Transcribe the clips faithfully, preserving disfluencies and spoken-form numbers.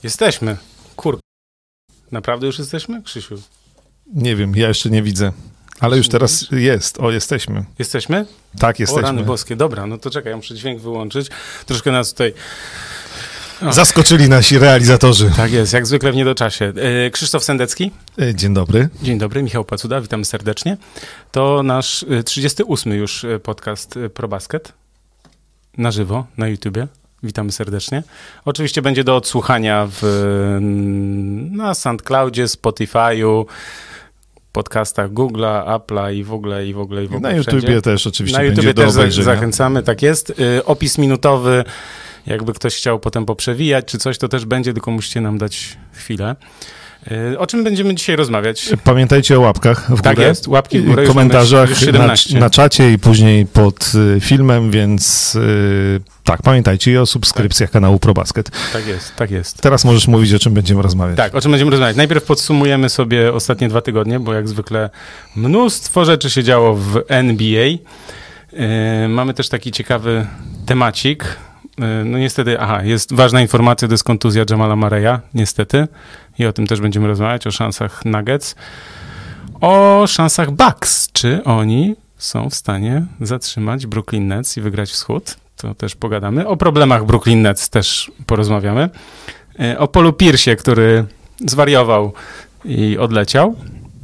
Jesteśmy. Kur... Naprawdę już jesteśmy, Krzysiu? Nie wiem, ja jeszcze nie widzę. Ale już teraz jest. O, jesteśmy. Jesteśmy? Tak, jesteśmy. O, rany boskie. Dobra, no to czekaj, ja muszę dźwięk wyłączyć. Troszkę nas tutaj... O. Zaskoczyli nasi realizatorzy. Tak jest, jak zwykle w niedoczasie. E, Krzysztof Sendecki. E, dzień dobry. Dzień dobry, Michał Pacuda, witam serdecznie. To nasz trzydziesty ósmy już podcast ProBasket. Na żywo, na YouTubie. Witamy serdecznie. Oczywiście będzie do odsłuchania w, na SoundCloudzie, Spotify'u, podcastach Google'a, Apple'a i w ogóle, i w ogóle, i w ogóle Na wszędzie. YouTubie też oczywiście na będzie YouTubie do też obejrzenia. Zachęcamy, tak jest. Y, opis minutowy, jakby ktoś chciał potem poprzewijać czy coś, to też będzie, tylko musicie nam dać chwilę. Y, o czym będziemy dzisiaj rozmawiać? Pamiętajcie o łapkach w górę. Tak jest, łapki w górę. W komentarzach już już na, na czacie i później pod y, filmem, więc y, tak, pamiętajcie i o subskrypcjach tak. kanału ProBasket. Tak jest, tak jest. Teraz możesz mówić, o czym będziemy rozmawiać. Tak, o czym będziemy rozmawiać. Najpierw podsumujemy sobie ostatnie dwa tygodnie, bo jak zwykle mnóstwo rzeczy się działo w N B A. Yy, mamy też taki ciekawy temacik. Yy, no niestety, aha, jest ważna informacja, to jest kontuzja Jamala Murraya, niestety. I o tym też będziemy rozmawiać, o szansach Nuggets. O szansach Bucks. Czy oni są w stanie zatrzymać Brooklyn Nets i wygrać wschód? To też pogadamy. O problemach Brooklyn Nets też porozmawiamy. O Paulu Pierce'ie, który zwariował i odleciał.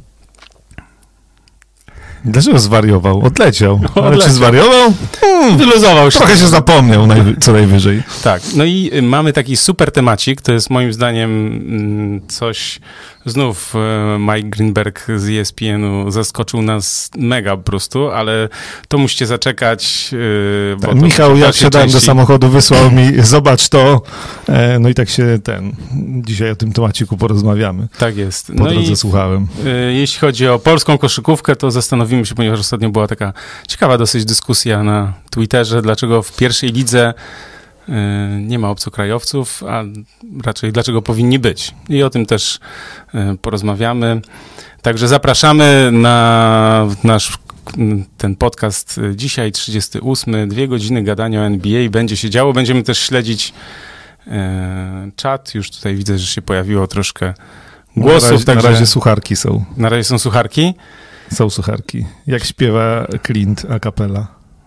Dlaczego zwariował? Odleciał. Odleciał. Ale czy zwariował? Hmm, Wyluzował się. Trochę się zapomniał najwy- co najwyżej. Tak. No i mamy taki super temacik. To jest moim zdaniem coś... Znów Mike Greenberg z E S P N-u zaskoczył nas mega po prostu, ale to musicie zaczekać. Bo tak, Michał, jak siadałem części... do samochodu, wysłał mi, zobacz to. No i tak się ten, dzisiaj o tym temaciku porozmawiamy. Tak jest. Po no drodze i, słuchałem. Jeśli chodzi o polską koszykówkę, to zastanowimy się, ponieważ ostatnio była taka ciekawa dosyć dyskusja na Twitterze, dlaczego w pierwszej lidze nie ma obcokrajowców, a raczej dlaczego powinni być. I o tym też porozmawiamy. Także zapraszamy na nasz ten podcast dzisiaj, trzydziesty ósmy, dwie godziny gadania o N B A. Będzie się działo. Będziemy też śledzić czat. Już tutaj widzę, że się pojawiło troszkę głosów. Na razie, także... na razie słucharki są. Na razie są słucharki? Są słucharki. Jak śpiewa Clint a cappella.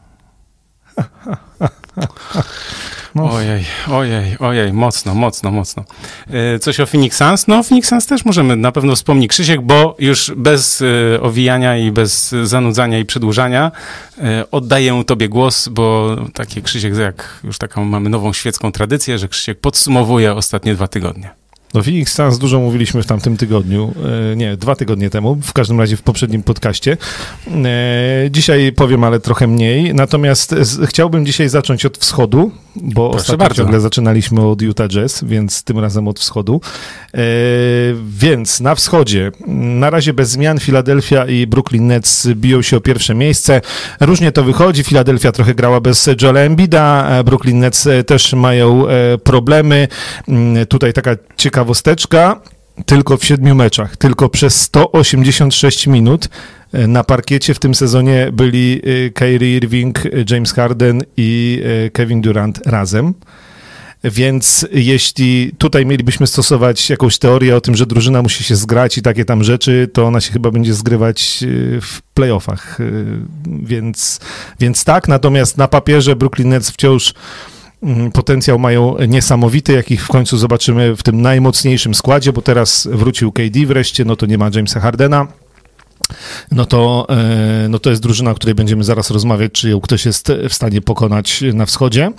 No. Ojej, ojej, ojej, mocno, mocno, mocno. Yy, coś o Phoenix Suns? No, Phoenix Suns też możemy na pewno wspomnieć. Krzysiek, bo już bez y, owijania i bez zanudzania i przedłużania y, oddaję tobie głos, bo takie Krzysiek, jak już taką mamy nową świecką tradycję, że Krzysiek podsumowuje ostatnie dwa tygodnie. No Phoenix Suns dużo mówiliśmy w tamtym tygodniu, e, nie, dwa tygodnie temu, w każdym razie w poprzednim podcaście. E, dzisiaj powiem, ale trochę mniej, natomiast z, chciałbym dzisiaj zacząć od wschodu, bo Proszę ostatnio bardzo. ciągle zaczynaliśmy od Utah Jazz, więc tym razem od wschodu. E, więc na wschodzie, na razie bez zmian, Philadelphia i Brooklyn Nets biją się o pierwsze miejsce. Różnie to wychodzi, Philadelphia trochę grała bez Joela Embida, Brooklyn Nets też mają e, problemy. E, tutaj taka ciekawa ciekawosteczka, tylko w siedmiu meczach, tylko przez sto osiemdziesiąt sześć minut na parkiecie w tym sezonie byli Kyrie Irving, James Harden i Kevin Durant razem. Więc jeśli tutaj mielibyśmy stosować jakąś teorię o tym, że drużyna musi się zgrać i takie tam rzeczy, to ona się chyba będzie zgrywać w playoffach. Więc, więc tak, natomiast na papierze Brooklyn Nets wciąż potencjał mają niesamowity, jakich w końcu zobaczymy w tym najmocniejszym składzie, bo teraz wrócił K D wreszcie, no to nie ma Jamesa Hardena. No to, no to jest drużyna, o której będziemy zaraz rozmawiać, czy ją ktoś jest w stanie pokonać na wschodzie.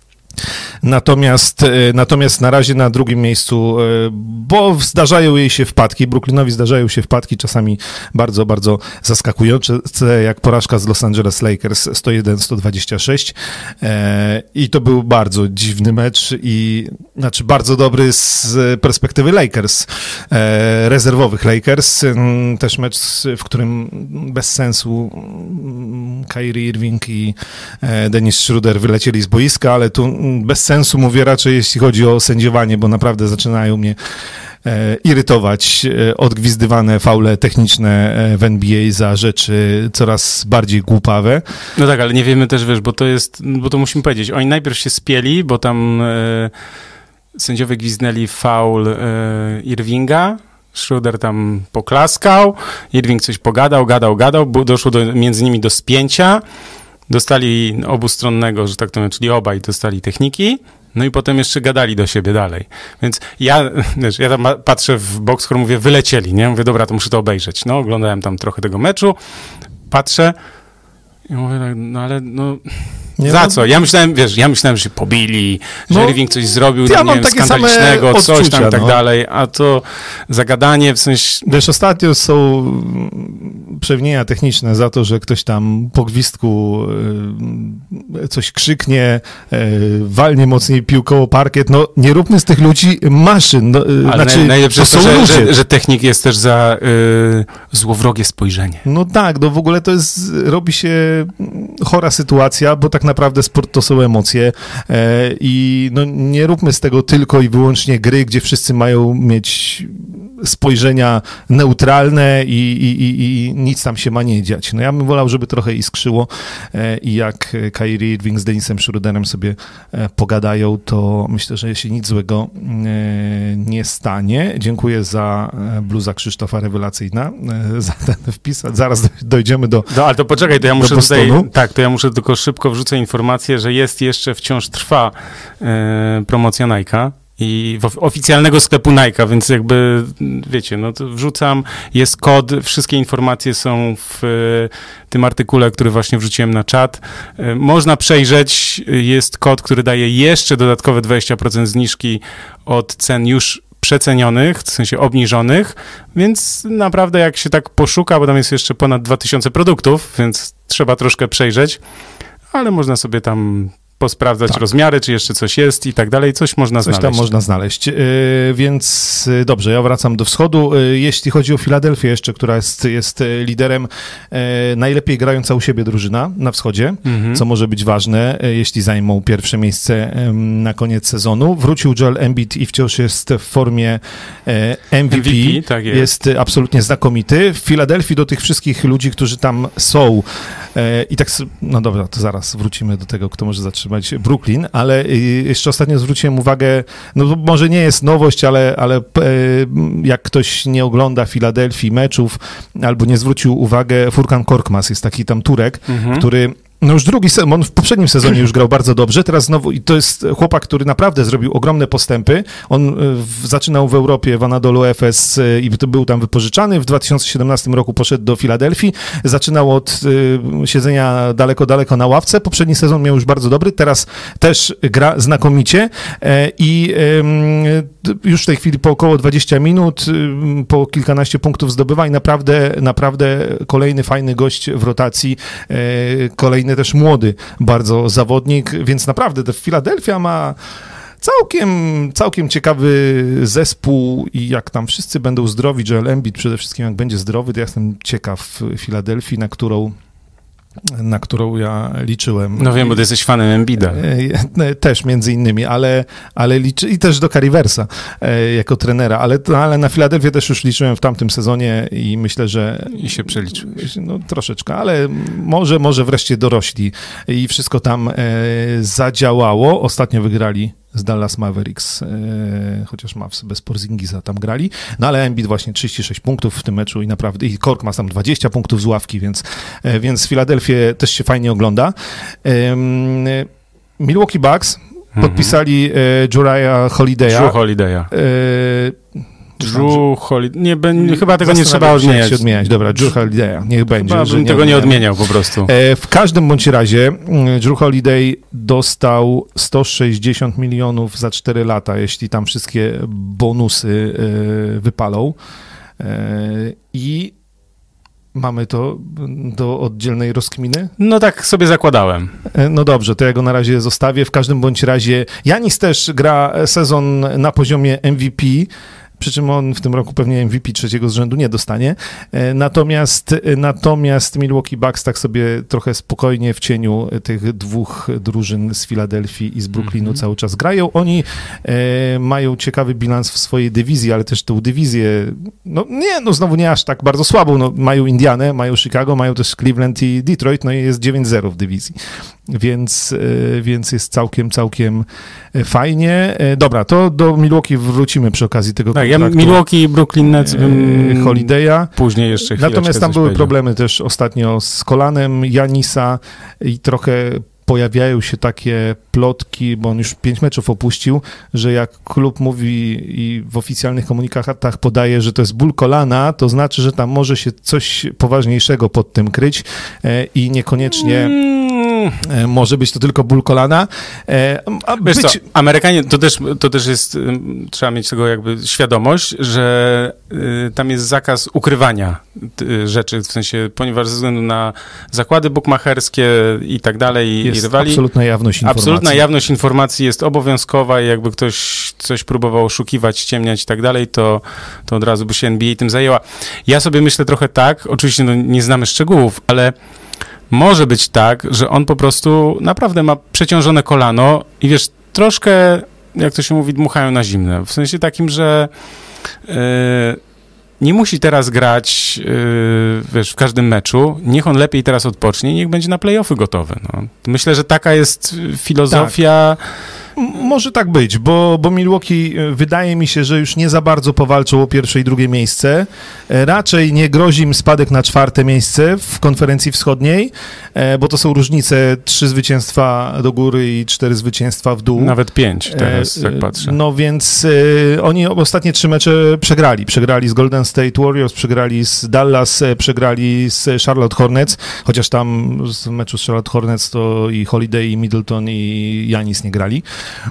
Natomiast, natomiast na razie na drugim miejscu, bo zdarzają jej się wpadki, Brooklynowi zdarzają się wpadki, czasami bardzo, bardzo zaskakujące, jak porażka z Los Angeles Lakers sto jeden sto dwadzieścia sześć i to był bardzo dziwny mecz i znaczy bardzo dobry z perspektywy Lakers, rezerwowych Lakers, też mecz, w którym bez sensu Kyrie Irving i Dennis Schroeder wylecieli z boiska, ale tu bez sensu mówię raczej, jeśli chodzi o sędziowanie, bo naprawdę zaczynają mnie e, irytować e, odgwizdywane faule techniczne w N B A za rzeczy coraz bardziej głupawe. No tak, ale nie wiemy też, wiesz, bo to jest, bo to musimy powiedzieć, oni najpierw się spieli, bo tam... E... sędziowie gwizdnęli faul y, Irvinga, Schroeder tam poklaskał, Irving coś pogadał, gadał, gadał, doszło do, między nimi do spięcia, dostali obustronnego, że tak to mówię, czyli obaj dostali techniki, no i potem jeszcze gadali do siebie dalej. Więc ja, wiesz, ja tam patrzę w box score, mówię, wylecieli, nie? Mówię, dobra, to muszę to obejrzeć. No, oglądałem tam trochę tego meczu, patrzę i mówię, no ale no... Nie Za no, co? Ja myślałem, wiesz, ja myślałem, że się pobili, że no, Irving coś zrobił, ja nie wiem, skandalicznego, coś tam i tak no. dalej, a to zagadanie w sensie... Wiesz, ostatnio są przewinienia techniczne za to, że ktoś tam po gwizdku y, coś krzyknie, y, walnie mocniej piłką o parkiet, no nie róbmy z tych ludzi maszyn. No, y, Ale znaczy, najlepsze jest to, że, że, że technik jest też za y, złowrogie spojrzenie. No tak, no w ogóle to jest, robi się chora sytuacja, bo tak naprawdę sport to są emocje e, i no, nie róbmy z tego tylko i wyłącznie gry, gdzie wszyscy mają mieć spojrzenia neutralne i, i, i, i nic tam się ma nie dziać. No ja bym wolał, żeby trochę iskrzyło e, i jak Kyrie Irving z Dennisem Schroederem sobie e, pogadają, to myślę, że się nic złego e, nie stanie. Dziękuję za bluza Krzysztofa, rewelacyjna, e, za ten wpis. Zaraz dojdziemy do No ale to poczekaj, to ja muszę tutaj, tak, to ja muszę tylko szybko wrzucę informację, że jest jeszcze, wciąż trwa e, promocja Nike'a. I w oficjalnego sklepu Nike'a, więc jakby, wiecie, no to wrzucam, jest kod, wszystkie informacje są w tym artykule, który właśnie wrzuciłem na czat. Można przejrzeć, jest kod, który daje jeszcze dodatkowe dwadzieścia procent zniżki od cen już przecenionych, w sensie obniżonych, więc naprawdę jak się tak poszuka, bo tam jest jeszcze ponad dwa tysiące produktów, więc trzeba troszkę przejrzeć, ale można sobie tam posprawdzać tak. rozmiary, czy jeszcze coś jest i tak dalej, coś można coś znaleźć. Coś tam można znaleźć, yy, więc yy, dobrze, ja wracam do wschodu. Yy, jeśli chodzi o Filadelfię jeszcze, która jest, jest liderem, yy, najlepiej grająca u siebie drużyna na wschodzie, mm-hmm. co może być ważne, yy, jeśli zajmą pierwsze miejsce yy, na koniec sezonu. Wrócił Joel Embiid i wciąż jest w formie yy, M V P. M V P tak jest. jest absolutnie znakomity. W Filadelfii do tych wszystkich ludzi, którzy tam są yy, i tak, no dobra, to zaraz wrócimy do tego, kto może zatrzymać Brooklyn, ale jeszcze ostatnio zwróciłem uwagę, no może nie jest nowość, ale, ale jak ktoś nie ogląda Filadelfii meczów albo nie zwrócił uwagę, Furkan Korkmaz jest taki tam Turek, mhm. który no już drugi sezon, on w poprzednim sezonie już grał bardzo dobrze, teraz znowu, i to jest chłopak, który naprawdę zrobił ogromne postępy. On w, zaczynał w Europie, w Anadolu Efes i to był tam wypożyczany. W dwa tysiące siedemnastym roku poszedł do Filadelfii. Zaczynał od y, siedzenia daleko, daleko na ławce. Poprzedni sezon miał już bardzo dobry, teraz też gra znakomicie e, i y, już w tej chwili po około dwadzieścia minut, y, po kilkanaście punktów zdobywa i naprawdę, naprawdę kolejny fajny gość w rotacji, y, kolejny też młody bardzo zawodnik, więc naprawdę ta Filadelfia ma całkiem, całkiem ciekawy zespół i jak tam wszyscy będą zdrowi, Joel Embiid przede wszystkim jak będzie zdrowy, to ja jestem ciekaw Filadelfii, na którą na którą ja liczyłem. No wiem, bo ty jesteś fanem Embida. Też między innymi, ale, ale liczy, i też do Carriversa jako trenera, ale, ale na Filadelfię też już liczyłem w tamtym sezonie i myślę, że... I się przeliczyłeś. No troszeczkę, ale może, może wreszcie dorośli i wszystko tam e, zadziałało. Ostatnio wygrali z Dallas Mavericks, e, chociaż Mavs bez Porzingisa tam grali, no ale Embiid właśnie trzydzieści sześć punktów w tym meczu i naprawdę, i Korkmaz tam dwadzieścia punktów z ławki, więc, e, więc Filadelfię też się fajnie ogląda. E, Milwaukee Bucks mhm. podpisali e, Uriah Holiday'a. Drew Holiday'a. E, Drew Holiday. Nie, nie, chyba tego nie trzeba odmieniać. Się odmieniać. Dobra, Drew Holiday'a, niech będzie. Chyba bym tego nie odmieniał po prostu. E, w każdym bądź razie Drew Holiday dostał sto sześćdziesiąt milionów za cztery lata, jeśli tam wszystkie bonusy e, wypalą. E, I mamy to do oddzielnej rozkminy? No tak sobie zakładałem. No dobrze, to ja go na razie zostawię. W każdym bądź razie Janis też gra sezon na poziomie M V P, przy czym on w tym roku pewnie M V P trzeciego z rzędu nie dostanie. Natomiast, natomiast Milwaukee Bucks tak sobie trochę spokojnie w cieniu tych dwóch drużyn z Filadelfii i z Brooklynu mm-hmm. cały czas grają. Oni e, mają ciekawy bilans w swojej dywizji, ale też tę dywizję, no nie, no znowu nie aż tak bardzo słabą. No, mają Indianę, mają Chicago, mają też Cleveland i Detroit, no i jest dziewięć zero w dywizji. więc, więc jest całkiem, całkiem fajnie. Dobra, to do Milwaukee wrócimy przy okazji tego tak, kontraktu. Ja Milwaukee i Brooklyn Nets bym Holiday'a. Później jeszcze chwileczkę Natomiast tam były powiedział. problemy też ostatnio z kolanem Janisa i trochę pojawiają się takie plotki, bo on już pięć meczów opuścił, że jak klub mówi i w oficjalnych komunikatach podaje, że to jest ból kolana, to znaczy, że tam może się coś poważniejszego pod tym kryć i niekoniecznie mm. może być to tylko ból kolana. A Wiesz być... co, Amerykanie, to też, to też jest, trzeba mieć tego jakby świadomość, że y, tam jest zakaz ukrywania y, rzeczy, w sensie, ponieważ ze względu na zakłady bukmacherskie i tak dalej, jest i rywali, absolutna jawność informacji. Absolutna jawność informacji jest obowiązkowa i jakby ktoś coś próbował oszukiwać, ściemniać i tak dalej, to, to od razu by się N B A tym zajęła. Ja sobie myślę trochę tak, oczywiście no, nie znamy szczegółów, ale może być tak, że on po prostu naprawdę ma przeciążone kolano i wiesz, troszkę, jak to się mówi, dmuchają na zimne. W sensie takim, że yy, nie musi teraz grać, yy, wiesz, w każdym meczu. Niech on lepiej teraz odpocznie i niech będzie na play-offy gotowy. No. Myślę, że taka jest filozofia. Tak. Może tak być, bo, bo Milwaukee wydaje mi się, że już nie za bardzo powalczą o pierwsze i drugie miejsce. Raczej nie grozi im spadek na czwarte miejsce w konferencji wschodniej, bo to są różnice trzy zwycięstwa do góry i cztery zwycięstwa w dół. Nawet pięć teraz, jak patrzę. No więc e, oni ostatnie trzy mecze przegrali. Przegrali z Golden State Warriors, przegrali z Dallas, przegrali z Charlotte Hornets, chociaż tam w meczu z Charlotte Hornets to i Holiday, i Middleton, i Giannis nie grali.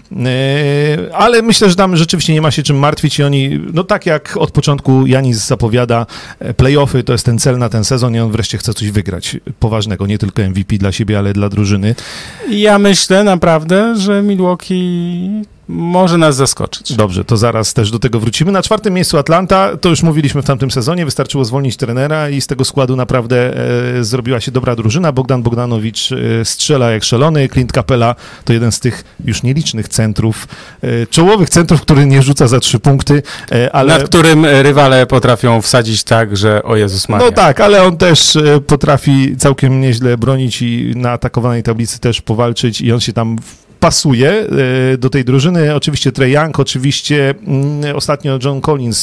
Ale myślę, że tam rzeczywiście nie ma się czym martwić i oni, no tak jak od początku Giannis zapowiada, play-offy to jest ten cel na ten sezon i on wreszcie chce coś wygrać poważnego, nie tylko M V P dla siebie, ale dla drużyny. Ja myślę naprawdę, że Milwaukee może nas zaskoczyć. Dobrze, to zaraz też do tego wrócimy. Na czwartym miejscu Atlanta, to już mówiliśmy w tamtym sezonie, wystarczyło zwolnić trenera i z tego składu naprawdę e, zrobiła się dobra drużyna. Bogdan Bogdanowicz e, strzela jak szalony, Clint Capela to jeden z tych już nielicznych centrów, e, czołowych centrów, który nie rzuca za trzy punkty, e, ale... Nad którym rywale potrafią wsadzić tak, że o Jezus Maria. No tak, ale on też e, potrafi całkiem nieźle bronić i na atakowanej tablicy też powalczyć i on się tam pasuje do tej drużyny. Oczywiście Trae Young, oczywiście ostatnio John Collins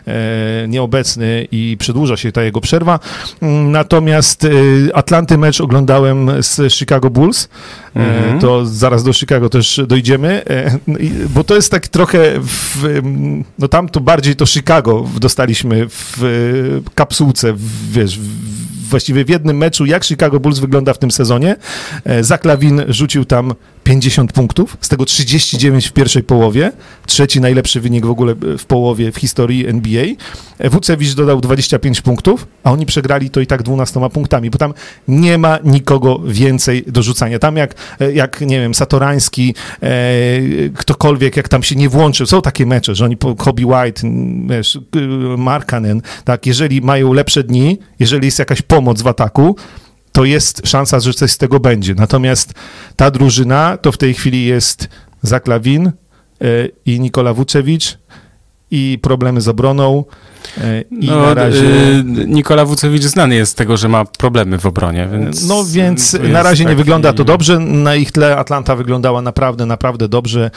nieobecny i przedłuża się ta jego przerwa. Natomiast Atlanty mecz oglądałem z Chicago Bulls. Mhm. To zaraz do Chicago też dojdziemy, bo to jest tak trochę w, no tam to bardziej to Chicago dostaliśmy w kapsułce, wiesz, właściwie w jednym meczu, jak Chicago Bulls wygląda w tym sezonie. Zach LaVine rzucił tam pięćdziesiąt punktów, z tego trzydzieści dziewięć w pierwszej połowie, trzeci najlepszy wynik w ogóle w połowie w historii N B A. Vucevic dodał dwadzieścia pięć punktów, a oni przegrali to i tak dwunastoma punktami, bo tam nie ma nikogo więcej do rzucania. Tam jak, jak nie wiem, Satorański, e, ktokolwiek, jak tam się nie włączył, są takie mecze, że oni, Kobe White, wiesz, Markkanen, tak, jeżeli mają lepsze dni, jeżeli jest jakaś pomoc w ataku, to jest szansa, że coś z tego będzie. Natomiast ta drużyna to w tej chwili jest Zach LaVine i Nikola Vucevic i problemy z obroną i no, na razie... Nikola Vucevic znany jest z tego, że ma problemy w obronie, więc... No więc na razie taki... nie wygląda to dobrze. Na ich tle Atlanta wyglądała naprawdę, naprawdę dobrze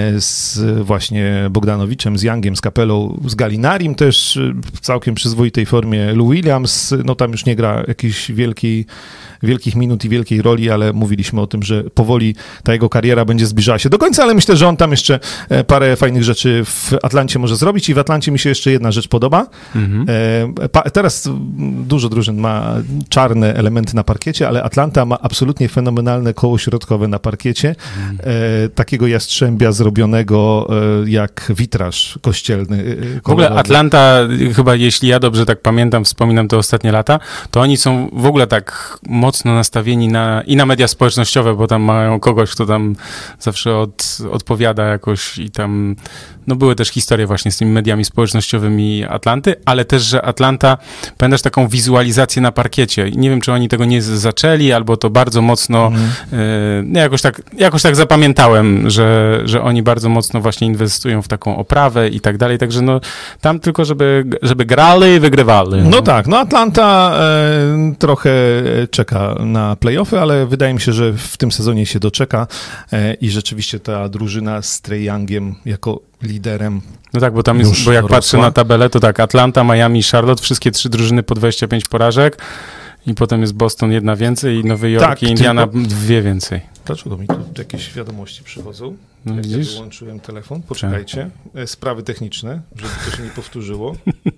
z właśnie Bogdanowiczem, z Youngiem, z Capelą, z Galinarim też w całkiem przyzwoitej formie. Lou Williams, no tam już nie gra jakiejś wielkiej, wielkich minut i wielkiej roli, ale mówiliśmy o tym, że powoli ta jego kariera będzie zbliżała się do końca, ale myślę, że on tam jeszcze parę fajnych rzeczy w Atlancie może zrobić i w Atlancie mi się jeszcze jedna rzecz podoba. Mhm. E, teraz dużo drużyn ma czarne elementy na parkiecie, ale Atlanta ma absolutnie fenomenalne koło środkowe na parkiecie. Mhm. E, takiego jastrzębia zrobionego e, jak witraż kościelny. E, w ogóle Atlanta, chyba jeśli ja dobrze tak pamiętam, wspominam te ostatnie lata, to oni są w ogóle tak mocno nastawieni na, i na media społecznościowe, bo tam mają kogoś, kto tam zawsze od, odpowiada jakoś i tam, no były też historie właśnie właśnie z tymi mediami społecznościowymi Atlanty, ale też, że Atlanta, pamiętasz taką wizualizację na parkiecie. Nie wiem, czy oni tego nie zaczęli, albo to bardzo mocno, mm. y, jakoś, tak, jakoś tak zapamiętałem, że, że oni bardzo mocno właśnie inwestują w taką oprawę i tak dalej, także no tam tylko, żeby, żeby grali i wygrywali. No tak, no Atlanta e, trochę czeka na play-offy, ale wydaje mi się, że w tym sezonie się doczeka e, i rzeczywiście ta drużyna z Trae Youngiem jako liderem. No tak, bo tam jest, bo jak rosła. Patrzę na tabelę, to tak, Atlanta, Miami, Charlotte, wszystkie trzy drużyny po dwadzieścia pięć porażek i potem jest Boston jedna więcej i Nowy Jork tak, i Indiana tylko... dwie więcej. Dlaczego mi tu jakieś wiadomości przychodzą? No, jak ja wyłączyłem telefon, poczekajcie. Czemu? Sprawy techniczne, żeby to się nie powtórzyło.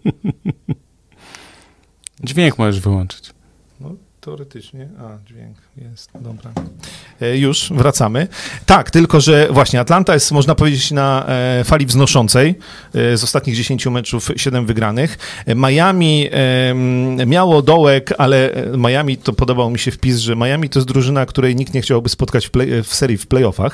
Dźwięk możesz wyłączyć. No, teoretycznie. A, dźwięk jest, dobra. E, już, wracamy. Tak, tylko że właśnie Atlanta jest, można powiedzieć, na e, fali wznoszącej. E, z ostatnich dziesięciu meczów siedem wygranych. E, Miami e, miało dołek, ale Miami, to podobał mi się wpis, że Miami to jest drużyna, której nikt nie chciałby spotkać w, play, w serii w playoffach.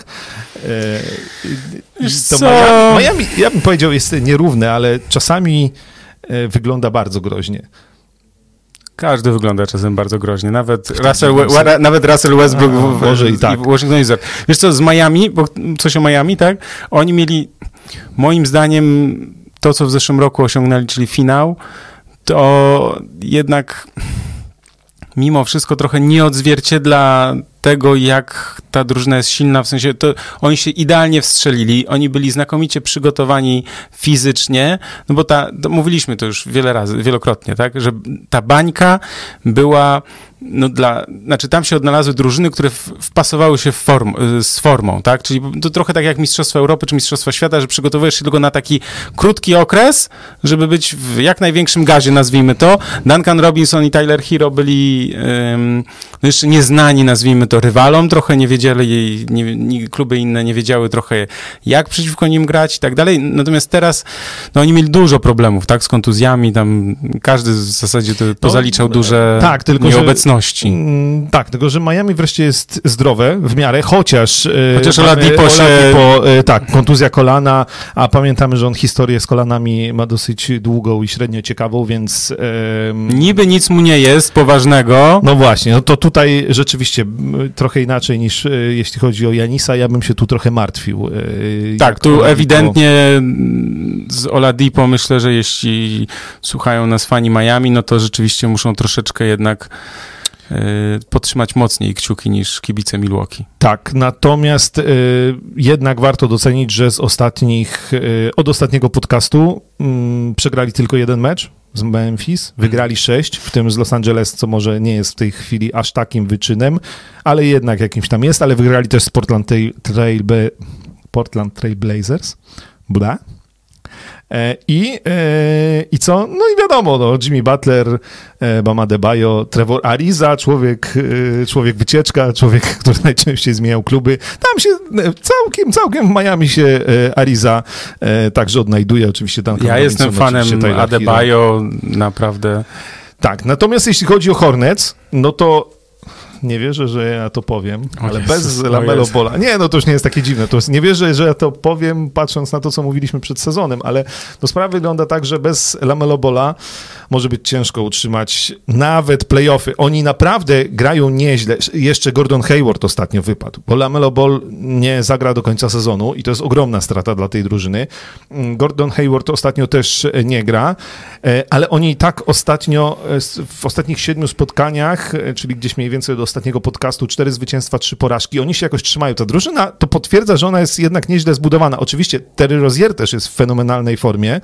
E, to Miami, Miami, ja bym powiedział, jest nierówne, ale czasami e, wygląda bardzo groźnie. Każdy wygląda czasem bardzo groźnie. Nawet Russell, we, nawet Russell Westbrook A, w, może i tak. w Washington Wizards. Wiesz co, z Miami, bo coś o Miami, tak? Oni mieli, moim zdaniem, to, co w zeszłym roku osiągnęli, czyli finał, to jednak mimo wszystko trochę nie odzwierciedla tego, jak ta drużyna jest silna, w sensie to oni się idealnie wstrzelili, oni byli znakomicie przygotowani fizycznie, no bo ta, to mówiliśmy to już wiele razy, wielokrotnie, tak, że ta bańka była, no dla, znaczy tam się odnalazły drużyny, które w, wpasowały się w form, z formą, tak, czyli to trochę tak jak Mistrzostwa Europy czy Mistrzostwa Świata, że przygotowujesz się tylko na taki krótki okres, żeby być w jak największym gazie, nazwijmy to. Duncan Robinson i Tyler Hero byli um, no jeszcze nieznani, nazwijmy to, rywalom, trochę nie wiedzieli, nie, nie, kluby inne nie wiedziały trochę, jak przeciwko nim grać i tak dalej, natomiast teraz, no oni mieli dużo problemów, tak, z kontuzjami, tam każdy w zasadzie to pozaliczał no, duże tak, tylko, nieobecności. Że, mm, tak, tylko, że Miami wreszcie jest zdrowe w miarę, chociaż chociaż Oladipo się... Oladipo, tak, kontuzja kolana, a pamiętamy, że on historię z kolanami ma dosyć długą i średnio ciekawą, więc... Um... Niby nic mu nie jest poważnego. No właśnie, no to tutaj rzeczywiście trochę inaczej niż jeśli chodzi o Janisa, ja bym się tu trochę martwił. Tak, tu Oladipo... ewidentnie z Oladipo myślę, że jeśli słuchają nas fani Miami, no to rzeczywiście muszą troszeczkę jednak y, podtrzymać mocniej kciuki niż kibice Milwaukee. Tak, natomiast y, jednak warto docenić, że z ostatnich, y, od ostatniego podcastu y, przegrali tylko jeden mecz z Memphis, wygrali sześć, w tym z Los Angeles, co może nie jest w tej chwili aż takim wyczynem, ale jednak jakimś tam jest, ale wygrali też z Portland Trail, Portland Trail Blazers. Bla. E, I, e, I co? No i wiadomo, no, Jimmy Butler, e, Bam Adebayo, Trevor Ariza, człowiek, e, człowiek wycieczka, człowiek, który najczęściej zmieniał kluby. Tam się całkiem, całkiem w Miami się e, Ariza e, także odnajduje. Oczywiście tam. Ja jestem fanem Adebayo, naprawdę. Tak, natomiast jeśli chodzi o Hornets, no to nie wierzę, że ja to powiem, ale Jezus, bez Lamelo Balla. Nie, no to już nie jest takie dziwne. To jest, nie wierzę, że ja to powiem, patrząc na to, co mówiliśmy przed sezonem, ale to sprawa wygląda tak, że bez Lamelo Balla może być ciężko utrzymać nawet play-offy. Oni naprawdę grają nieźle. Jeszcze Gordon Hayward ostatnio wypadł, bo Lamelo Ball nie zagra do końca sezonu i to jest ogromna strata dla tej drużyny. Gordon Hayward ostatnio też nie gra, ale oni i tak ostatnio, w ostatnich siedmiu spotkaniach, czyli gdzieś mniej więcej do ostatniego podcastu, cztery zwycięstwa, trzy porażki, oni się jakoś trzymają. Ta drużyna to potwierdza, że ona jest jednak nieźle zbudowana. Oczywiście Terry Rozier też jest w fenomenalnej formie.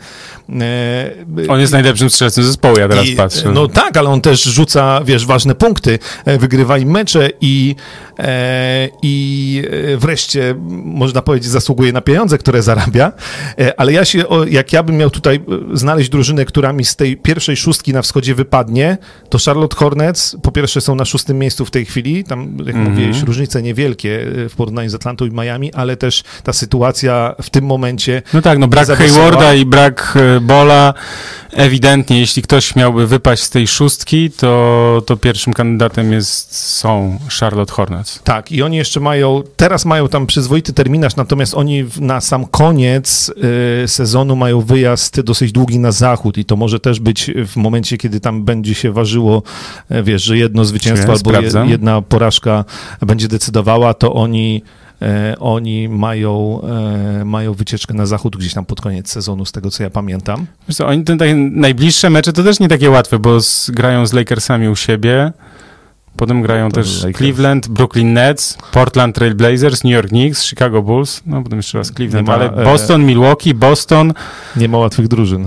On jest najlepszym strzelcem zespołu, ja teraz I, patrzę. No tak, ale on też rzuca, wiesz, ważne punkty, wygrywa im mecze i, e, i wreszcie, można powiedzieć, zasługuje na pieniądze, które zarabia, e, ale ja się, jak ja bym miał tutaj znaleźć drużynę, która mi z tej pierwszej szóstki na wschodzie wypadnie, to Charlotte Hornets po pierwsze są na szóstym miejscu w tej chwili, tam jak mm-hmm. mówiłeś, różnice niewielkie w porównaniu z Atlantą i Miami, ale też ta sytuacja w tym momencie... No tak, no brak Haywarda i brak Bola ewidentnie, jeśli ktoś miałby wypaść z tej szóstki, to, to pierwszym kandydatem jest, są Charlotte Hornets. Tak, i oni jeszcze mają, teraz mają tam przyzwoity terminarz, natomiast oni w, na sam koniec y, sezonu mają wyjazd dosyć długi na zachód i to może też być w momencie, kiedy tam będzie się ważyło, wiesz, że jedno zwycięstwo albo je, jedna porażka będzie decydowała, to oni E, oni mają, e, mają wycieczkę na zachód gdzieś tam pod koniec sezonu, z tego co ja pamiętam. Wiesz co, oni ten, ten najbliższe mecze to też nie takie łatwe, bo z, grają z Lakersami u siebie, potem grają no też Lakers. Cleveland, Brooklyn Nets, Portland Trail Blazers, New York Knicks, Chicago Bulls, no potem jeszcze raz Cleveland, ma, ale Boston, e... Milwaukee, Boston. Nie ma łatwych drużyn.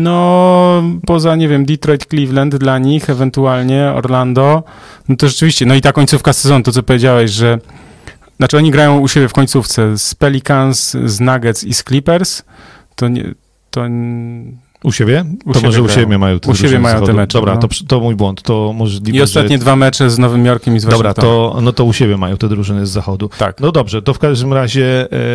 No, poza, nie wiem, Detroit, Cleveland dla nich, ewentualnie Orlando, no to rzeczywiście, no i ta końcówka sezonu, to co powiedziałeś, że znaczy oni grają u siebie w końcówce z Pelicans, z Nuggets i z Clippers, to nie... To... U siebie? U to siebie może grają. u siebie mają te, u siebie mają te mecze. Dobra, no. to, to mój błąd, to możliwe, I ostatnie że... dwa mecze z Nowym Jorkiem i z Waszyngtonem. Dobra, to, no to u siebie mają te drużyny z zachodu. Tak. No dobrze, to w każdym razie e,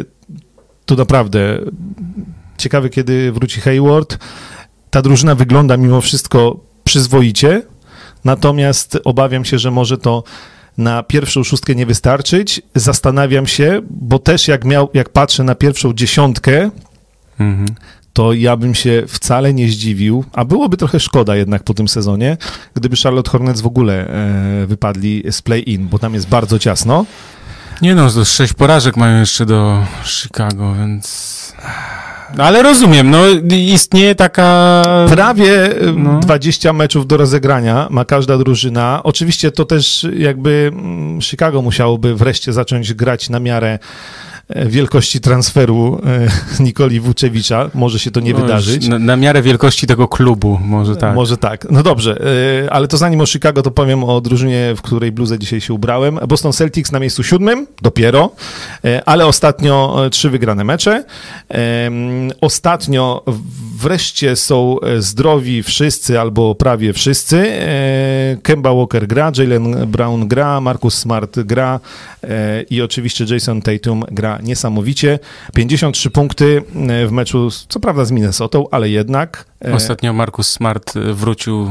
tu naprawdę ciekawe, kiedy wróci Hayward. Ta drużyna wygląda mimo wszystko przyzwoicie, natomiast obawiam się, że może to na pierwszą szóstkę nie wystarczyć. Zastanawiam się, bo też jak, miał, jak patrzę na pierwszą dziesiątkę, mhm. to ja bym się wcale nie zdziwił, a byłoby trochę szkoda jednak po tym sezonie, gdyby Charlotte Hornets w ogóle e, wypadli z play-in, bo tam jest bardzo ciasno. Nie no, to sześć porażek mają jeszcze do Chicago, więc... No, ale rozumiem, no istnieje taka... Prawie no. dwadzieścia meczów do rozegrania ma każda drużyna. Oczywiście to też jakby Chicago musiałoby wreszcie zacząć grać na miarę wielkości transferu Nikoli Vučevića. Może się to nie no wydarzyć. Na, na miarę wielkości tego klubu, może tak. Może tak. No dobrze, ale to zanim o Chicago, to powiem o drużynie, w której bluzę dzisiaj się ubrałem. Boston Celtics na miejscu siódmym, dopiero, ale ostatnio trzy wygrane mecze. Ostatnio wreszcie są zdrowi wszyscy, albo prawie wszyscy. Kemba Walker gra, Jaylen Brown gra, Marcus Smart gra i oczywiście Jason Tatum gra niesamowicie. pięćdziesiąt trzy punkty w meczu, co prawda z Minnesotą, ale jednak. Ostatnio Marcus Smart wrócił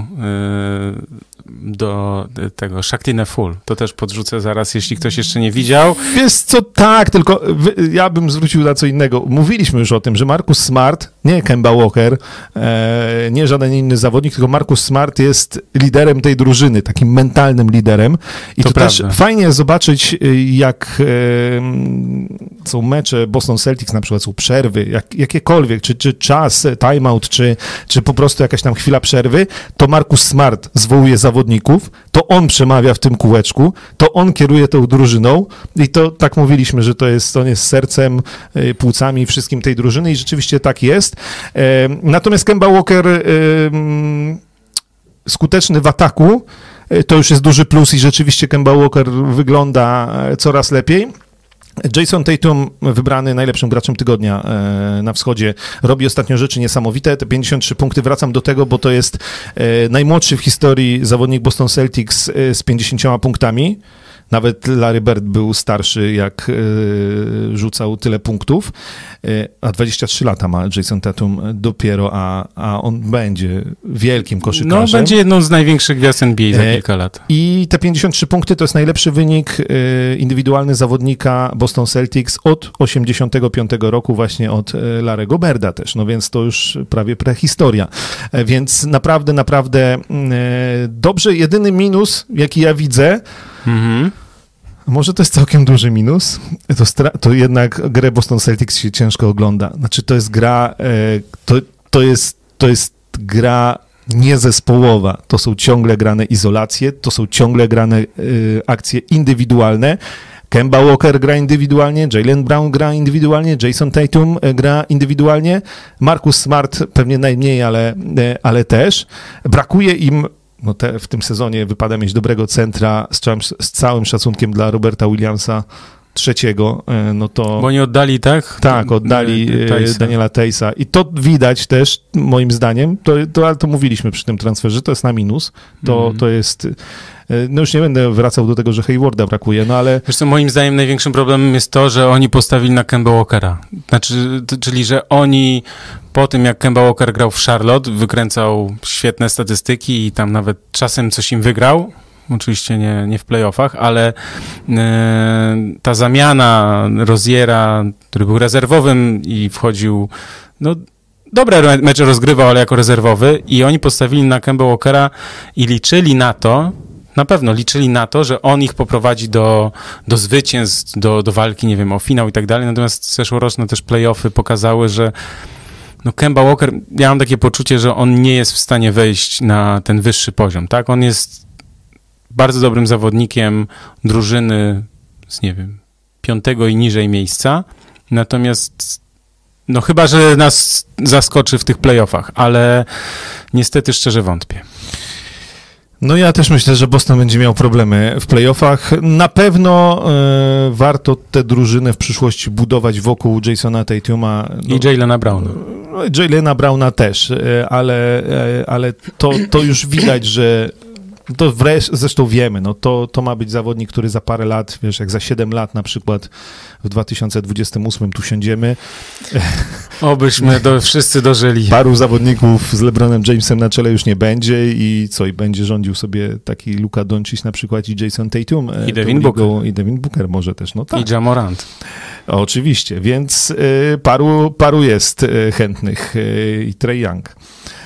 do tego Shaqtin' Full. To też podrzucę zaraz, jeśli ktoś jeszcze nie widział. Wiesz co, tak, tylko ja bym zwrócił na co innego. Mówiliśmy już o tym, że Marcus Smart, nie Kemba Walker, nie żaden inny zawodnik, tylko Marcus Smart jest liderem tej drużyny, takim mentalnym liderem. I to, to też fajnie zobaczyć, jak są mecze Boston Celtics, na przykład są przerwy, jak, jakiekolwiek, czy, czy czas, timeout, czy, czy po prostu jakaś tam chwila przerwy, to Marcus Smart zwołuje zawodników, to on przemawia w tym kółeczku, to on kieruje tą drużyną i to tak mówiliśmy, że to jest, on jest sercem, płucami wszystkim tej drużyny i rzeczywiście tak jest. Natomiast Kemba Walker skuteczny w ataku, to już jest duży plus i rzeczywiście Kemba Walker wygląda coraz lepiej. Jason Tatum, wybrany najlepszym graczem tygodnia na wschodzie, robi ostatnio rzeczy niesamowite. Te pięćdziesiąt trzy punkty, wracam do tego, bo to jest najmłodszy w historii zawodnik Boston Celtics z pięćdziesięcioma punktami. Nawet Larry Bird był starszy, jak y, rzucał tyle punktów, y, a dwadzieścia trzy lata ma Jason Tatum dopiero, a, a on będzie wielkim koszykarzem. No, będzie jedną z największych gwiazd N B A za kilka lat. I te pięćdziesiąt trzy punkty to jest najlepszy wynik y, indywidualny zawodnika Boston Celtics od osiemdziesiątego piątego roku, właśnie od Larry'ego Birda też, no więc to już prawie prehistoria. Y, więc naprawdę, naprawdę y, dobrze. Jedyny minus, jaki ja widzę, Mhm. może to jest całkiem duży minus, to, stra- to jednak grę Boston Celtics się ciężko ogląda. Znaczy to jest gra, e, to, to, jest, to jest gra niezespołowa. To są ciągle grane izolacje, to są ciągle grane e, akcje indywidualne. Kemba Walker gra indywidualnie, Jaylen Brown gra indywidualnie, Jason Tatum gra indywidualnie, Marcus Smart pewnie najmniej, ale, e, ale też. Brakuje im No te, w tym sezonie wypada mieć dobrego centra, z, z całym szacunkiem dla Roberta Williamsa. trzeciego, no to... Bo oni oddali, tak? Tak, oddali Tejsa. Daniela Tejsa. I to widać też, moim zdaniem, to, to, ale to mówiliśmy przy tym transferze, to jest na minus. To, mm. to jest... No już nie będę wracał do tego, że Haywarda brakuje, no ale... Wiesz co, moim zdaniem największym problemem jest to, że oni postawili na Kemba Walkera. Znaczy, t- czyli, że oni po tym, jak Kemba Walker grał w Charlotte, wykręcał świetne statystyki i tam nawet czasem coś im wygrał, oczywiście nie, nie w playoffach, ale e, ta zamiana Roziera, który był rezerwowym i wchodził, no dobre mecze rozgrywał, ale jako rezerwowy i oni postawili na Kemba Walkera i liczyli na to, na pewno liczyli na to, że on ich poprowadzi do, do zwycięstw, do, do walki, nie wiem, o finał i tak dalej, natomiast zeszłoroczne też playoffy pokazały, że no Kemba Walker, ja mam takie poczucie, że on nie jest w stanie wejść na ten wyższy poziom, tak? On jest bardzo dobrym zawodnikiem drużyny z, nie wiem, piątego i niżej miejsca, natomiast no chyba, że nas zaskoczy w tych playoffach, ale niestety szczerze wątpię. No ja też myślę, że Boston będzie miał problemy w playoffach. Na pewno e, warto tę drużynę w przyszłości budować wokół Jasona Tatuma. No, i Jaylena Browna. No, Jaylena Browna też, e, ale, e, ale to, to już widać, że to wreszcie, zresztą wiemy, no to, to ma być zawodnik, który za parę lat, wiesz, jak za siedem lat na przykład w dwa tysiące dwudziestym ósmym tu siądziemy. Obyśmy do, wszyscy dożyli. Paru zawodników z LeBronem Jamesem na czele już nie będzie i co, i będzie rządził sobie taki Luka Doncic na przykład i Jason Tatum. I Devin Booker. I Devin Booker może też, no tak. I Ja Morant. Oczywiście, więc y, paru, paru jest y, chętnych y, i Trae Young.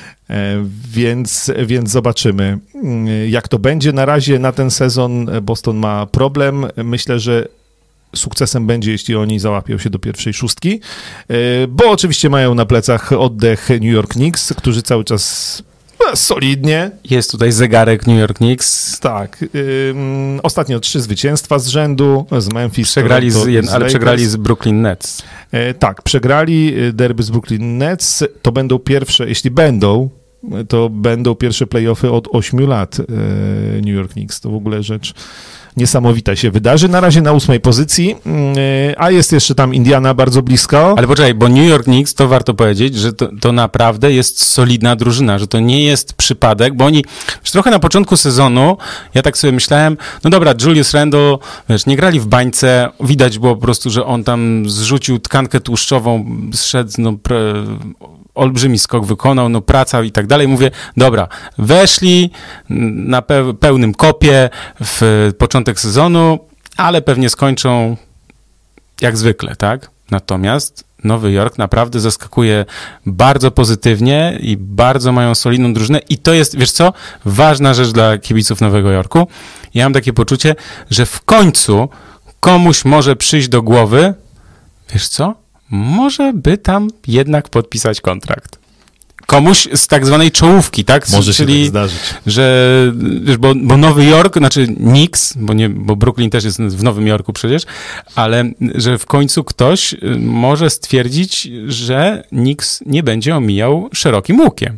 Więc, więc zobaczymy, jak to będzie. Na razie na ten sezon Boston ma problem. Myślę, że sukcesem będzie, jeśli oni załapią się do pierwszej szóstki, bo oczywiście mają na plecach oddech New York Knicks, którzy cały czas no, solidnie. Jest tutaj zegarek New York Knicks. Tak. Ym, ostatnio trzy zwycięstwa z rzędu, z Memphis. Przegrali Toronto, z, jed, z ale przegrali z Brooklyn Nets. E, tak, przegrali derby z Brooklyn Nets. To będą pierwsze, jeśli będą, to będą pierwsze play-offy od ośmiu lat e, New York Knicks. To w ogóle rzecz niesamowita się wydarzy. Na razie na ósmej pozycji, e, a jest jeszcze tam Indiana bardzo blisko. Ale poczekaj, bo New York Knicks, to warto powiedzieć, że to, to naprawdę jest solidna drużyna, że to nie jest przypadek, bo oni już trochę na początku sezonu, ja tak sobie myślałem, no dobra, Julius Randle, wiesz, nie grali w bańce, widać było po prostu, że on tam zrzucił tkankę tłuszczową, zszedł, no, pre, olbrzymi skok wykonał, no praca i tak dalej. Mówię, dobra, weszli na pe- pełnym kopie w początek sezonu, ale pewnie skończą jak zwykle, tak? Natomiast Nowy Jork naprawdę zaskakuje bardzo pozytywnie i bardzo mają solidną drużynę i to jest, wiesz co, ważna rzecz dla kibiców Nowego Jorku. Ja mam takie poczucie, że w końcu komuś może przyjść do głowy, wiesz co, może by tam jednak podpisać kontrakt. Komuś z tak zwanej czołówki, tak? Może Czyli, się tak zdarzyć. Że, bo, bo Nowy Jork, znaczy Knicks, bo, nie, bo Brooklyn też jest w Nowym Jorku przecież, ale że w końcu ktoś może stwierdzić, że Knicks nie będzie omijał szerokim łukiem.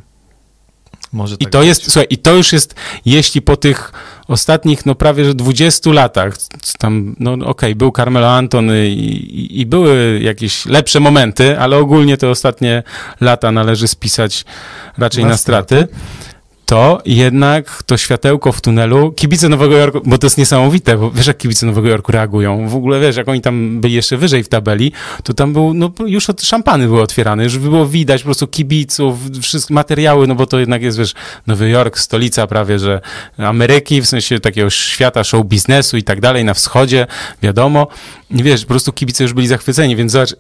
Może I tak to być. jest, słuchaj, i to już jest, jeśli po tych ostatnich, no prawie, że dwudziestu latach, tam, no okej, okay, był Carmelo Anthony i, i, i były jakieś lepsze momenty, ale ogólnie te ostatnie lata należy spisać raczej na, na straty, to jednak to światełko w tunelu, kibice Nowego Jorku, bo to jest niesamowite, bo wiesz, jak kibice Nowego Jorku reagują, w ogóle wiesz, jak oni tam byli jeszcze wyżej w tabeli, to tam był, no już od szampany były otwierane, już było widać po prostu kibiców, wszystkie materiały, no bo to jednak jest, wiesz, Nowy Jork, stolica prawie, że Ameryki, w sensie takiego świata show biznesu i tak dalej, na wschodzie, wiadomo, i wiesz, po prostu kibice już byli zachwyceni, więc zobacz,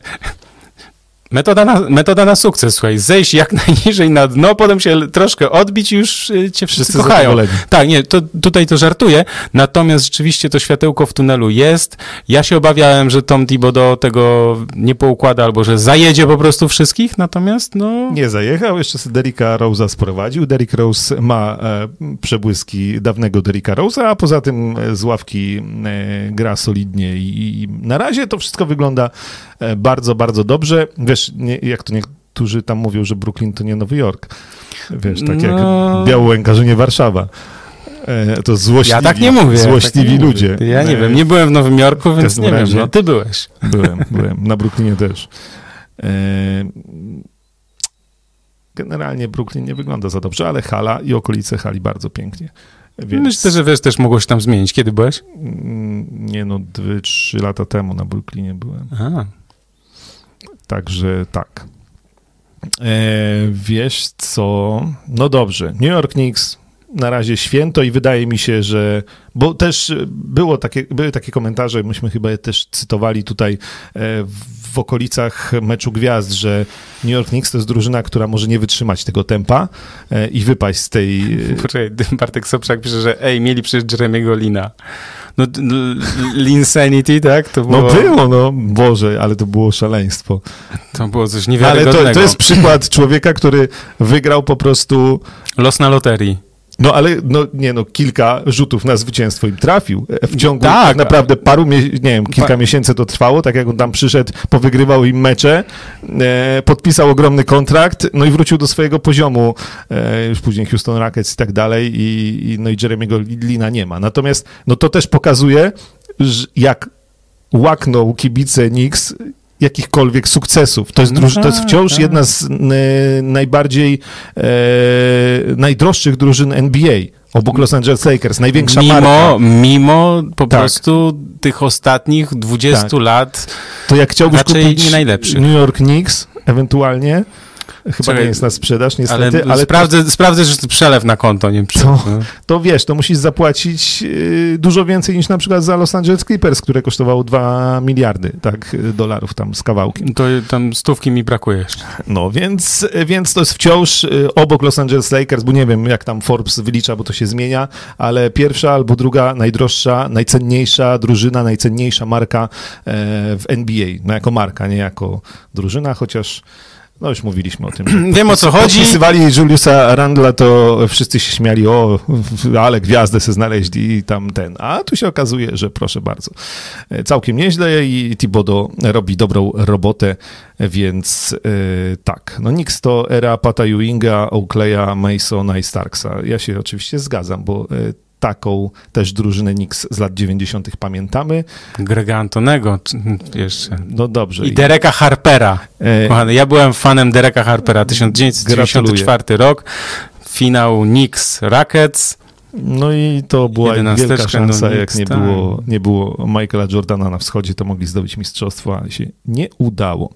Metoda na, metoda na sukces, słuchaj, zejść jak najniżej na dno, potem się troszkę odbić i już cię wszyscy, wszyscy kochają. Zadowoleni. Tak, nie, to tutaj to żartuję, natomiast rzeczywiście to światełko w tunelu jest. Ja się obawiałem, że Tom Thibodeau tego nie poukłada, albo że zajedzie po prostu wszystkich, natomiast no... Nie zajechał, jeszcze sobie Derricka Rose'a sprowadził. Derrick Rose ma e, przebłyski dawnego Derricka Rose'a, a poza tym z ławki e, gra solidnie i, i na razie to wszystko wygląda e, bardzo, bardzo dobrze. Wiesz, nie, jak to niektórzy tam mówią, że Brooklyn to nie Nowy Jork. Wiesz, tak no... jak Białęka, że nie Warszawa. E, to złośliwi, ja tak nie mówię. złośliwi tak nie ludzie. Mówię. Ja nie e, wiem, nie byłem w Nowym Jorku, więc nie razie. wiem, no ty byłeś. Byłem, byłem. Na Brooklynie też. E, generalnie Brooklyn nie wygląda za dobrze, ale hala i okolice hali bardzo pięknie. Więc... Myślę, że wiesz, też mogło się tam zmienić. Kiedy byłeś? Nie no, dwa, trzy lata temu na Brooklynie byłem. Aha. Także tak. E, wiesz co? No dobrze. New York Knicks na razie święto i wydaje mi się, że... Bo też było takie, były takie komentarze, myśmy chyba je też cytowali tutaj e, w okolicach meczu gwiazd, że New York Knicks to jest drużyna, która może nie wytrzymać tego tempa e, i wypaść z tej... Poczekaj, Bartek Sobczak pisze, że ej, mieli przecież Jeremy'ego Lina. No, Linsanity, tak? To było... No było, no Boże, ale to było szaleństwo. To było coś niewiarygodnego. Ale to, to jest przykład człowieka, który wygrał po prostu... Los na loterii. No ale, no nie no, kilka rzutów na zwycięstwo im trafił. W ciągu tak, tak naprawdę paru, nie wiem, kilka pa... miesięcy to trwało, tak jak on tam przyszedł, powygrywał im mecze, e, podpisał ogromny kontrakt, no i wrócił do swojego poziomu, e, już później Houston Rockets i tak dalej, i, i no i Jeremy'ego Lina nie ma. Natomiast, no to też pokazuje, że jak łaknął kibice Knicks jakichkolwiek sukcesów. To jest, druż- to jest wciąż jedna z n- najbardziej e, najdroższych drużyn N B A. Obok Los Angeles Lakers. Największa mimo, marka. Mimo po tak. prostu tych ostatnich dwudziestu tak. lat to jak chciałbyś raczej kupić nie najlepszych. New York Knicks ewentualnie, chyba Czekaj, nie jest na sprzedaż niestety, ale, ale sprawdzę, to, sprawdzę, że to przelew na konto, nie przelew. To, to wiesz, to musisz zapłacić yy, dużo więcej niż na przykład za Los Angeles Clippers, które kosztowało dwa miliardy tak, dolarów tam z kawałkiem. To tam stówki mi brakuje jeszcze. No, więc, więc to jest wciąż yy, obok Los Angeles Lakers, bo nie wiem, jak tam Forbes wylicza, bo to się zmienia, ale pierwsza albo druga najdroższa, najcenniejsza drużyna, najcenniejsza marka yy, w N B A. No jako marka, nie jako drużyna, chociaż no już mówiliśmy o tym. Wiem, o co chodzi. Podpisywali Juliusa Randla, to wszyscy się śmiali, o, ale gwiazdę se znaleźli i tam ten. A tu się okazuje, że proszę bardzo, całkiem nieźle i Thibodeau robi dobrą robotę, więc yy, tak. No Knicks to era Pata Ewinga, Oakleya, Masona i Starksa. Ja się oczywiście zgadzam, bo yy, taką też drużynę Knicks z lat dziewięćdziesiątych pamiętamy. Grega Antonego jeszcze. No dobrze. I Dereka Harpera. E... Kochany, ja byłem fanem Dereka Harpera. tysiąc dziewięćset dziewięćdziesiąty czwarty rok. Finał Knicks Rockets. No i to była wielka szansa, no, jak nie było, nie było Michaela Jordana na wschodzie, to mogli zdobyć mistrzostwo, ale się nie udało.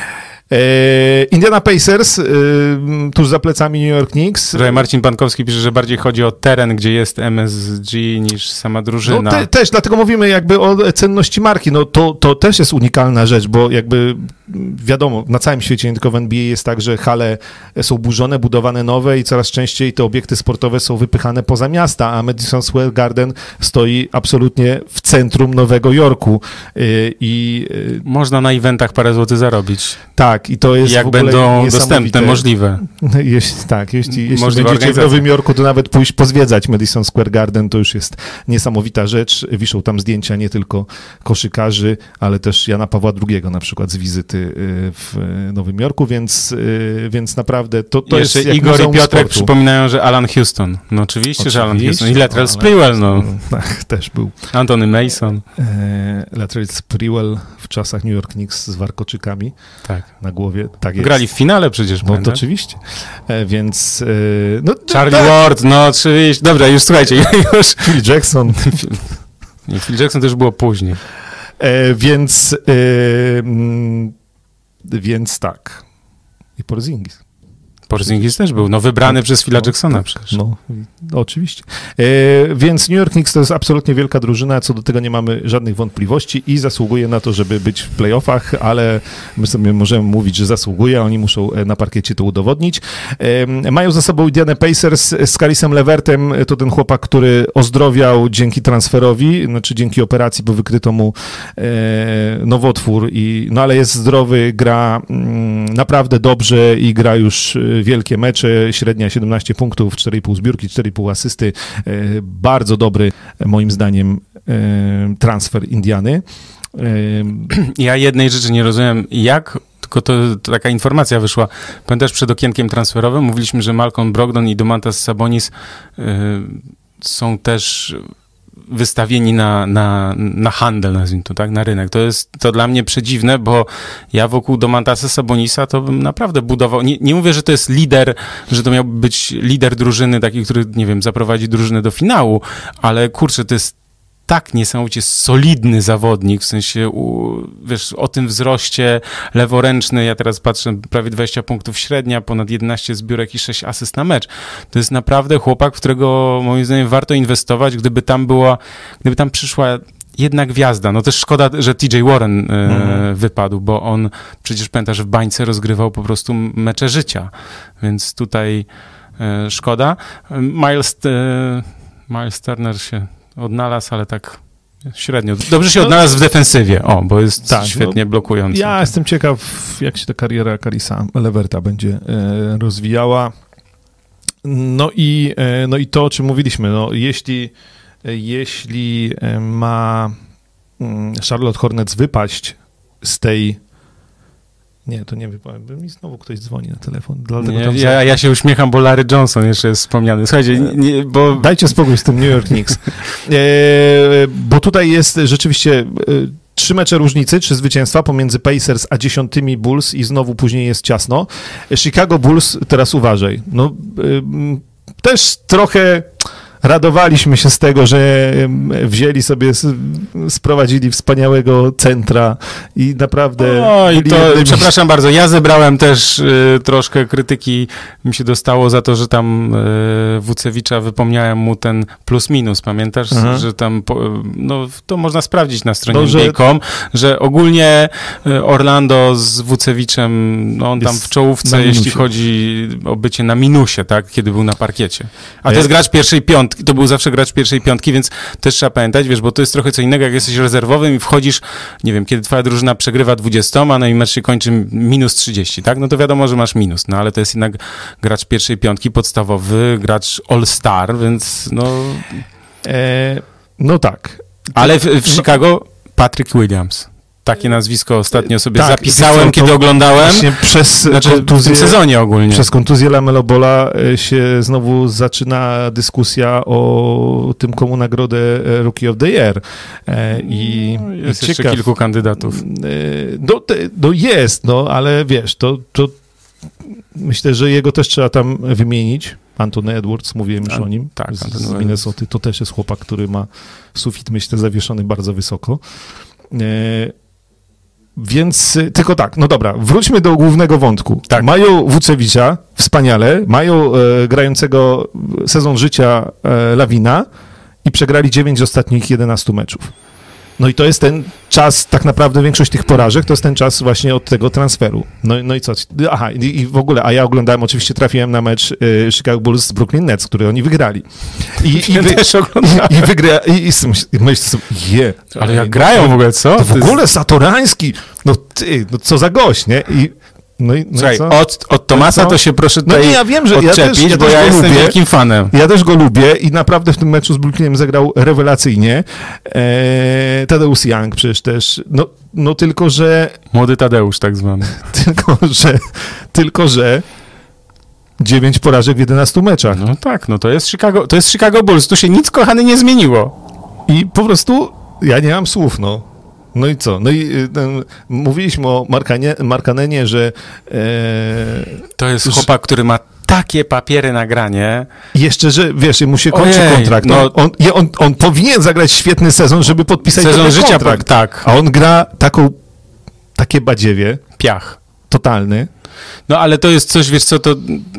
E, Indiana Pacers, e, tuż za plecami New York Knicks. Tutaj Marcin Pankowski pisze, że bardziej chodzi o teren, gdzie jest M S G niż sama drużyna. No te, też, dlatego mówimy jakby o cenności marki. No to, to też jest unikalna rzecz, bo jakby wiadomo, na całym świecie, nie tylko w N B A jest tak, że hale są burzone, budowane nowe i coraz częściej te obiekty sportowe są wypychane poza miasta, a Madison Square Garden stoi absolutnie w centrum Nowego Jorku. I można na eventach parę złotych zarobić. Tak, i to jest jak w ogóle będą dostępne, możliwe. Jeśli, tak, jeśli, jeśli będziecie w Nowym Jorku, to nawet pójść pozwiedzać Madison Square Garden, to już jest niesamowita rzecz. Wiszą tam zdjęcia nie tylko koszykarzy, ale też Jana Pawła drugiego na przykład z wizyty w Nowym Jorku, więc, więc naprawdę to, to jest jak Igor i Piotrek sportu. Przypominają, że Alan Houston. No oczywiście, oczywiście że Alan Houston. I Latrell Sprewell, no. Tak, też był. Antony Mason. E, Latrell Sprewell w czasach New York Knicks z warkoczykami. Tak. Na głowie, tak jest. Grali w finale przecież. No to oczywiście, e, więc... E, no, Charlie tak. Ward, no oczywiście. Dobra, już słuchajcie, już... Phil Jackson. Nie, Phil Jackson też było później. E, więc... E, m, więc tak. I Porzingis. Porzingis też był, no wybrany tak, przez Phila no, Jacksona tak, przecież. No, no oczywiście. E, więc New York Knicks to jest absolutnie wielka drużyna, co do tego nie mamy żadnych wątpliwości i zasługuje na to, żeby być w playoffach, ale my sobie możemy mówić, że zasługuje, a oni muszą na parkiecie to udowodnić. E, mają za sobą Indiana Pacers z Carisem Levertem, to ten chłopak, który ozdrowiał dzięki transferowi, znaczy dzięki operacji, bo wykryto mu e, nowotwór, i, no ale jest zdrowy, gra mm, naprawdę dobrze i gra już wielkie mecze, średnia siedemnaście punktów, cztery i pół zbiórki, cztery i pół asysty. Bardzo dobry, moim zdaniem, transfer Indiany. Ja jednej rzeczy nie rozumiem, jak, tylko to, to taka informacja wyszła. Pamiętasz, przed okienkiem transferowym mówiliśmy, że Malcolm Brogdon i Domantas Sabonis yy, są też wystawieni na, na, na handel, nazwijmy to, tak, na rynek. To jest to dla mnie przedziwne, bo ja wokół Domantasa Sabonisa to bym naprawdę budował, nie, nie mówię, że to jest lider, że to miałby być lider drużyny, taki, który, nie wiem, zaprowadzi drużynę do finału, ale kurczę, to jest tak niesamowicie solidny zawodnik, w sensie, u, wiesz, o tym wzroście leworęczny, ja teraz patrzę, prawie dwadzieścia punktów średnia, ponad jedenaście zbiórek i sześć asyst na mecz. To jest naprawdę chłopak, w którego moim zdaniem warto inwestować, gdyby tam była, gdyby tam przyszła jedna gwiazda. No też szkoda, że T J Warren e, mhm. wypadł, bo on przecież pamiętasz, w bańce rozgrywał po prostu mecze życia, więc tutaj e, szkoda. Miles, e, Miles Turner się odnalazł, ale tak średnio. Dobrze się odnalazł w defensywie, o, bo jest tak, świetnie no, blokujący. Ja jestem ciekaw, jak się ta kariera Carisa Leverta będzie e, rozwijała. No i, e, no i to, o czym mówiliśmy, no jeśli, e, jeśli ma mm, Charlotte Hornets wypaść z tej Nie, to nie wypowiem. Mi znowu ktoś dzwoni na telefon. Nie, tam ja, ja się uśmiecham, bo Larry Johnson jeszcze jest wspomniany. Słuchajcie, nie, bo... Dajcie spokój z tym New York Knicks. E, bo tutaj jest rzeczywiście e, trzy mecze różnicy, trzy zwycięstwa pomiędzy Pacers a dziesiątymi Bulls i znowu później jest ciasno. Chicago Bulls, teraz uważaj. No, e, też trochę... Radowaliśmy się z tego, że wzięli sobie, sprowadzili wspaniałego centra i naprawdę... O, i to, jednymi... przepraszam bardzo, ja zebrałem też y, troszkę krytyki, mi się dostało za to, że tam y, Wucewicza wypomniałem mu ten plus minus, pamiętasz? Aha. Że tam, po, no to można sprawdzić na stronie no, że... N B A kropka com, że ogólnie Orlando z Wucewiczem, no on tam w czołówce, jeśli chodzi o bycie na minusie, tak, kiedy był na parkiecie. A, A to jest gracz pierwszej piątki. To był zawsze gracz pierwszej piątki, więc też trzeba pamiętać, wiesz, bo to jest trochę co innego, jak jesteś rezerwowym i wchodzisz, nie wiem, kiedy twoja drużyna przegrywa dwudziestoma, no i mecz się kończy minus trzydzieści, tak? No to wiadomo, że masz minus, no ale to jest jednak gracz pierwszej piątki, podstawowy, gracz all-star, więc no... E, no tak. Ale w, w Chicago Patrick Williams. Takie nazwisko ostatnio sobie tak, zapisałem, kiedy oglądałem. Przez znaczy, kontuzję, w tym sezonie ogólnie. Przez kontuzję Lamelo Balla się znowu zaczyna dyskusja o tym, komu nagrodę Rookie of the Year. I no, jest ciekaw, jeszcze kilku kandydatów. No, no jest, no, ale wiesz, to, to myślę, że jego też trzeba tam wymienić. Anthony Edwards, mówiłem już A, o nim, tak, z, z Minnesoty. To też jest chłopak, który ma sufit, myślę, zawieszony bardzo wysoko. Więc tylko tak, no dobra, wróćmy do głównego wątku. Tak. Mają Wucewicza, wspaniale, mają e, grającego sezon życia e, Lawina i przegrali dziewięć z ostatnich jedenastu meczów. No i to jest ten czas, tak naprawdę większość tych porażek, to jest ten czas właśnie od tego transferu. No, no i co? Aha, i, i w ogóle, a ja oglądałem, oczywiście trafiłem na mecz y, Chicago Bulls z Brooklyn Nets, który oni wygrali. I, ja i, wy, też oglądałem. I, i wygra... I, i myślę sobie, je. Ale jak grają w ogóle, co? To w ogóle Satorański, no ty, no co za gość, nie? I No i, no Słuchaj, i co? od, od Tomasa no to się proszę tutaj no nie, ja wiem, że odczepić, ja też, ja bo też ja go jestem lubię. wielkim fanem. Ja też go lubię i naprawdę w tym meczu z Brooklynem zagrał rewelacyjnie. Eee, Tadeusz Young przecież też. No, no tylko, że... Młody Tadeusz tak zwany. Tylko, że... Tylko, że... Dziewięć porażek w jedenastu meczach. No tak, no to jest Chicago, to jest Chicago Bulls. Tu się nic, kochany, nie zmieniło. I po prostu ja nie mam słów, no. No i co? No i y, ten, mówiliśmy o Markanie, Markanenie, że... E, to jest chłopak, który ma takie papiery na granie. Jeszcze, że wiesz, mu się kończy Ojej, kontrakt. no, on, on, on, on powinien zagrać świetny sezon, żeby podpisać sezon życia, kontrakt. Tak. A on gra taką, takie badziewie. Piach. Totalny. No ale to jest coś, wiesz co, to...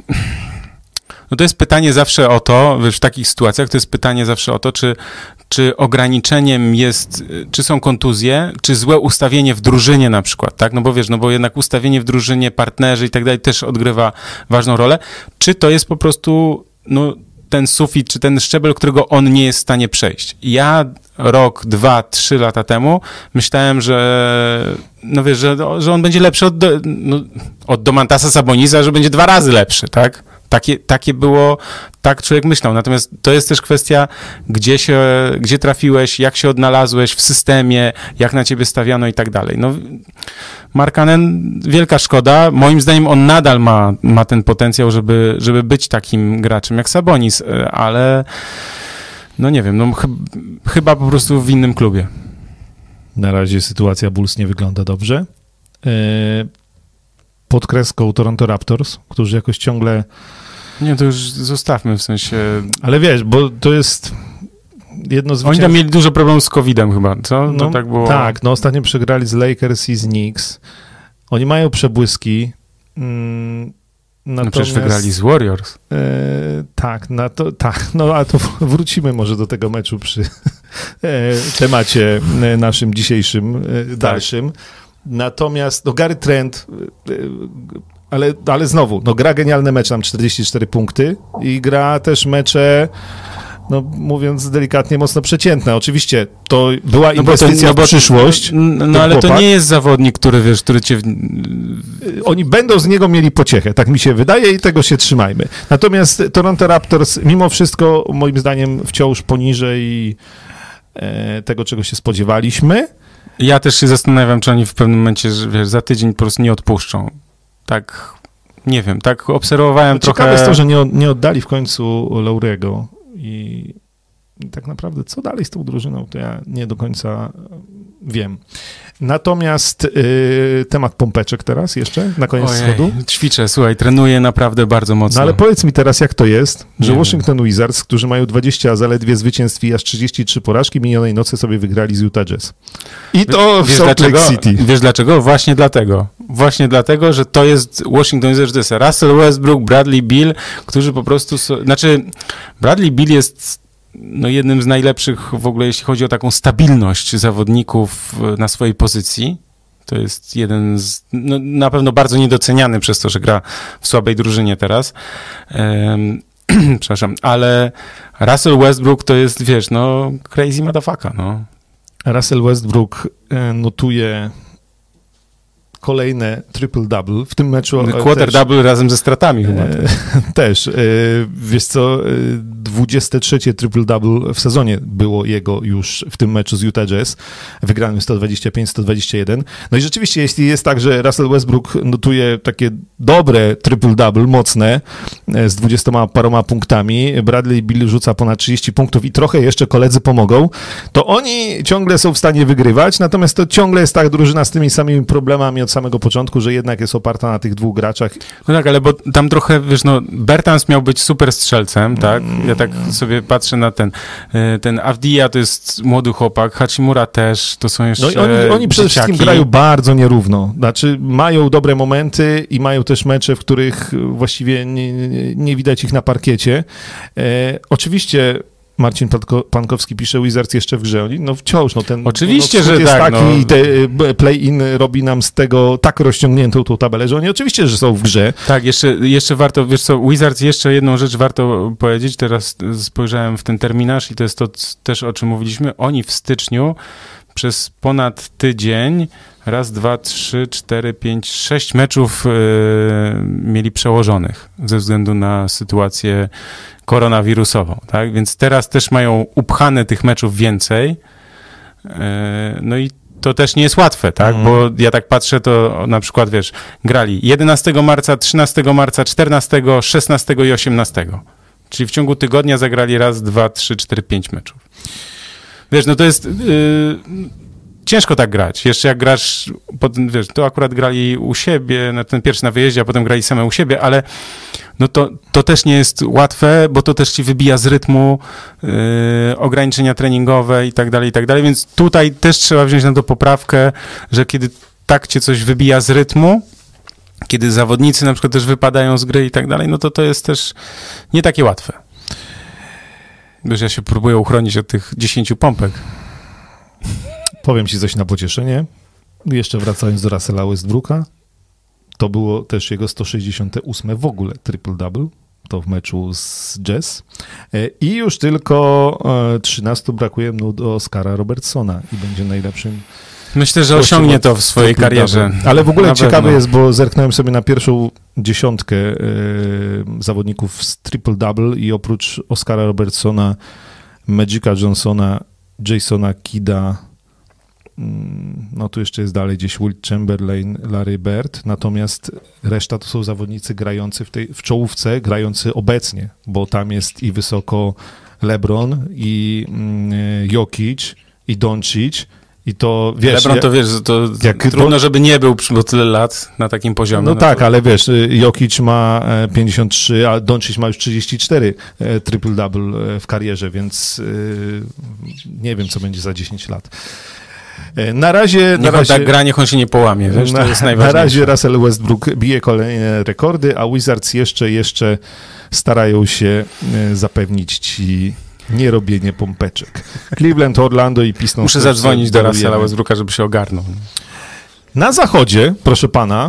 No to jest pytanie zawsze o to, wiesz, w takich sytuacjach to jest pytanie zawsze o to, czy, czy ograniczeniem jest, czy są kontuzje, czy złe ustawienie w drużynie na przykład, tak? No bo wiesz, no bo jednak ustawienie w drużynie, partnerzy i tak dalej też odgrywa ważną rolę. Czy to jest po prostu, no, ten sufit, czy ten szczebel, którego on nie jest w stanie przejść. Ja rok, dwa, trzy lata temu myślałem, że no wiesz, że, że on będzie lepszy od, no, od Domantasa Sabonisa, że będzie dwa razy lepszy, tak? Takie, takie było, tak człowiek myślał. Natomiast to jest też kwestia, gdzie się, gdzie trafiłeś, jak się odnalazłeś w systemie, jak na ciebie stawiano i tak dalej. No, Markkanen, wielka szkoda. Moim zdaniem on nadal ma, ma ten potencjał, żeby, żeby być takim graczem jak Sabonis, ale no nie wiem, no ch chyba po prostu w innym klubie. Na razie sytuacja Bulls nie wygląda dobrze. Pod kreską Toronto Raptors, którzy jakoś ciągle... Nie, to już zostawmy w sensie... Ale wiesz, bo to jest jedno z... Oni tam mieli dużo problemów z kowidem chyba, co? No, to tak było... Tak, no ostatnio przegrali z Lakers i z Knicks. Oni mają przebłyski. Mm, natomiast... No przecież wygrali z Warriors. E, tak, na to, tak, no a to wrócimy może do tego meczu przy e, temacie naszym dzisiejszym, e, dalszym. Tak. Natomiast, no Gary Trent, e, ale, ale znowu, no gra genialne mecze, tam czterdzieści cztery punkty i gra też mecze, no mówiąc delikatnie, mocno przeciętne. Oczywiście to była inwestycja no to, no w przyszłość. No, no ale chłopak. To nie jest zawodnik, który wiesz, który cię... Oni będą z niego mieli pociechę, tak mi się wydaje i tego się trzymajmy. Natomiast Toronto Raptors mimo wszystko moim zdaniem wciąż poniżej e, tego, czego się spodziewaliśmy. Ja też się zastanawiam, czy oni w pewnym momencie, że wiesz, za tydzień po prostu nie odpuszczą. Tak, nie wiem, tak obserwowałem no, trochę... Ciekawe jest to, że nie, nie oddali w końcu Laurego i, i tak naprawdę co dalej z tą drużyną, to ja nie do końca wiem. Natomiast y, temat pompeczek teraz jeszcze, na koniec Ojej, schodu. Ćwiczę, słuchaj, trenuję naprawdę bardzo mocno. No ale powiedz mi teraz, jak to jest, że nie Washington wiem. Wizards, którzy mają dwadzieścia zaledwie zwycięstw i aż trzydzieści trzy porażki, minionej nocy sobie wygrali z Utah Jazz. I to w Salt Lake City. Wiesz dlaczego? Właśnie dlatego. Właśnie dlatego, że to jest Washington Wizards, to jest Russell Westbrook, Bradley Beal, którzy po prostu... So, znaczy, Bradley Beal jest... no jednym z najlepszych w ogóle, jeśli chodzi o taką stabilność zawodników na swojej pozycji. To jest jeden z, no, na pewno bardzo niedoceniany przez to, że gra w słabej drużynie teraz. Um, przepraszam, ale Russell Westbrook to jest, wiesz, no crazy motherfucker, no. Russell Westbrook notuje kolejne triple-double w tym meczu. Quarter-double razem ze stratami chyba. E, też. E, wiesz co, dwudzieste trzecie triple-double w sezonie było jego już w tym meczu z Utah Jazz, wygranym sto dwadzieścia pięć sto dwadzieścia jeden. No i rzeczywiście, jeśli jest tak, że Russell Westbrook notuje takie dobre triple-double, mocne, z dwudziestoma paroma punktami, Bradley Beal rzuca ponad trzydzieści punktów i trochę jeszcze koledzy pomogą, to oni ciągle są w stanie wygrywać, natomiast to ciągle jest tak drużyna z tymi samymi problemami od samego początku, że jednak jest oparta na tych dwóch graczach. No tak, ale bo tam trochę, wiesz, no, Bertans miał być super strzelcem, tak? Ja tak sobie patrzę na ten, ten Avdija to jest młody chłopak, Hachimura też, to są jeszcze No i oni, oni przede wszystkim grają bardzo nierówno. Znaczy mają dobre momenty i mają też mecze, w których właściwie nie, nie widać ich na parkiecie. E, oczywiście Marcin Pankowski pisze, Wizards jeszcze w grze. Oni, no wciąż, no ten oczywiście, no, że jest tak, taki, no. te play-in robi nam z tego tak rozciągniętą tą tabelę, że oni oczywiście, że są w grze. Tak, jeszcze, jeszcze warto, wiesz co, Wizards jeszcze jedną rzecz warto powiedzieć, teraz spojrzałem w ten terminarz i to jest to też, o czym mówiliśmy, oni w styczniu przez ponad tydzień raz, dwa, trzy, cztery, pięć, sześć meczów yy, mieli przełożonych ze względu na sytuację koronawirusową, tak? Więc teraz też mają upchane tych meczów więcej. Yy, no i to też nie jest łatwe, tak? Mm. Bo ja tak patrzę, to na przykład, wiesz, grali jedenastego marca, trzynastego marca, czternastego, szesnastego i osiemnastego. Czyli w ciągu tygodnia zagrali raz, dwa, trzy, cztery, pięć meczów. Wiesz, no to jest... Yy, ciężko tak grać. Jeszcze jak grasz, potem, wiesz, to akurat grali u siebie, na ten pierwszy na wyjeździe, a potem grali same u siebie, ale no to, to też nie jest łatwe, bo to też ci wybija z rytmu, yy, ograniczenia treningowe i tak dalej, i tak dalej, więc tutaj też trzeba wziąć na to poprawkę, że kiedy tak cię coś wybija z rytmu, kiedy zawodnicy na przykład też wypadają z gry i tak dalej, no to to jest też nie takie łatwe. Wiesz, ja się próbuję uchronić od tych dziesięciu pompek. Powiem ci coś na pocieszenie. Jeszcze wracając do Russella Westbrooka, to było też jego sto sześćdziesiąte ósme w ogóle triple-double, to w meczu z Jazz. I już tylko trzynastu brakuje mu do Oscara Robertsona i będzie najlepszym. Myślę, że osiągnie to w swojej karierze. Ale w ogóle na ciekawe pewno. jest, bo zerknąłem sobie na pierwszą dziesiątkę e, zawodników z triple-double i oprócz Oscara Robertsona, Magica Johnsona, Jasona Kidda, no tu jeszcze jest dalej gdzieś Wilt Chamberlain, Larry Bird, natomiast reszta to są zawodnicy grający w tej w czołówce, grający obecnie, bo tam jest i wysoko LeBron i y, Jokic i Doncic. I to, wiesz... LeBron to, wiesz, to jak trudno, to... żeby nie był przez tyle lat na takim poziomie. No, no tak, to... ale wiesz, Jokic ma pięćdziesiąt trzy, a Doncic ma już trzydzieści cztery triple-double w karierze, więc nie wiem, co będzie za dziesięć lat. Na razie... Niech na razie on tak gra, niech on się nie połamie, wiesz, na, to jest najważniejsze. Na razie Russell Westbrook bije kolejne rekordy, a Wizards jeszcze, jeszcze starają się zapewnić ci nierobienie pompeczek. Cleveland, Orlando i Pistons. Muszę zadzwonić do Russella Westbrooka, żeby się ogarnął. Na zachodzie, proszę pana,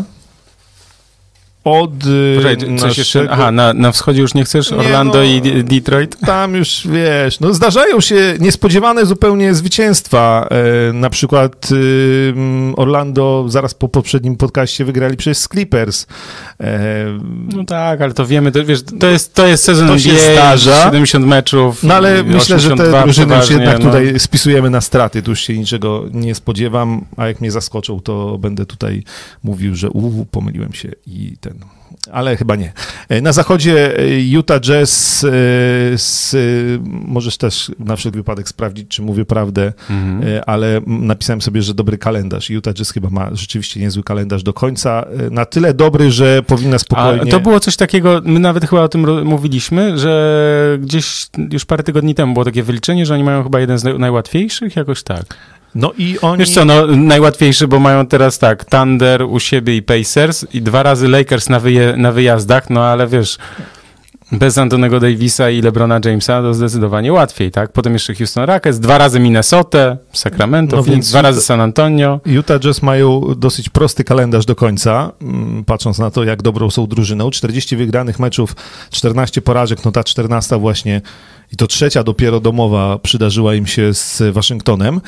od Poczekaj, coś naszego... jeszcze? Aha, na, na wschodzie już nie chcesz? Nie, Orlando no, i Detroit? Tam już, wiesz, no zdarzają się niespodziewane zupełnie zwycięstwa. E, na przykład e, Orlando zaraz po poprzednim podcaście wygrali przez Clippers. E, no tak, ale to wiemy, to, wiesz, to jest, to jest sezon to się N B A, zdarza. siedemdziesiąt meczów. No ale myślę, że te drużyny już jednak no. tutaj spisujemy na straty. Tu już się niczego nie spodziewam, a jak mnie zaskoczą, to będę tutaj mówił, że uuu, pomyliłem się i ten... Ale chyba nie. Na zachodzie Utah Jazz, z, możesz też na wszelki wypadek sprawdzić, czy mówię prawdę, mhm. ale napisałem sobie, że dobry kalendarz. Utah Jazz chyba ma rzeczywiście niezły kalendarz do końca. Na tyle dobry, że powinna spokojnie... A to było coś takiego, my nawet chyba o tym mówiliśmy, że gdzieś już parę tygodni temu było takie wyliczenie, że oni mają chyba jeden z najłatwiejszych, jakoś tak. No i oni... Wiesz co, no najłatwiejszy, bo mają teraz tak, Thunder u siebie i Pacers i dwa razy Lakers na, wyje, na wyjazdach, no ale wiesz, bez Antonego Davisa i LeBrona Jamesa to zdecydowanie łatwiej, tak? Potem jeszcze Houston Rockets, dwa razy Minnesota, Sacramento, no Phoenix, dwa razy San Antonio. Utah Jazz mają dosyć prosty kalendarz do końca, patrząc na to, jak dobrą są drużyną. czterdzieści wygranych meczów, czternaście porażek, no ta czternasta właśnie i to trzecia dopiero domowa przydarzyła im się z Waszyngtonem.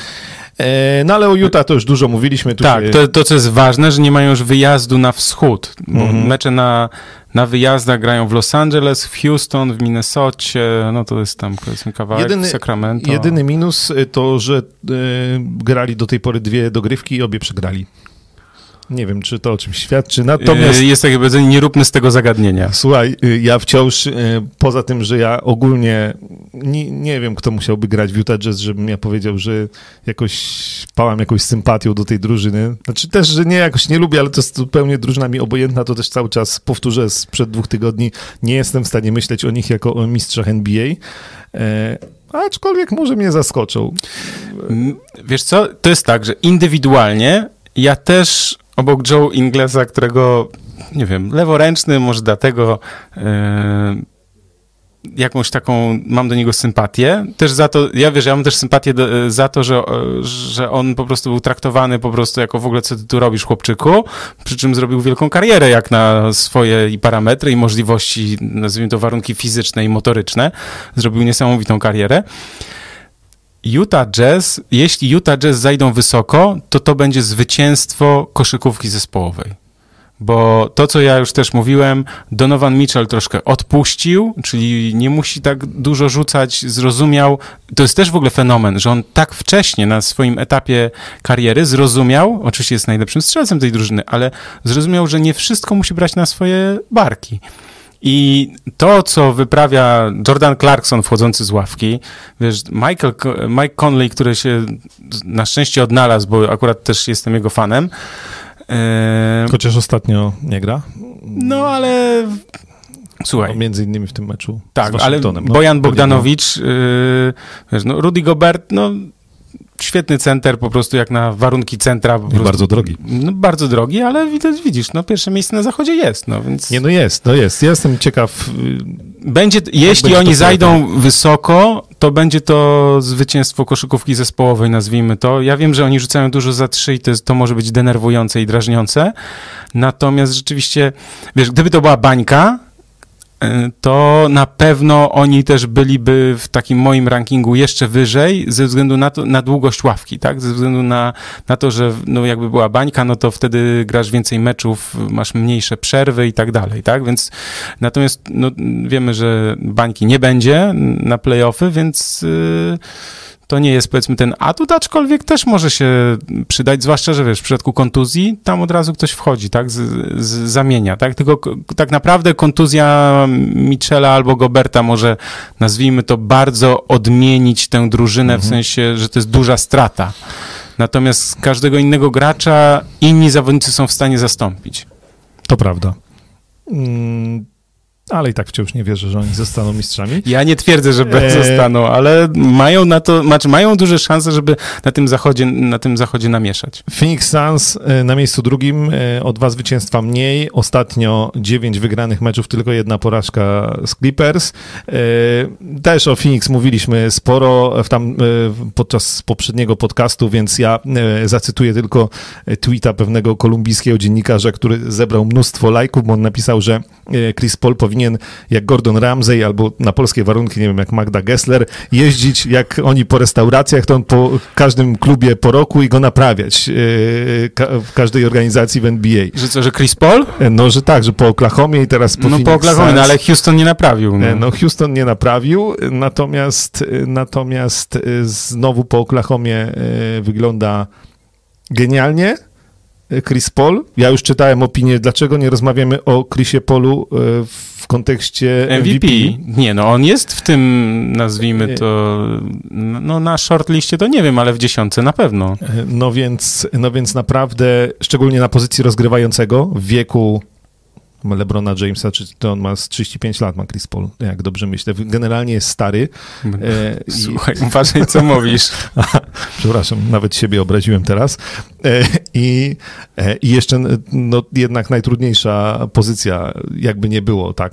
No ale o Utah to już dużo mówiliśmy. Tu tak, się... to, to co jest ważne, że nie mają już wyjazdu na wschód. Bo mm-hmm. mecze na, na wyjazdach grają w Los Angeles, w Houston, w Minnesocie, no to jest tam powiedzmy kawałek, jedyny, w Sacramento. Jedyny minus to, że y, grali do tej pory dwie dogrywki i obie przegrali. Nie wiem, czy to o czymś świadczy, natomiast... Jest takie powiedzenie, nie róbmy z tego zagadnienia. Słuchaj, ja wciąż, poza tym, że ja ogólnie nie, nie wiem, kto musiałby grać w Utah Jazz, żebym ja powiedział, że jakoś pałam jakąś sympatią do tej drużyny. Znaczy też, że nie, jakoś nie lubię, ale to jest zupełnie drużyna mi obojętna, to też cały czas powtórzę sprzed dwóch tygodni, nie jestem w stanie myśleć o nich jako o mistrzach N B A. E, aczkolwiek może mnie zaskoczą. Wiesz co, to jest tak, że indywidualnie ja też obok Joe Inglesa, którego, nie wiem, leworęczny, może dlatego yy, jakąś taką, mam do niego sympatię. Też za to, ja wiesz, ja mam też sympatię do, za to, że, że on po prostu był traktowany po prostu jako w ogóle, co ty tu robisz, chłopczyku, przy czym zrobił wielką karierę jak na swoje i parametry i możliwości, nazwijmy to warunki fizyczne i motoryczne. Zrobił niesamowitą karierę. Utah Jazz, jeśli Utah Jazz zajdą wysoko, to to będzie zwycięstwo koszykówki zespołowej. Bo to, co ja już też mówiłem, Donovan Mitchell troszkę odpuścił, czyli nie musi tak dużo rzucać, zrozumiał, to jest też w ogóle fenomen, że on tak wcześnie na swoim etapie kariery zrozumiał, oczywiście jest najlepszym strzelcem tej drużyny, ale zrozumiał, że nie wszystko musi brać na swoje barki. I to, co wyprawia Jordan Clarkson wchodzący z ławki, wiesz, Michael, Mike Conley, który się na szczęście odnalazł, bo akurat też jestem jego fanem. Chociaż ostatnio nie gra. No, ale... Słuchaj. No, między innymi w tym meczu tak, z Waszyngtonem. Ale Bojan no, Bogdanowicz, yy, wiesz, no, Rudy Gobert, no świetny center, po prostu jak na warunki centra. Po prostu, bardzo drogi. No, bardzo drogi, ale widać, widzisz, no pierwsze miejsce na zachodzie jest, no więc... Nie, no jest, no jest. Ja jestem ciekaw... Będzie, jeśli będzie oni zajdą tak wysoko, to będzie to zwycięstwo koszykówki zespołowej, nazwijmy to. Ja wiem, że oni rzucają dużo za trzy i to, jest, to może być denerwujące i drażniące, natomiast rzeczywiście, wiesz, gdyby to była bańka, to na pewno oni też byliby w takim moim rankingu jeszcze wyżej ze względu na to, na długość ławki, tak? Ze względu na, na to, że no jakby była bańka, no to wtedy grasz więcej meczów, masz mniejsze przerwy i tak dalej, tak? Więc natomiast no, wiemy, że bańki nie będzie na play-offy, więc yy, to nie jest powiedzmy ten atut, aczkolwiek też może się przydać, zwłaszcza, że wiesz, w przypadku kontuzji tam od razu ktoś wchodzi, tak, z, z, zamienia, tak, tylko k- tak naprawdę kontuzja Michela albo Goberta może, nazwijmy to, bardzo odmienić tę drużynę, mhm. w sensie, że to jest duża strata. Natomiast każdego innego gracza inni zawodnicy są w stanie zastąpić. To prawda. Mm. Ale i tak wciąż nie wierzę, że oni zostaną mistrzami. Ja nie twierdzę, że eee... zostaną, ale mają na to, znaczy mają duże szanse, żeby na tym zachodzie, na tym zachodzie namieszać. Phoenix Suns na miejscu drugim, o dwa zwycięstwa mniej. Ostatnio dziewięć wygranych meczów, tylko jedna porażka z Clippers. Też o Phoenix mówiliśmy sporo w tam, podczas poprzedniego podcastu, więc ja zacytuję tylko tweeta pewnego kolumbijskiego dziennikarza, który zebrał mnóstwo lajków, bo on napisał, że Chris Paul powinien jak Gordon Ramsay albo na polskie warunki, nie wiem, jak Magda Gessler, jeździć jak oni po restauracjach, to on po każdym klubie po roku i go naprawiać yy, ka- w każdej organizacji w N B A. Że co, że Chris Paul? No, że tak, że po Oklahomie i teraz po No Phoenix po Oklahomie, Suns. No, ale Houston nie naprawił. No. no Houston nie naprawił, natomiast natomiast znowu po Oklahomie wygląda genialnie. Chris Paul. Ja już czytałem opinię, dlaczego nie rozmawiamy o Chrisie Paulu w kontekście M V P. M V P. Nie, no on jest w tym, nazwijmy to, no na shortliście to nie wiem, ale w dziesiątce na pewno. No więc, no więc naprawdę, szczególnie na pozycji rozgrywającego w wieku LeBrona Jamesa, czy to on ma trzydzieści pięć lat, ma Chris Paul, jak dobrze myślę. Generalnie jest stary. Słuchaj, i... uważaj, co mówisz. Przepraszam, nawet siebie obraziłem teraz. I, i jeszcze no, jednak najtrudniejsza pozycja, jakby nie było, tak?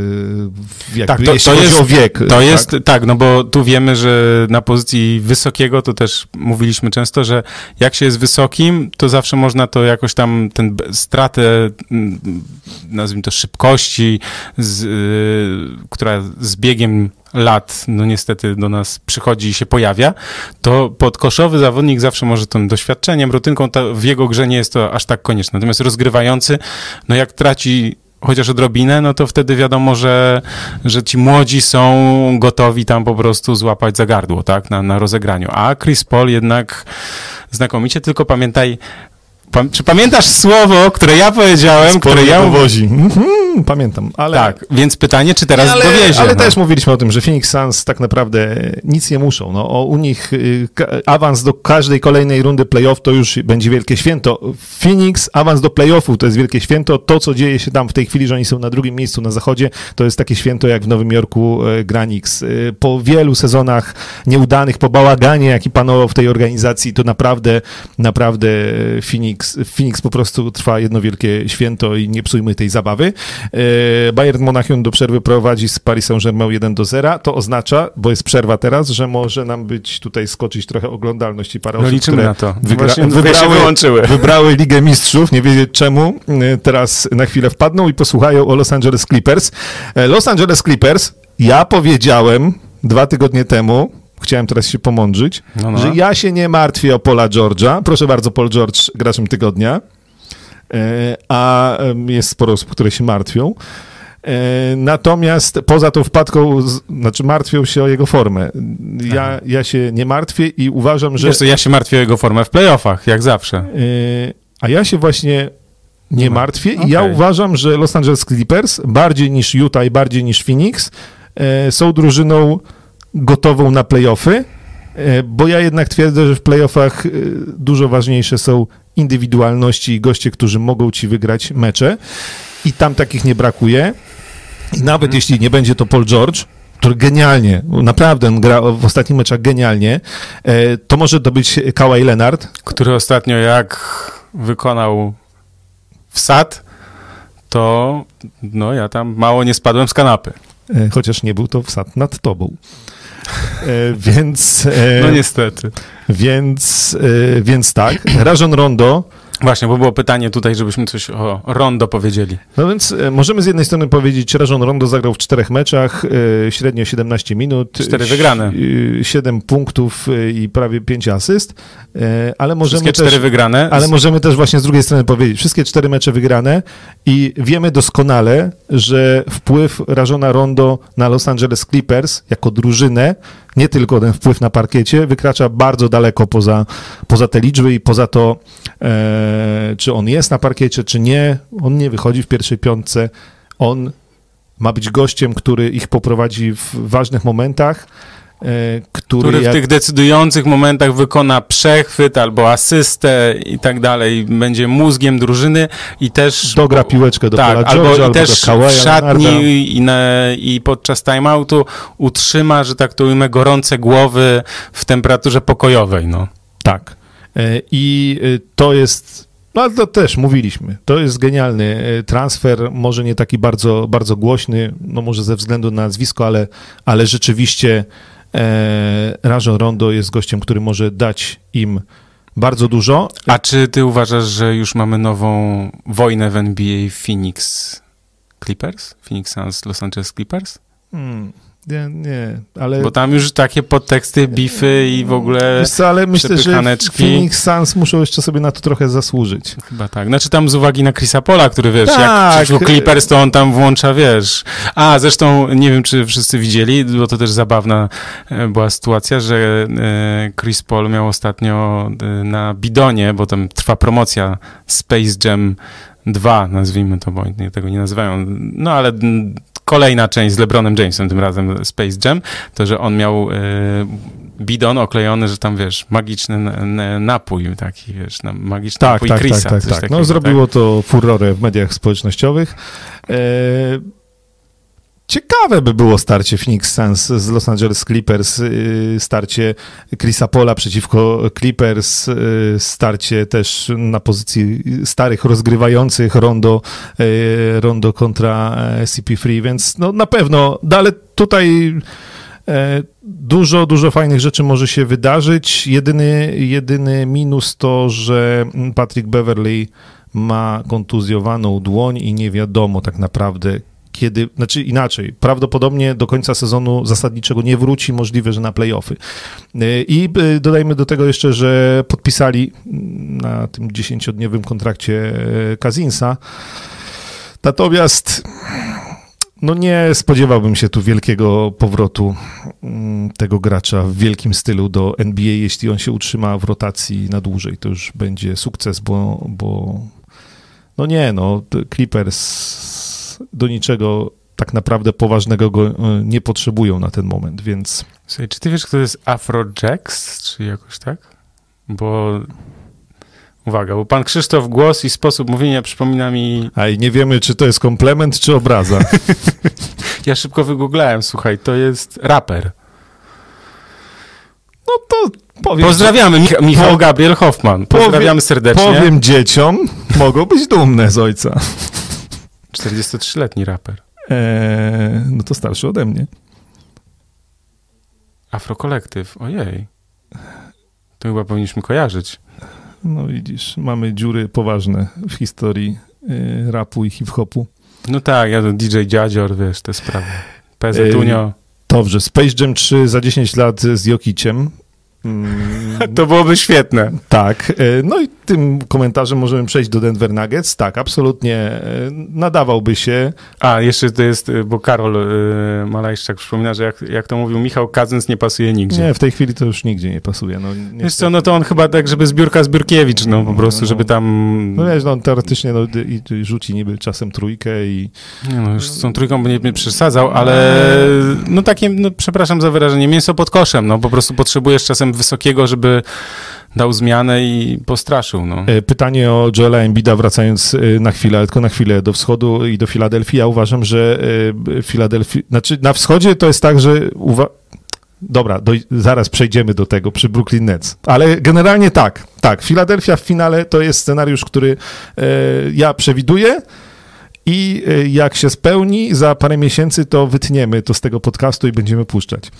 Jakby, tak, to, jeśli to chodzi jest, o wiek. To tak? jest, tak, no bo tu wiemy, że na pozycji wysokiego, to też mówiliśmy często, że jak się jest wysokim, to zawsze można to jakoś tam, ten stratę, nazwijmy to szybkości, z, y, która z biegiem lat, no niestety do nas przychodzi i się pojawia, to podkoszowy zawodnik zawsze może tym doświadczeniem, rutynką, to w jego grze nie jest to aż tak konieczne. Natomiast rozgrywający, no jak traci chociaż odrobinę, no to wtedy wiadomo, że, że ci młodzi są gotowi tam po prostu złapać za gardło, tak, na, na rozegraniu. A Chris Paul jednak znakomicie, tylko pamiętaj, Pam- czy pamiętasz słowo, które ja powiedziałem, Sporo które ja dowozi. Mhm, pamiętam, ale... Tak, więc pytanie, czy teraz nie, ale, dowiezie. Ale no. też mówiliśmy o tym, że Phoenix Suns tak naprawdę nic nie muszą. No, o, u nich y, ka- awans do każdej kolejnej rundy playoff to już będzie wielkie święto. Phoenix, awans do playoffu to jest wielkie święto. To, co dzieje się tam w tej chwili, że oni są na drugim miejscu na zachodzie, to jest takie święto jak w Nowym Jorku y, Granix. Y, po wielu sezonach nieudanych, po bałaganie, jaki panował w tej organizacji, to naprawdę, naprawdę Phoenix, Phoenix po prostu trwa jedno wielkie święto i nie psujmy tej zabawy. Bayern Monachium do przerwy prowadzi z Paris Saint-Germain jeden do zera. To oznacza, bo jest przerwa teraz, że może nam być tutaj skoczyć trochę oglądalność i parę No osób, liczymy które na to. Wygra- wybrały, wyłączyły. wybrały Ligę Mistrzów, nie wiedzieć czemu. Teraz na chwilę wpadną i posłuchają o Los Angeles Clippers. Los Angeles Clippers, ja powiedziałem dwa tygodnie temu, chciałem teraz się pomądrzyć, no no. że ja się nie martwię o Paula George'a. Proszę bardzo, Paul George graczem tygodnia. A jest sporo osób, które się martwią. Natomiast poza tą wpadką, znaczy martwią się o jego formę. Ja, ja się nie martwię i uważam, że... Wiesz co, ja się martwię o jego formę w playoffach, jak zawsze. A ja się właśnie nie martwię okay. i ja uważam, że Los Angeles Clippers bardziej niż Utah i bardziej niż Phoenix są drużyną gotową na playoffy, bo ja jednak twierdzę, że w playoffach dużo ważniejsze są indywidualności i goście, którzy mogą ci wygrać mecze i tam takich nie brakuje. I nawet hmm. jeśli nie będzie to Paul George, który genialnie, naprawdę on gra w ostatnich meczach genialnie, to może to być Kawhi Leonard. Który ostatnio jak wykonał wsad, to no ja tam mało nie spadłem z kanapy. Chociaż nie był to wsad nad tobą. E, więc... E, no niestety. Więc, e, więc tak. Rajon Rondo... Właśnie, bo było pytanie tutaj, żebyśmy coś o Rondo powiedzieli. No więc e, możemy z jednej strony powiedzieć, Rajon Rondo zagrał w czterech meczach, e, średnio siedemnaście minut. Cztery wygrane. E, siedem punktów e, i prawie pięć asyst, e, ale możemy Wszystkie cztery też, wygrane. Ale możemy też właśnie z drugiej strony powiedzieć, wszystkie cztery mecze wygrane i wiemy doskonale, że wpływ Rajona Rondo na Los Angeles Clippers jako drużynę, nie tylko ten wpływ na parkiecie, wykracza bardzo daleko poza, poza te liczby i poza to, e, czy on jest na parkiecie, czy nie. On nie wychodzi w pierwszej piątce. On ma być gościem, który ich poprowadzi w ważnych momentach, e, który, który w jak... tych decydujących momentach wykona przechwyt albo asystę i tak dalej, będzie mózgiem drużyny i też... Dogra piłeczkę do tak, Paula albo, George'a, i albo też do Kawhi'a w szatni Leonarda. i, na, i podczas timeoutu utrzyma, że tak to ujmę, gorące głowy w temperaturze pokojowej, no. Tak. E, I e, to jest, no ale to też mówiliśmy, to jest genialny e, transfer, może nie taki bardzo, bardzo głośny, no może ze względu na nazwisko, ale, ale rzeczywiście e, Rajon Rondo jest gościem, który może dać im bardzo dużo. A czy ty uważasz, że już mamy nową wojnę w N B A Phoenix Clippers? Phoenix Suns, Los Angeles Clippers? Hmm, nie, nie, ale... Bo tam już takie podteksty, bify i w ogóle Wiesz co, ale myślę, że przepychaneczki. Phoenix Suns muszą jeszcze sobie na to trochę zasłużyć. Chyba tak. Znaczy tam z uwagi na Chrisa Paula, który wiesz, Tak. jak przyszło Clippers, to on tam włącza, wiesz. A, zresztą nie wiem, czy wszyscy widzieli, bo to też zabawna e, była sytuacja, że e, Chris Paul miał ostatnio e, na bidonie, bo tam trwa promocja Space Jam dwa, nazwijmy to, bo oni tego nie nazywają. No ale m, kolejna część z LeBronem Jamesem, tym razem Space Jam, to, że on miał e, bidon oklejony, że tam, wiesz, magiczny n- n- napój, taki, wiesz, na, magiczny Tak, napój tak, Chrisa. tak, tak, coś tak. takiego, No zrobiło tak? to furorę w mediach społecznościowych. E, Ciekawe by było starcie Phoenix Suns z Los Angeles Clippers, y, starcie Chrisa Paula przeciwko Clippers, y, starcie też na pozycji starych rozgrywających Rondo, y, Rondo kontra C P trzy, więc no na pewno, no, ale tutaj e, dużo, dużo fajnych rzeczy może się wydarzyć. Jedyny, jedyny minus to, że Patrick Beverley ma kontuzjowaną dłoń i nie wiadomo tak naprawdę, kiedy, znaczy inaczej, prawdopodobnie do końca sezonu zasadniczego nie wróci, możliwe, że na play-offy. I dodajmy do tego jeszcze, że podpisali na tym dziesięciodniowym kontrakcie Cousinsa, natomiast no nie spodziewałbym się tu wielkiego powrotu tego gracza w wielkim stylu do N B A, jeśli on się utrzyma w rotacji na dłużej, to już będzie sukces, bo, bo no nie, no Clippers do niczego tak naprawdę poważnego go nie potrzebują na ten moment, więc... Słuchaj, czy ty wiesz, kto to jest Afrojax, czy jakoś tak? Bo... Uwaga, bo pan Krzysztof głos i sposób mówienia przypomina mi... A i nie wiemy, czy to jest komplement, czy obraza. Ja szybko wygooglałem, słuchaj, to jest raper. No to powiem... Pozdrawiamy, Mich- Michał po, Gabriel Hoffman. Pozdrawiamy powie, serdecznie. Powiem dzieciom, mogą być dumne z ojca. czterdziestotrzyletni raper. Eee, no to starszy ode mnie. Afrokolektyw, ojej. To chyba powinniśmy kojarzyć. No widzisz, mamy dziury poważne w historii y, rapu i hip-hopu. No tak, ja to D J Dziadzior, wiesz, te sprawy. P Z Unio. Dobrze, Space Jam trzy za dziesięć lat z Jokiciem. To byłoby świetne. Tak, no i tym komentarzem możemy przejść do Denver Nuggets. Tak, absolutnie nadawałby się. A, jeszcze to jest, bo Karol y, Malajszczak przypomina, że jak, jak to mówił Michał, Cousins nie pasuje nigdzie. Nie, w tej chwili to już nigdzie nie pasuje. No, wiesz co, no to on chyba tak, żeby zbiórka Zbiórkiewicz, no po prostu, żeby tam... No wiesz, no on teoretycznie no, i, i rzuci niby czasem trójkę i... Nie no, już z tą trójką by nie, nie przesadzał, ale no takie, no przepraszam za wyrażenie, mięso pod koszem, no po prostu potrzebujesz czasem wysokiego, żeby dał zmianę i postraszył. No. Pytanie o Joela Embida, wracając na chwilę, tylko na chwilę do wschodu i do Filadelfii. Ja uważam, że Filadelfii, znaczy na wschodzie to jest tak, że uwa- dobra, do, zaraz przejdziemy do tego przy Brooklyn Nets, ale generalnie tak, tak, Filadelfia w finale to jest scenariusz, który e, ja przewiduję. I jak się spełni, za parę miesięcy to wytniemy to z tego podcastu i będziemy puszczać.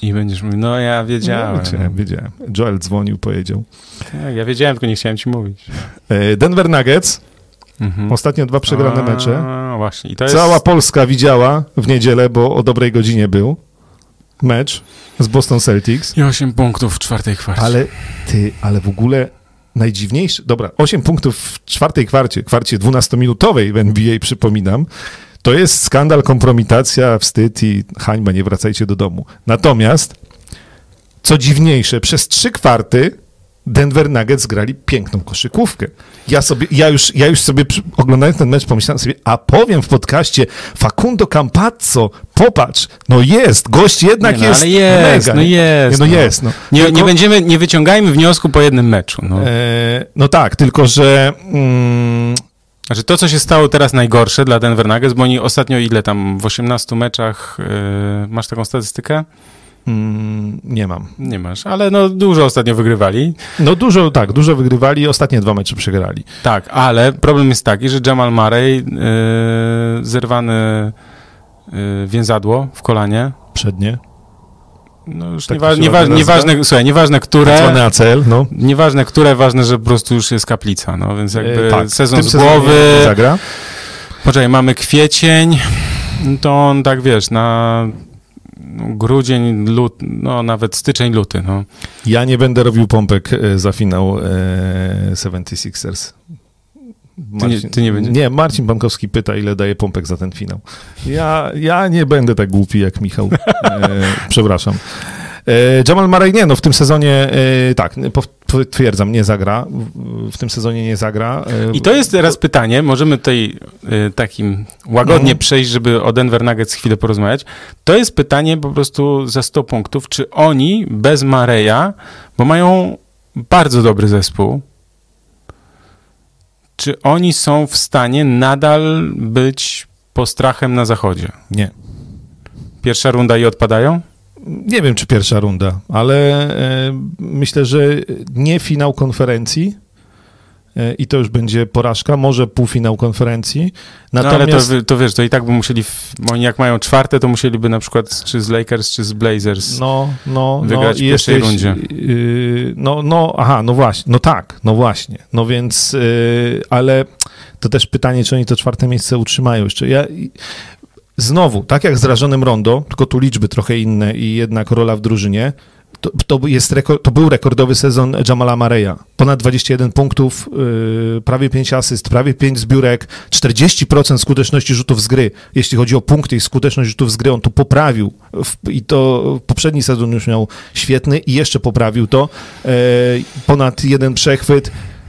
I będziesz mówił, no ja wiedziałem. No, wiedziałem, wiedziałem. Joel dzwonił, powiedział. Tak, ja wiedziałem, tylko nie chciałem ci mówić. Denver Nuggets. Mhm. Ostatnio dwa przegrane A, mecze. Właśnie. I to jest... Cała Polska widziała w niedzielę, bo o dobrej godzinie był mecz z Boston Celtics. I osiem punktów w czwartej kwarcie. Ale ty, ale w ogóle najdziwniejsze... Dobra, osiem punktów w czwartej kwarcie, kwarcie dwunastominutowej w N B A, przypominam. To jest skandal, kompromitacja, wstyd i hańba, nie wracajcie do domu. Natomiast, co dziwniejsze, przez trzy kwarty Denver Nuggets grali piękną koszykówkę. Ja sobie, ja już, ja już sobie oglądając ten mecz pomyślałem sobie, a powiem w podcaście Facundo Campazzo, popatrz, no jest, gość jednak nie, no, jest ale jest, mega. no jest. Nie, no, no. jest, no. Nie, Tylko, nie będziemy, nie wyciągajmy wniosku po jednym meczu. No, e, no tak, tylko że... Mm, Znaczy to, co się stało teraz najgorsze dla Denver Nuggets, bo oni ostatnio ile tam w osiemnastu meczach, yy, masz taką statystykę? mm, nie mam. Nie masz, ale no dużo ostatnio wygrywali. No dużo, tak, dużo wygrywali, ostatnie dwa mecze przegrali. Tak, ale problem jest taki, że Jamal Murray, yy, zerwany yy, więzadło w kolanie. Przednie. No już Tak niewa- to się niewa- ładnie nieważne, słuchaj, nieważne które, Zwany A C L, no. nieważne które, ważne, że po prostu już jest kaplica, no więc jakby E, tak, sezon w tym z głowy. sezonie nie zagra. Poczekaj, mamy kwiecień, to on tak wiesz, na no, grudzień, lut, no nawet styczeń, luty, no. Ja nie będę robił pompek e, za finał e, seventy sixers. Ty nie, ty nie będziesz? Nie, Marcin Pankowski pyta, ile daje pompek za ten finał. Ja, ja nie będę tak głupi jak Michał. E, przepraszam. E, Jamal Murray nie, no w tym sezonie, e, tak, potwierdzam, nie zagra. W, w tym sezonie nie zagra. E, I to jest teraz pytanie, możemy tutaj y, takim łagodnie no. przejść, żeby o Denver Nuggets chwilę porozmawiać. To jest pytanie po prostu za sto punktów, czy oni bez Murraya, bo mają bardzo dobry zespół, czy oni są w stanie nadal być postrachem na zachodzie? Nie. Pierwsza runda i odpadają? Nie wiem, czy pierwsza runda, ale e, myślę, że nie finał konferencji e, i to już będzie porażka, może półfinał konferencji. Natomiast... No ale to, to wiesz, to i tak by musieli, w, oni jak mają czwarte, to musieliby na przykład czy z Lakers, czy z Blazers no, no, wygrać no, w pierwszej jesteś, rundzie. Yy, no, no, aha, no właśnie, no tak, no właśnie, no więc, yy, ale to też pytanie, czy oni to czwarte miejsce utrzymają jeszcze. Ja... Znowu, tak jak z Rajonem Rondo, tylko tu liczby trochę inne i jednak rola w drużynie, to, to, jest rekord, to był rekordowy sezon Jamala Murraya. Ponad dwadzieścia jeden punktów, yy, prawie pięć asyst, prawie pięć zbiórek, czterdzieści procent skuteczności rzutów z gry. Jeśli chodzi o punkty i skuteczność rzutów z gry, on to poprawił. W, I to poprzedni sezon już miał świetny i jeszcze poprawił to. Yy, ponad jeden przechwyt.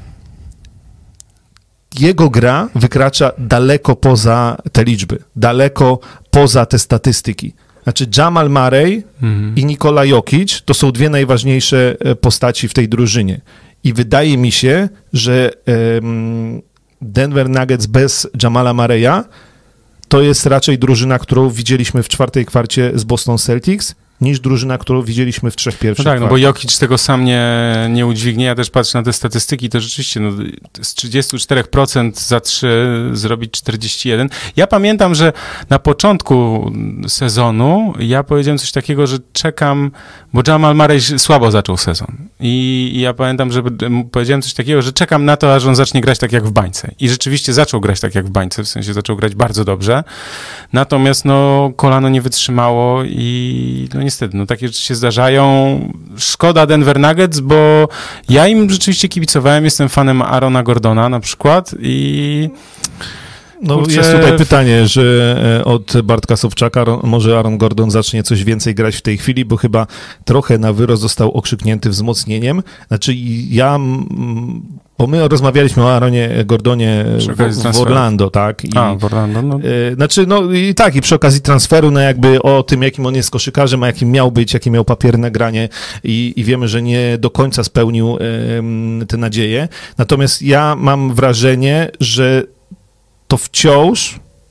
Jego gra wykracza daleko poza te liczby, daleko poza te statystyki. Znaczy Jamal Murray mhm. i Nikola Jokic to są dwie najważniejsze postaci w tej drużynie. I wydaje mi się, że um, Denver Nuggets bez Jamala Murraya to jest raczej drużyna, którą widzieliśmy w czwartej kwarcie z Boston Celtics, niż drużyna, którą widzieliśmy w trzech pierwszych No tak, no kwartach. bo Jokic tego sam nie, nie udźwignie. Ja też patrzę na te statystyki, to rzeczywiście no, z trzydzieści cztery procent za trzy zrobić czterdzieści jeden. Ja pamiętam, że na początku sezonu ja powiedziałem coś takiego, że czekam, bo Jamal Murray słabo zaczął sezon. I, i ja pamiętam, że powiedziałem coś takiego, że czekam na to, aż on zacznie grać tak jak w bańce. I rzeczywiście zaczął grać tak jak w bańce, w sensie zaczął grać bardzo dobrze. Natomiast no kolano nie wytrzymało i no niestety, no takie rzeczy się zdarzają. Szkoda Denver Nuggets, bo ja im rzeczywiście kibicowałem, jestem fanem Aarona Gordona na przykład i No kurczę... jest tutaj pytanie, że od Bartka Sobczaka może Aaron Gordon zacznie coś więcej grać w tej chwili, bo chyba trochę na wyrost został okrzyknięty wzmocnieniem. Znaczy ja... Bo my rozmawialiśmy o Aaronie Gordonie w, w Orlando, tak? I, A, w Orlando, no. Y, znaczy, no i tak, i przy okazji transferu, no jakby o tym, jakim on jest koszykarzem, a jakim miał być, jakie miał papierne granie i, i wiemy, że nie do końca spełnił y, te nadzieje. Natomiast ja mam wrażenie, że to wciąż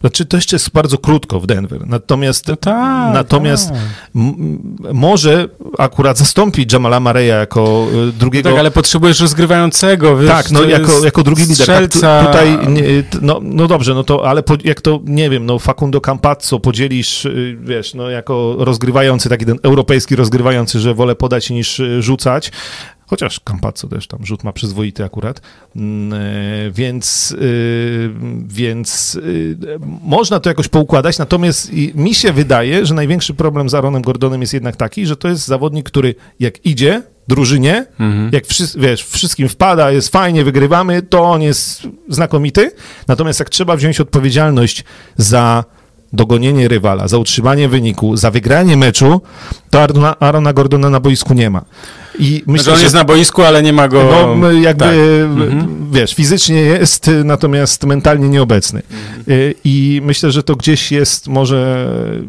Znaczy, to jeszcze jest bardzo krótko w Denver. Natomiast, no tak, natomiast tak. M- może akurat zastąpić Jamala Murray'a jako y, drugiego... No tak, ale potrzebujesz rozgrywającego, wiesz, tak, no jako, jako drugi lider. Strzelca... Tak, tu, tutaj, nie, no, no dobrze, no to, ale po, jak to, nie wiem, no Facundo Campazzo podzielisz, y, wiesz, no jako rozgrywający, taki ten europejski rozgrywający, że wolę podać niż y, rzucać, chociaż Campazzo też tam rzut ma przyzwoity akurat, mm, więc, y, więc y, można to jakoś poukładać, natomiast i, mi się wydaje, że największy problem z Aaronem Gordonem jest jednak taki, że to jest zawodnik, który jak idzie drużynie, mhm. jak wszy, wiesz, wszystkim wpada, jest fajnie, wygrywamy, to on jest znakomity, natomiast jak trzeba wziąć odpowiedzialność za dogonienie rywala, za utrzymanie wyniku, za wygranie meczu, to Aarona, Aarona Gordona na boisku nie ma. I myślę, że on że jest na boisku, ale nie ma go... No jakby, tak. wiesz, fizycznie jest, natomiast mentalnie nieobecny. Mhm. I myślę, że to gdzieś jest może,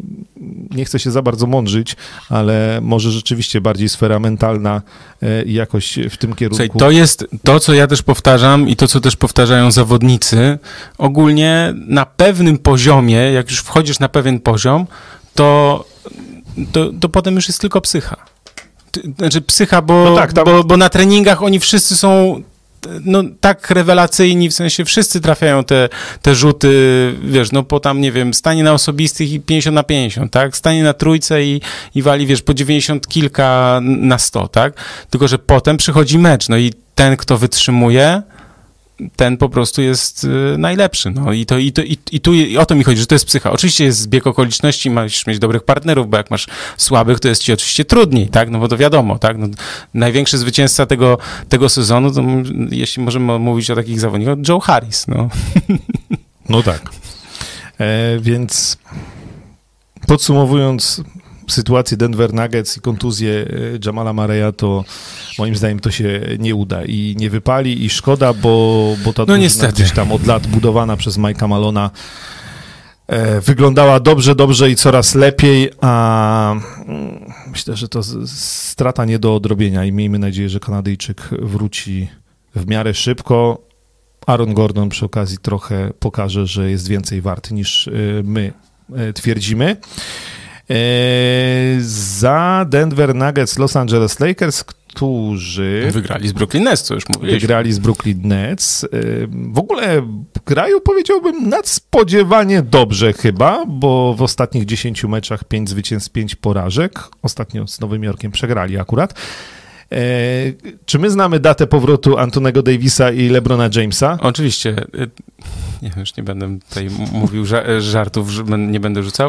nie chcę się za bardzo mądrzyć, ale może rzeczywiście bardziej sfera mentalna jakoś w tym kierunku. Słuchaj, to jest to, co ja też powtarzam i to, co też powtarzają zawodnicy. Ogólnie na pewnym poziomie, jak już wchodzisz na pewien poziom, to, to, to potem już jest tylko psycha. Znaczy psycha, bo, no tak, tam... bo, bo na treningach oni wszyscy są no, tak rewelacyjni, w sensie wszyscy trafiają te, te rzuty, wiesz, no po tam, nie wiem, stanie na osobistych i pięćdziesiąt na pięćdziesiąt, tak? Stanie na trójce i, i wali, wiesz, po dziewięćdziesiąt kilka na sto, tak? Tylko że potem przychodzi mecz, no i ten, kto wytrzymuje, ten po prostu jest y, najlepszy. No i to, i, to, i, i tu i o to mi chodzi, że to jest psycha. Oczywiście jest zbieg okoliczności, masz mieć dobrych partnerów, bo jak masz słabych, to jest ci oczywiście trudniej, tak? No bo to wiadomo, tak? No, największy zwycięzca tego, tego sezonu, to jeśli możemy mówić o takich zawodnikach, Joe Harris, no. No tak. E, więc podsumowując sytuację Denver Nuggets i kontuzję Jamala Murray'a, to moim zdaniem to się nie uda i nie wypali i szkoda, bo, bo ta no drużyna gdzieś tam od lat budowana przez Mike'a Malona e, wyglądała dobrze, dobrze i coraz lepiej, a myślę, że to strata nie do odrobienia i miejmy nadzieję, że Kanadyjczyk wróci w miarę szybko. Aaron Gordon przy okazji trochę pokaże, że jest więcej wart niż my twierdzimy. Za Denver Nuggets Los Angeles Lakers, którzy... Wygrali z Brooklyn Nets, co już mówiliśmy. Wygrali z Brooklyn Nets. W ogóle grają, powiedziałbym, nadspodziewanie dobrze chyba, bo w ostatnich dziesięciu meczach pięć zwycięstw, pięć porażek. Ostatnio z Nowym Jorkiem przegrali akurat. Czy my znamy datę powrotu Antonego Davisa i LeBrona Jamesa? Oczywiście. Nie, już nie będę tutaj mówił żartów, nie będę rzucał.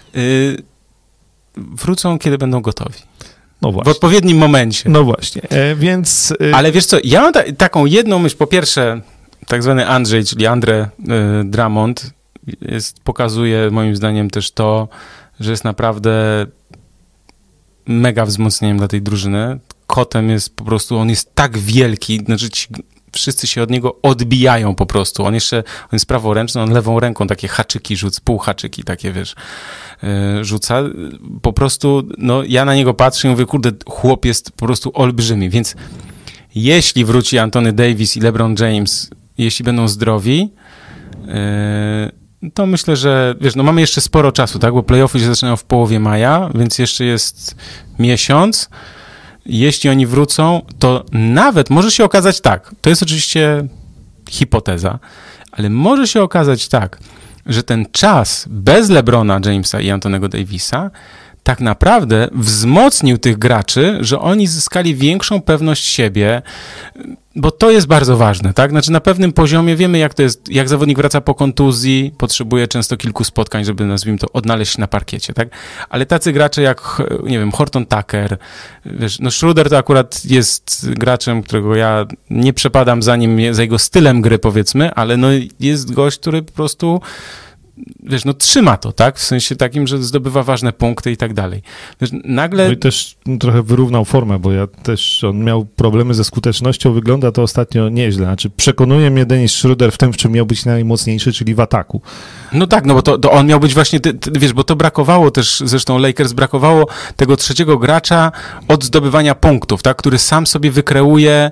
Wrócą, kiedy będą gotowi. No właśnie. W odpowiednim momencie. No właśnie, e, więc... E... Ale wiesz co, ja mam ta, taką jedną myśl. Po pierwsze, tak zwany Andrzej, czyli Andre y, Drummond jest, pokazuje moim zdaniem też to, że jest naprawdę mega wzmocnieniem dla tej drużyny. Kotem jest po prostu, on jest tak wielki, znaczy ci wszyscy się od niego odbijają po prostu. On jeszcze, on jest praworęczny, on lewą ręką takie haczyki rzuca, półhaczyki takie, wiesz, yy, rzuca. Po prostu, no, ja na niego patrzę i mówię, kurde, chłop jest po prostu olbrzymi, więc jeśli wróci Anthony Davis i LeBron James, jeśli będą zdrowi, yy, to myślę, że, wiesz, no mamy jeszcze sporo czasu, tak, bo play-offy się zaczynają w połowie maja, więc jeszcze jest miesiąc. Jeśli oni wrócą, to nawet może się okazać tak, to jest oczywiście hipoteza, ale może się okazać tak, że ten czas bez LeBrona Jamesa i Antonego Davisa tak naprawdę wzmocnił tych graczy, że oni zyskali większą pewność siebie, bo to jest bardzo ważne, tak? Znaczy na pewnym poziomie wiemy, jak to jest, jak zawodnik wraca po kontuzji, potrzebuje często kilku spotkań, żeby, nazwijmy to, odnaleźć się na parkiecie, tak? Ale tacy gracze jak, nie wiem, Horton Tucker, wiesz, no Schroeder to akurat jest graczem, którego ja nie przepadam za nim, za jego stylem gry, powiedzmy, ale no jest gość, który po prostu wiesz, no trzyma to, tak? W sensie takim, że zdobywa ważne punkty i tak dalej. Wiesz, nagle... No i też trochę wyrównał formę, bo ja też, on miał problemy ze skutecznością, wygląda to ostatnio nieźle. Znaczy przekonuje mnie Dennis Schroeder w tym, w czym miał być najmocniejszy, czyli w ataku. No tak, no bo to, to on miał być właśnie, ty, ty, wiesz, bo to brakowało też, zresztą Lakers brakowało tego trzeciego gracza od zdobywania punktów, tak? Który sam sobie wykreuje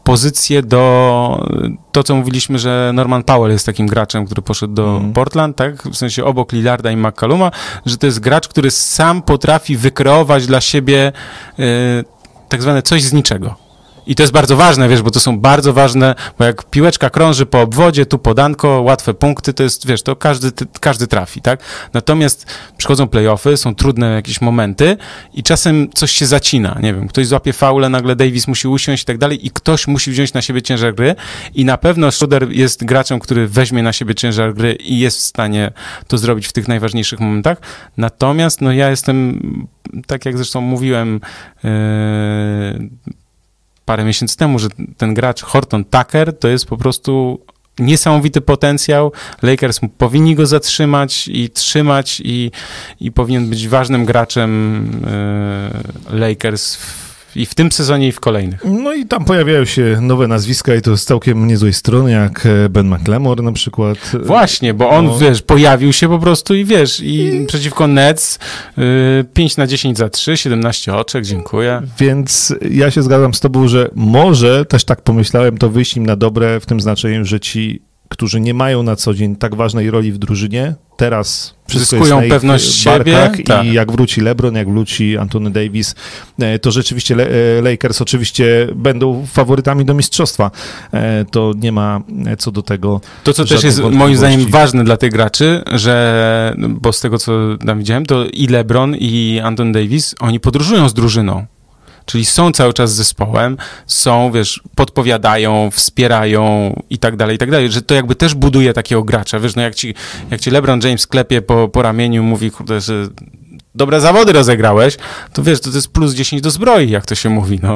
pozycję do to, co mówiliśmy, że Norman Powell jest takim graczem, który poszedł do mm. Portland, tak? W sensie obok Lillarda i McCalluma, że to jest gracz, który sam potrafi wykreować dla siebie y, tak zwane coś z niczego. I to jest bardzo ważne, wiesz, bo to są bardzo ważne, bo jak piłeczka krąży po obwodzie, tu podanko, łatwe punkty, to jest, wiesz, to każdy, każdy trafi, tak? Natomiast przychodzą play-offy, są trudne jakieś momenty i czasem coś się zacina, nie wiem, ktoś złapie faulę, nagle Davis musi usiąść i tak dalej i ktoś musi wziąć na siebie ciężar gry i na pewno Schroeder jest graczem, który weźmie na siebie ciężar gry i jest w stanie to zrobić w tych najważniejszych momentach. Natomiast, no ja jestem, tak jak zresztą mówiłem, yy, parę miesięcy temu, że ten gracz Horton Tucker to jest po prostu niesamowity potencjał. Lakers powinni go zatrzymać i trzymać i, i powinien być ważnym graczem yy, Lakers w, i w tym sezonie i w kolejnych. No i tam pojawiają się nowe nazwiska i to z całkiem niezłej strony, jak Ben McLemore na przykład. Właśnie, bo on, no. wiesz, pojawił się po prostu i wiesz, i, I... przeciwko Nets yy, pięć na dziesięć za trzy, siedemnaście oczek, dziękuję. Więc ja się zgadzam z tobą, że może, też tak pomyślałem, to wyjść im na dobre w tym znaczeniu, że ci, którzy nie mają na co dzień tak ważnej roli w drużynie, teraz zyskują pewność siebie. Tak. I jak wróci LeBron, jak wróci Anthony Davis, to rzeczywiście Lakers oczywiście będą faworytami do mistrzostwa. To nie ma co do tego. To, co też jest moim zdaniem ważne dla tych graczy, że, bo z tego, co tam widziałem, to i LeBron, i Anthony Davis, oni podróżują z drużyną. Czyli są cały czas zespołem, są, wiesz, podpowiadają, wspierają i tak dalej, i tak dalej, że to jakby też buduje takiego gracza, wiesz, no jak ci, jak ci LeBron James klepie po, po ramieniu, mówi, kurde, że dobre zawody rozegrałeś, to wiesz, to, to jest plus dziesięć do zbroi, jak to się mówi, no.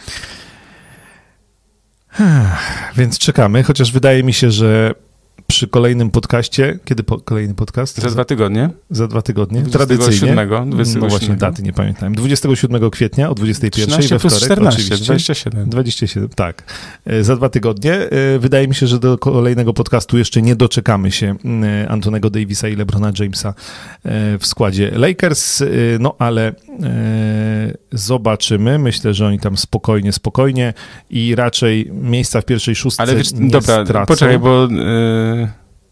Więc czekamy, chociaż wydaje mi się, że przy kolejnym podcaście, kiedy po, kolejny podcast? Za dwa tygodnie. Za dwa tygodnie, dwudziestego siódmego, dwudziestego no właśnie, daty nie pamiętałem. dwudziestego siódmego kwietnia o dwudziestej pierwszej we wtorek, czternaście, oczywiście. dwadzieścia siedem. dwadzieścia siedem, tak. Za dwa tygodnie. Wydaje mi się, że do kolejnego podcastu jeszcze nie doczekamy się Antonego Davisa i LeBrona Jamesa w składzie Lakers, no ale zobaczymy. Myślę, że oni tam spokojnie, spokojnie i raczej miejsca w pierwszej szóstce ale wiesz, nie dobra, stracą. Poczekaj, bo yy...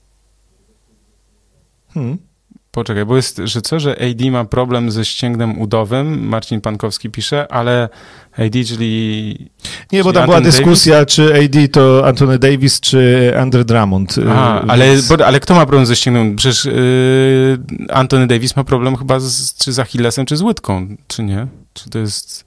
Hmm. Poczekaj, bo jest, że co, że A D ma problem ze ścięgnem udowym, Marcin Pankowski pisze, ale A D, czyli... Nie, bo tam była dyskusja, Davis? Czy A D to Anthony Davis, czy Andre Drummond. Aha, ale, więc... bo, ale kto ma problem ze ścięgnem? Przecież yy, Anthony Davis ma problem chyba z, czy z Achillesem, czy z łydką, czy nie? Czy to jest...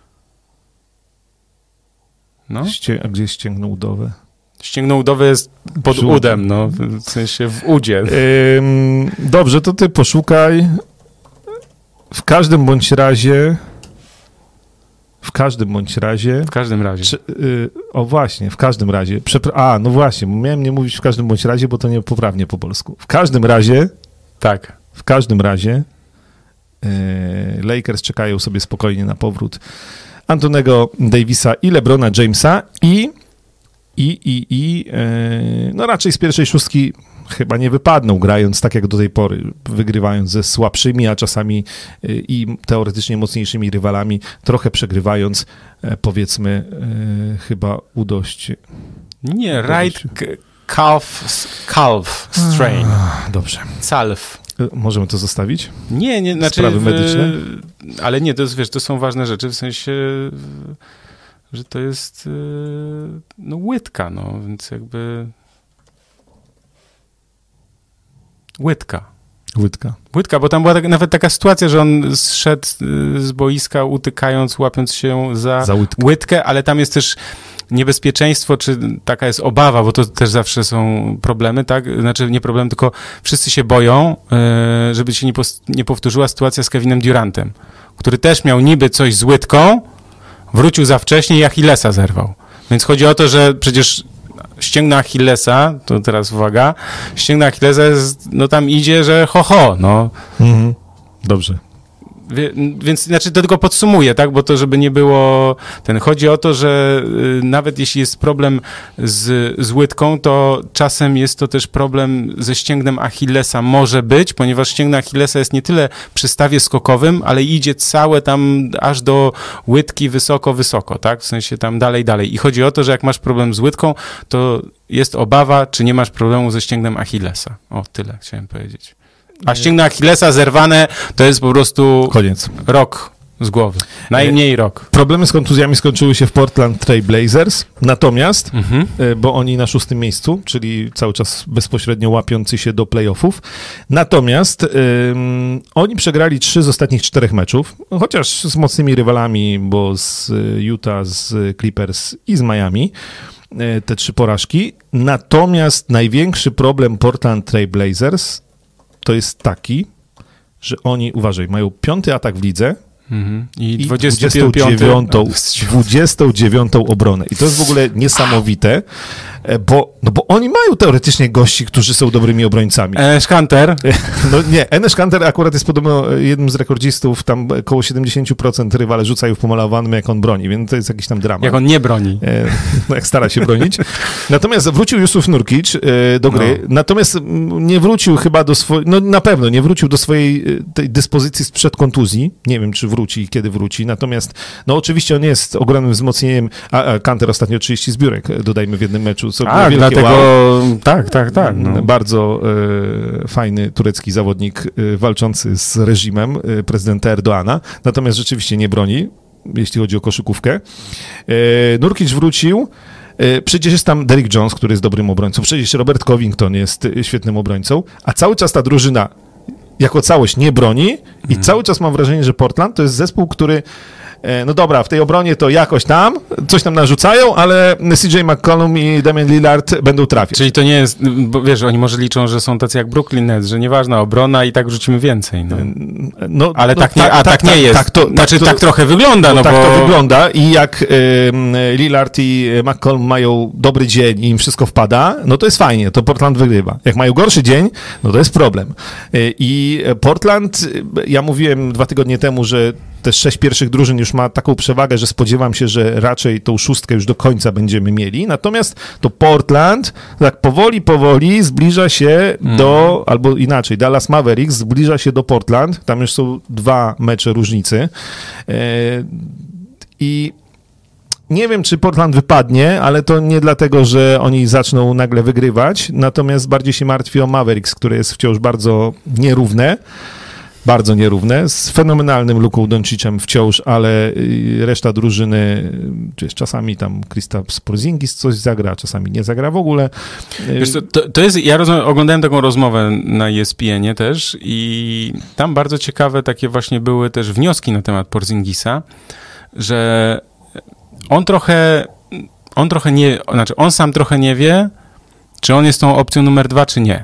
No? Ście... A gdzie jest ścięgno udowe? Ścięgno udowe jest pod Żółty. udem, no, w sensie w udzie. Ym, dobrze, to ty poszukaj. W każdym bądź razie... W każdym bądź razie... W każdym razie. Czy, y, o właśnie, w każdym razie. Przepra- A, no właśnie, miałem nie mówić w każdym bądź razie, bo to niepoprawnie po polsku. W każdym razie... Tak. W każdym razie y, Lakers czekają sobie spokojnie na powrót Antonego Davisa i LeBrona Jamesa i I, i, i yy, no raczej z pierwszej szóstki chyba nie wypadną, grając tak jak do tej pory, wygrywając ze słabszymi, a czasami yy, i teoretycznie mocniejszymi rywalami, trochę przegrywając, yy, powiedzmy, yy, chyba u dość... Nie, right calf, calf strain. A, dobrze. Calf. Możemy to zostawić? Nie, nie, znaczy... Sprawy medyczne? W, ale nie, to jest, wiesz, to są ważne rzeczy, w sensie... że to jest no łydka, no, więc jakby łydka. Łydka. Łydka, bo tam była tak, nawet taka sytuacja, że on zszedł z boiska utykając, łapiąc się za, za łydkę. łydkę, ale tam jest też niebezpieczeństwo, czy taka jest obawa, bo to też zawsze są problemy, tak? Znaczy nie problem, tylko wszyscy się boją, żeby się nie, pos- nie powtórzyła sytuacja z Kevinem Durantem, który też miał niby coś z łydką, wrócił za wcześnie i Achillesa zerwał. Więc chodzi o to, że przecież ścięgno Achillesa, to teraz uwaga, ścięgno Achillesa jest, no tam idzie, że ho, ho, no. Mhm. Dobrze. Wie, więc znaczy to tylko podsumuję, tak, bo to żeby nie było ten, chodzi o to, że y, nawet jeśli jest problem z, z łydką, to czasem jest to też problem ze ścięgnem Achillesa może być, ponieważ ścięgno Achillesa jest nie tyle przy stawie skokowym, ale idzie całe tam aż do łydki wysoko, wysoko, tak, w sensie tam dalej, dalej. I chodzi o to, że jak masz problem z łydką, to jest obawa, czy nie masz problemu ze ścięgnem Achillesa. O, tyle chciałem powiedzieć. A ścięgno Achillesa zerwane to jest po prostu koniec. Rok z głowy. Najmniej rok. Problemy z kontuzjami skończyły się w Portland Trail Blazers, natomiast, Mhm. bo oni na szóstym miejscu, czyli cały czas bezpośrednio łapiący się do playoffów, natomiast um, oni przegrali trzy z ostatnich czterech meczów, chociaż z mocnymi rywalami, bo z Utah, z Clippers i z Miami, te trzy porażki. Natomiast największy problem Portland Trail Blazers to jest taki, że oni, uważaj, mają piąty atak w lidze Mhm. I, i dwudziestą dwudziestą dziewiątą obronę. I to jest w ogóle niesamowite, bo, no bo oni mają teoretycznie gości, którzy są dobrymi obrońcami. Enes Kanter. No nie, Enes Kanter akurat jest podobno jednym z rekordzistów, tam około siedemdziesiąt procent rywale rzucają w pomalowanym, jak on broni, więc to jest jakiś tam dramat. Jak on nie broni. E, no jak stara się bronić. Natomiast wrócił Jusuf Nurkic e, do gry, no. Natomiast nie wrócił chyba do swojej, no na pewno nie wrócił do swojej tej dyspozycji sprzed kontuzji. Nie wiem, czy wróci i kiedy wróci. Natomiast, no oczywiście on jest ogromnym wzmocnieniem, a, a Kanter ostatnio trzydzieści zbiórek, dodajmy w jednym meczu. Co tak, dlatego, wow. tak, tak, tak. No. Bardzo e, fajny turecki zawodnik e, walczący z reżimem e, prezydenta Erdoana. Natomiast rzeczywiście nie broni, jeśli chodzi o koszykówkę. E, Nurkic wrócił. E, przecież jest tam Derrick Jones, który jest dobrym obrońcą. Przecież Robert Covington jest świetnym obrońcą. A cały czas ta drużyna jako całość nie broni i mhm. cały czas mam wrażenie, że Portland to jest zespół, który no dobra, w tej obronie to jakoś tam, coś tam narzucają, ale C J McCollum i Damian Lillard będą trafiać. Czyli to nie jest, bo wiesz, oni może liczą, że są tacy jak Brooklyn Nets, że nieważna obrona i tak rzucimy więcej. No. No, ale no, tak nie, tak, a tak, tak nie tak, jest. Tak to, znaczy tak, to, tak trochę wygląda. No, no tak bo... to wygląda i jak y, Lillard i McCollum mają dobry dzień i im wszystko wpada, no to jest fajnie, to Portland wygrywa. Jak mają gorszy dzień, no to jest problem. Y, I Portland, ja mówiłem dwa tygodnie temu, że te sześć pierwszych drużyn już ma taką przewagę, że spodziewam się, że raczej tą szóstkę już do końca będziemy mieli. Natomiast to Portland tak powoli, powoli zbliża się mm. do, albo inaczej, Dallas Mavericks zbliża się do Portland. Tam już są dwa mecze różnicy. Yy, I nie wiem, czy Portland wypadnie, ale to nie dlatego, że oni zaczną nagle wygrywać. Natomiast bardziej się martwi o Mavericks, które jest wciąż bardzo nierówne. Bardzo nierówne, z fenomenalnym Luką Doncicem wciąż, ale reszta drużyny, czy czasami tam Kristaps Porzingis coś zagra, czasami nie zagra w ogóle. Wiesz co, to, to jest, ja rozumiem, oglądałem taką rozmowę na E S P N ie też i tam bardzo ciekawe takie właśnie były też wnioski na temat Porzingisa, że on trochę, on trochę nie, znaczy on sam trochę nie wie, czy on jest tą opcją numer dwa, czy nie.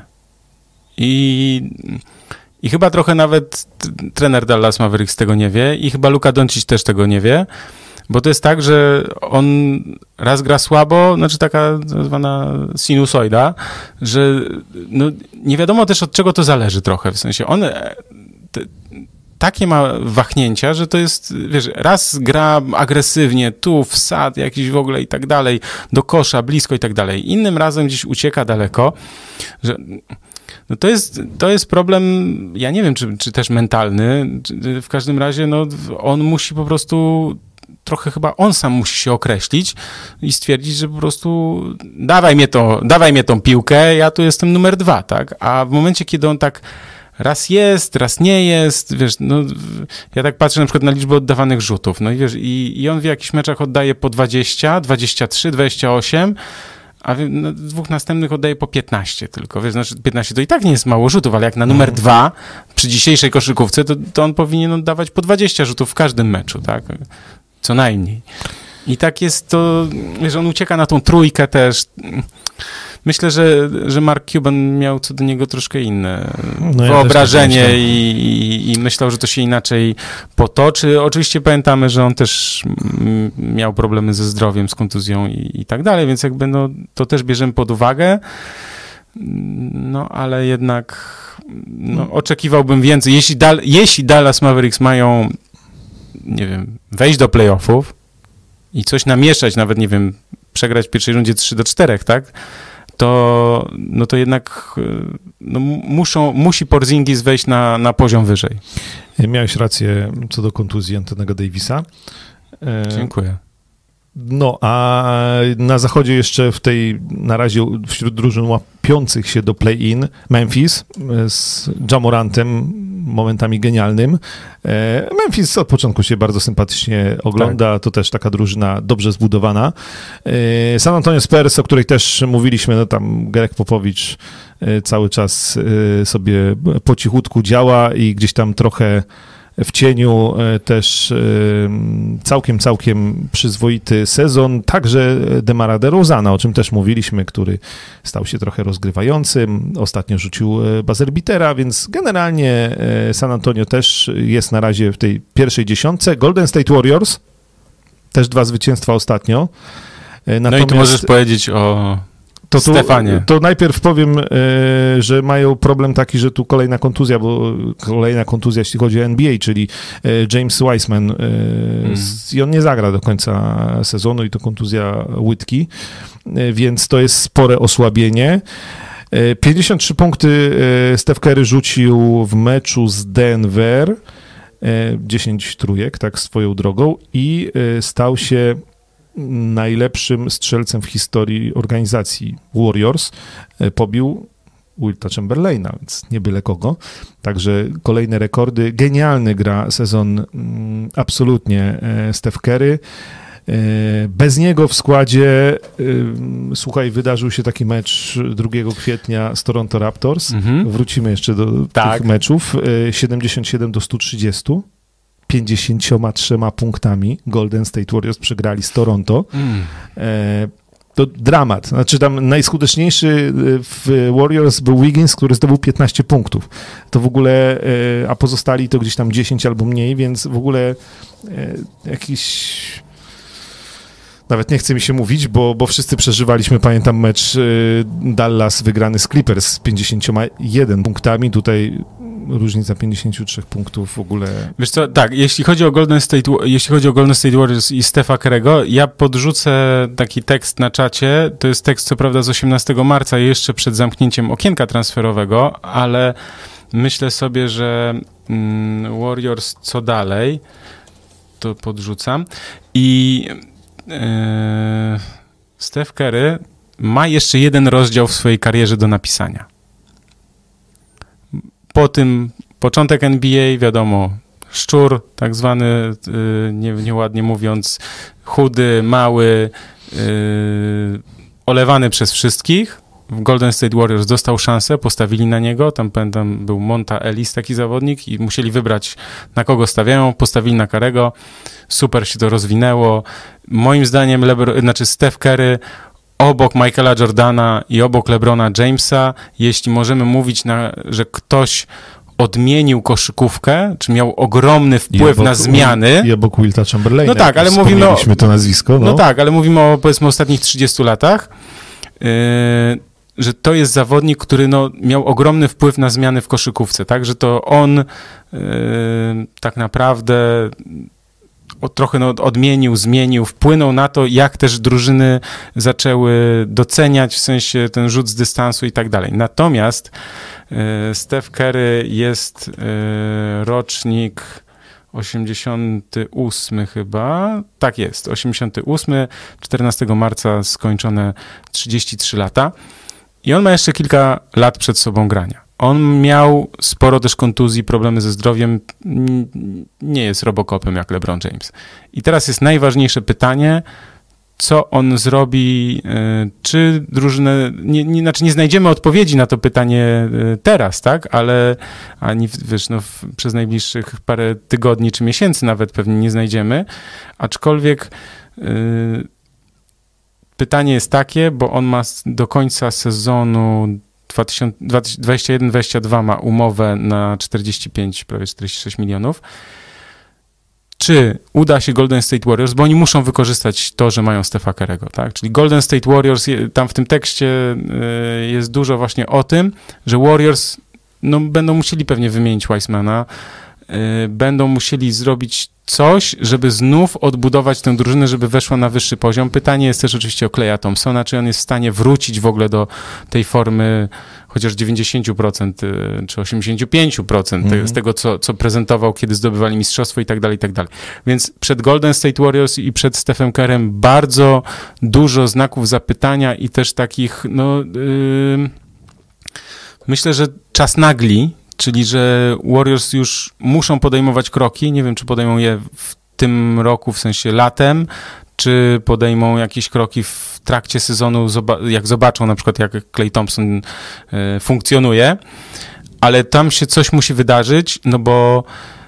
I... I chyba trochę nawet trener Dallas Mavericks tego nie wie i chyba Luka Doncic też tego nie wie, bo to jest tak, że on raz gra słabo, znaczy taka zwana sinusoida, że no nie wiadomo też od czego to zależy trochę, w sensie on te, takie ma wahnięcia, że to jest, wiesz, raz gra agresywnie, tu wsad jakiś w ogóle i tak dalej, do kosza, blisko i tak dalej, innym razem gdzieś ucieka daleko, że... No to jest, to jest problem, ja nie wiem, czy, czy też mentalny, czy, w każdym razie no, on musi po prostu, trochę chyba on sam musi się określić i stwierdzić, że po prostu dawaj mnie, to, dawaj mnie tą piłkę, ja tu jestem numer dwa, tak? A w momencie, kiedy on tak raz jest, raz nie jest, wiesz, no ja tak patrzę na przykład na liczbę oddawanych rzutów, no i wiesz, i, i on w jakichś meczach oddaje po dwadzieścia, dwadzieścia trzy, dwadzieścia osiem, a w dwóch następnych oddaje po piętnaście tylko. Wiesz, znaczy piętnaście to i tak nie jest mało rzutów, ale jak na numer dwa przy dzisiejszej koszykówce, to, to on powinien oddawać po dwadzieścia rzutów w każdym meczu, tak? Co najmniej. I tak jest to, wiesz, on ucieka na tą trójkę też. Myślę, że, że Mark Cuban miał co do niego troszkę inne no wyobrażenie ja i, i, i myślał, że to się inaczej potoczy. Oczywiście pamiętamy, że on też miał problemy ze zdrowiem, z kontuzją i, i tak dalej, więc jakby no, to też bierzemy pod uwagę. no ale jednak no, oczekiwałbym więcej. Jeśli, Dal- jeśli Dallas Mavericks mają, nie wiem, wejść do playoffów i coś namieszać, nawet, nie wiem, przegrać w pierwszej rundzie trzy do czterech, tak, to, no to jednak no, muszą, musi Porzingis wejść na, na poziom wyżej. Miałeś rację co do kontuzji Antonego Davisa. Dziękuję. No, a na zachodzie jeszcze w tej, na razie wśród drużyn łapiących się do play-in Memphis z Ja Morantem, momentami genialnym. Memphis od początku się bardzo sympatycznie ogląda, tak. To też taka drużyna dobrze zbudowana. San Antonio Spurs, o której też mówiliśmy, no tam Greg Popowicz cały czas sobie po cichutku działa i gdzieś tam trochę w cieniu też całkiem, całkiem przyzwoity sezon. Także Demara DeRozana, o czym też mówiliśmy, który stał się trochę rozgrywającym. Ostatnio rzucił buzzer beatera, więc generalnie San Antonio też jest na razie w tej pierwszej dziesiątce. Golden State Warriors, też dwa zwycięstwa ostatnio. Natomiast... No i tu możesz powiedzieć o... To, tu, to najpierw powiem, że mają problem taki, że tu kolejna kontuzja, bo kolejna kontuzja, jeśli chodzi o N B A, czyli James Wiseman mm. i on nie zagra do końca sezonu i to kontuzja łydki, więc to jest spore osłabienie. pięćdziesiąt trzy punkty Steph Curry rzucił w meczu z Denver, dziesięć trójek, tak swoją drogą, i stał się najlepszym strzelcem w historii organizacji Warriors. Pobił Wilta Chamberlaina, więc nie byle kogo. Także kolejne rekordy. Genialny gra sezon absolutnie Steph Curry. Bez niego w składzie, słuchaj, wydarzył się taki mecz drugiego kwietnia z Toronto Raptors. Mhm. Wrócimy jeszcze do tak. tych meczów. siedemdziesiąt siedem do stu trzydziestu. pięćdziesięcioma trzema punktami Golden State Warriors przegrali z Toronto. Mm. E, to dramat. Znaczy tam najskuteczniejszy w Warriors był Wiggins, który zdobył piętnaście punktów. To w ogóle, e, a pozostali to gdzieś tam dziesięć albo mniej, więc w ogóle e, jakiś... Nawet nie chce mi się mówić, bo, bo wszyscy przeżywaliśmy, pamiętam mecz y, Dallas wygrany z Clippers z pięćdziesięcioma jeden punktami. Tutaj różnica pięćdziesięciu trzech punktów w ogóle. Wiesz co, tak, jeśli chodzi o Golden State, jeśli chodzi o Golden State Warriors i Stepha Curry'ego, ja podrzucę taki tekst na czacie. To jest tekst co prawda z osiemnastego marca, jeszcze przed zamknięciem okienka transferowego, ale myślę sobie, że mm, Warriors co dalej, to podrzucam. I Yy, Steph Curry ma jeszcze jeden rozdział w swojej karierze do napisania. Po tym początek N B A, wiadomo, szczur, tak zwany, yy, nie, nieładnie mówiąc, chudy, mały, yy, olewany przez wszystkich. W Golden State Warriors dostał szansę, postawili na niego, tam pamiętam był Monta Ellis, taki zawodnik, i musieli wybrać, na kogo stawiają, postawili na Curry'ego, super się to rozwinęło. Moim zdaniem Lebr- znaczy Steph Curry obok Michaela Jordana i obok LeBrona Jamesa, jeśli możemy mówić, na, że ktoś odmienił koszykówkę, czy miał ogromny wpływ obok, na zmiany. I obok Wilta Chamberlaina. No tak, ale mówimy o... to nazwisko. No. no tak, ale mówimy o, powiedzmy, ostatnich trzydziestu latach. Yy, że to jest zawodnik, który no, miał ogromny wpływ na zmiany w koszykówce, tak, że to on yy, tak naprawdę o, trochę no, odmienił, zmienił, wpłynął na to, jak też drużyny zaczęły doceniać, w sensie ten rzut z dystansu i tak dalej. Natomiast yy, Steph Curry jest yy, rocznik osiemdziesiąty ósmy chyba, tak jest, osiemdziesiąty ósmy, czternastego marca skończone trzydzieści trzy lata. I on ma jeszcze kilka lat przed sobą grania. On miał sporo też kontuzji, problemy ze zdrowiem. Nie jest robokopem jak LeBron James. I teraz jest najważniejsze pytanie, co on zrobi, czy drużynę, nie, nie, znaczy nie znajdziemy odpowiedzi na to pytanie teraz, tak, ale ani, wiesz, no, w, przez najbliższych parę tygodni czy miesięcy nawet pewnie nie znajdziemy, aczkolwiek yy, pytanie jest takie, bo on ma do końca sezonu dwadzieścia jeden dwadzieścia dwa ma umowę na czterdzieści pięć, prawie czterdzieści sześć milionów. czy uda się Golden State Warriors, bo oni muszą wykorzystać to, że mają Stepha Curry'ego, tak? Czyli Golden State Warriors, tam w tym tekście jest dużo właśnie o tym, że Warriors no, będą musieli pewnie wymienić Wisemana, będą musieli zrobić coś, żeby znów odbudować tę drużynę, żeby weszła na wyższy poziom. Pytanie jest też oczywiście o Klaya Thompsona, czy on jest w stanie wrócić w ogóle do tej formy chociaż dziewięćdziesiąt procent czy osiemdziesiąt pięć procent mm-hmm. z tego, co, co prezentował, kiedy zdobywali mistrzostwo i tak dalej, i tak dalej. Więc przed Golden State Warriors i przed Stephem Currym bardzo dużo znaków zapytania i też takich, no yy, myślę, że czas nagli, czyli że Warriors już muszą podejmować kroki. Nie wiem, czy podejmą je w tym roku, w sensie latem, czy podejmą jakieś kroki w trakcie sezonu, jak zobaczą na przykład, jak Klay Thompson funkcjonuje. Ale tam się coś musi wydarzyć, no bo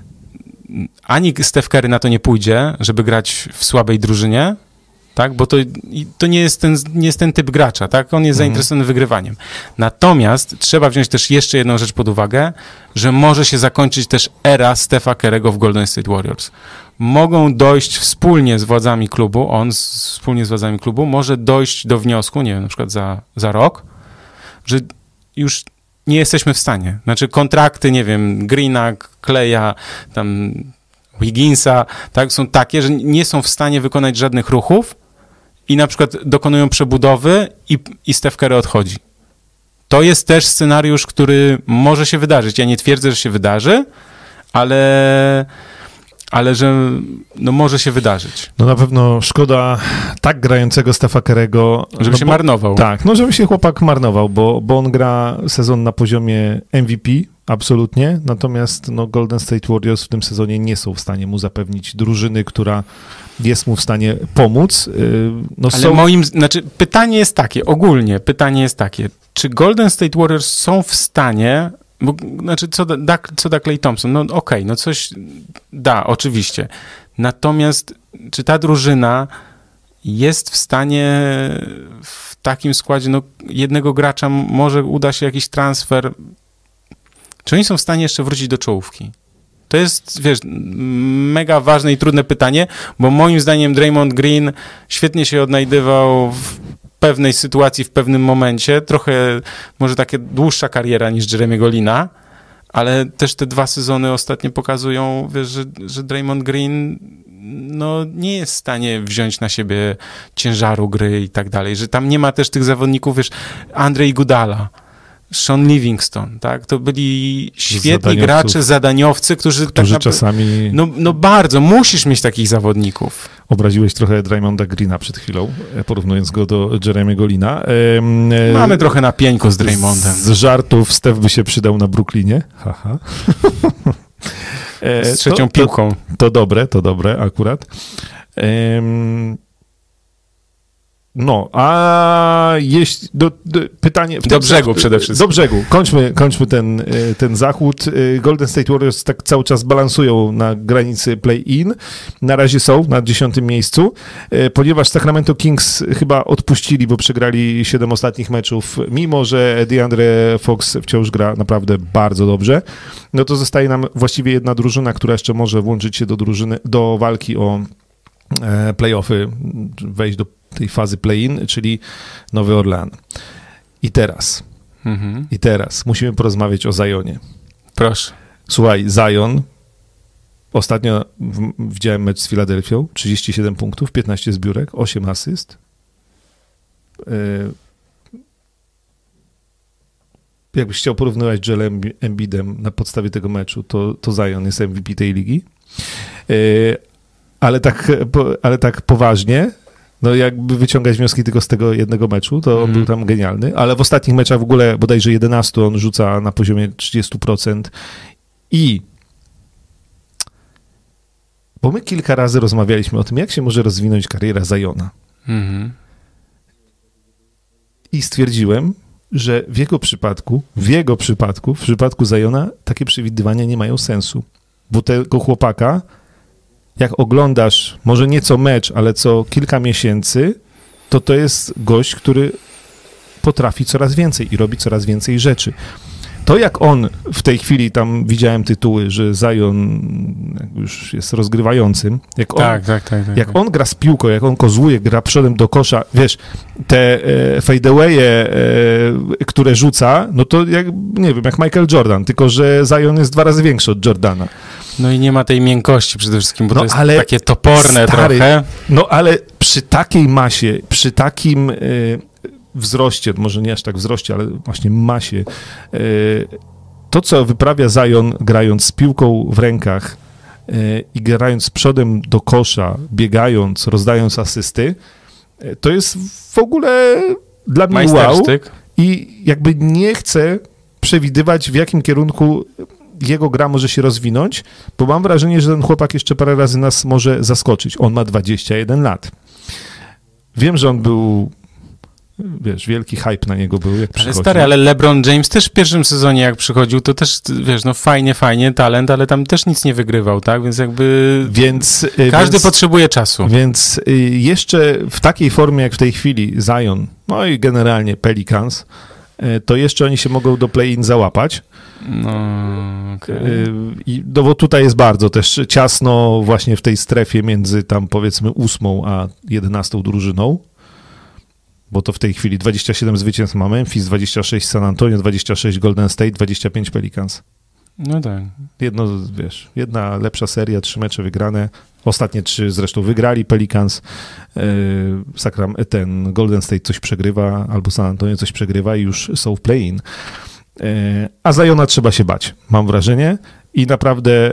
ani Steph Curry na to nie pójdzie, żeby grać w słabej drużynie, tak? Bo to, to nie, jest ten, nie jest ten typ gracza, tak? On jest mhm. zainteresowany wygrywaniem. Natomiast trzeba wziąć też jeszcze jedną rzecz pod uwagę, że może się zakończyć też era Stepha Curry'ego w Golden State Warriors. Mogą dojść wspólnie z władzami klubu, on z, wspólnie z władzami klubu może dojść do wniosku, nie wiem, na przykład za, za rok, że już nie jesteśmy w stanie. Znaczy kontrakty, nie wiem, Greena, Klaya, tam Wigginsa, tak, są takie, że nie są w stanie wykonać żadnych ruchów i na przykład dokonują przebudowy i, i Steph Curry odchodzi. To jest też scenariusz, który może się wydarzyć. Ja nie twierdzę, że się wydarzy, ale, ale że no, może się wydarzyć. No na pewno szkoda tak grającego Stepha Curry'ego. Żeby no się bo, marnował. Tak, no żeby się chłopak marnował, bo, bo on gra sezon na poziomie M V P, absolutnie, natomiast no, Golden State Warriors w tym sezonie nie są w stanie mu zapewnić drużyny, która jest mu w stanie pomóc. No, Ale są... moim, znaczy pytanie jest takie, ogólnie pytanie jest takie, czy Golden State Warriors są w stanie, bo, znaczy co da, co da Klay Thompson, no okej, okay, no coś da, oczywiście, natomiast czy ta drużyna jest w stanie w takim składzie, no jednego gracza może uda się jakiś transfer, czy oni są w stanie jeszcze wrócić do czołówki? To jest, wiesz, mega ważne i trudne pytanie, bo moim zdaniem Draymond Green świetnie się odnajdywał w pewnej sytuacji, w pewnym momencie. Trochę, może taka dłuższa kariera niż Jeremy'ego Lina, ale też te dwa sezony ostatnie pokazują, wiesz, że, że Draymond Green no, nie jest w stanie wziąć na siebie ciężaru gry i tak dalej, że tam nie ma też tych zawodników, wiesz, Andre Iguodala, Sean Livingston, tak? To byli świetni gracze, zadaniowcy, którzy, którzy tak czasami... No, no bardzo, musisz mieć takich zawodników. Obraziłeś trochę Draymonda Greena przed chwilą, porównując go do Jeremy'ego Lina. Mamy trochę na pieńko z Draymondem. Z żartów Steph by się przydał na Brooklynie. Haha. Z trzecią to, piłką. To, to dobre, to dobre akurat. Um, No, a jeśli... Do, do, pytanie... Do brzegu przede wszystkim. Do brzegu. Kończmy, kończmy ten, ten zachód. Golden State Warriors tak cały czas balansują na granicy play-in. Na razie są na dziesiątym miejscu, ponieważ Sacramento Kings chyba odpuścili, bo przegrali siedem ostatnich meczów, mimo że DeAndre Fox wciąż gra naprawdę bardzo dobrze. No to zostaje nam właściwie jedna drużyna, która jeszcze może włączyć się do drużyny, do walki o play-offy, wejść do tej fazy play-in, czyli Nowy Orlean. I teraz, mhm. i teraz musimy porozmawiać o Zionie. Proszę. Słuchaj, Zion, ostatnio w, widziałem mecz z Filadelfią, trzydzieści siedem punktów, piętnaście zbiórek, osiem asyst. Yy, jakbyś chciał porównywać z Joelem Embidem na podstawie tego meczu, to, to Zion jest M V P tej ligi. Yy, ale, tak, ale tak poważnie, no jakby wyciągać wnioski tylko z tego jednego meczu, to on mm. był tam genialny, ale w ostatnich meczach w ogóle bodajże jedenaście on rzuca na poziomie trzydzieści procent i bo my kilka razy rozmawialiśmy o tym, jak się może rozwinąć kariera Ziona. Mm-hmm. I stwierdziłem, że w jego przypadku, w jego przypadku, w przypadku Ziona takie przewidywania nie mają sensu, bo tego chłopaka jak oglądasz, może nie co mecz, ale co kilka miesięcy, to to jest gość, który potrafi coraz więcej i robi coraz więcej rzeczy. to jak on w tej chwili, tam widziałem tytuły, że Zion już jest rozgrywającym, jak on, tak, tak, tak, tak, jak tak. on gra z piłką, jak on kozłuje, gra przodem do kosza, wiesz, te e, fadeawaye, e, które rzuca, no to jak, nie wiem, jak Michael Jordan, tylko że Zion jest dwa razy większy od Jordana. No i nie ma tej miękkości przede wszystkim, bo No, to jest ale takie toporne stary, trochę. No ale przy takiej masie, przy takim y, wzroście, może nie aż tak wzroście, ale właśnie masie, y, to co wyprawia Zion grając z piłką w rękach y, i grając przodem do kosza, biegając, rozdając asysty, y, to jest w ogóle dla mnie wow. Majstersztyk. I jakby nie chcę przewidywać, w jakim kierunku jego gra może się rozwinąć, bo mam wrażenie, że ten chłopak jeszcze parę razy nas może zaskoczyć. On ma dwadzieścia jeden lat. Wiem, że on był, wiesz, wielki hype na niego był, jak Ale przychodził. stary, ale LeBron James też w pierwszym sezonie, jak przychodził, to też, wiesz, no fajnie, fajnie, talent, ale tam też nic nie wygrywał, tak? Więc jakby Więc, każdy więc, potrzebuje czasu. Więc jeszcze w takiej formie, jak w tej chwili Zion, no i generalnie Pelicans, to jeszcze oni się mogą do play-in załapać. No, okay. I no bo tutaj jest bardzo też ciasno właśnie w tej strefie między tam powiedzmy ósmą a jedenastą drużyną, bo to w tej chwili dwadzieścia siedem zwycięstw ma Memphis, dwadzieścia sześć San Antonio, dwadzieścia sześć Golden State, dwadzieścia pięć Pelicans. No tak. Jedno, wiesz, jedna lepsza seria, trzy mecze wygrane, ostatnie trzy zresztą wygrali Pelicans, yy, Sakram, ten Golden State coś przegrywa, albo San Antonio coś przegrywa i już są w play-in. A Ziona trzeba się bać, mam wrażenie, i naprawdę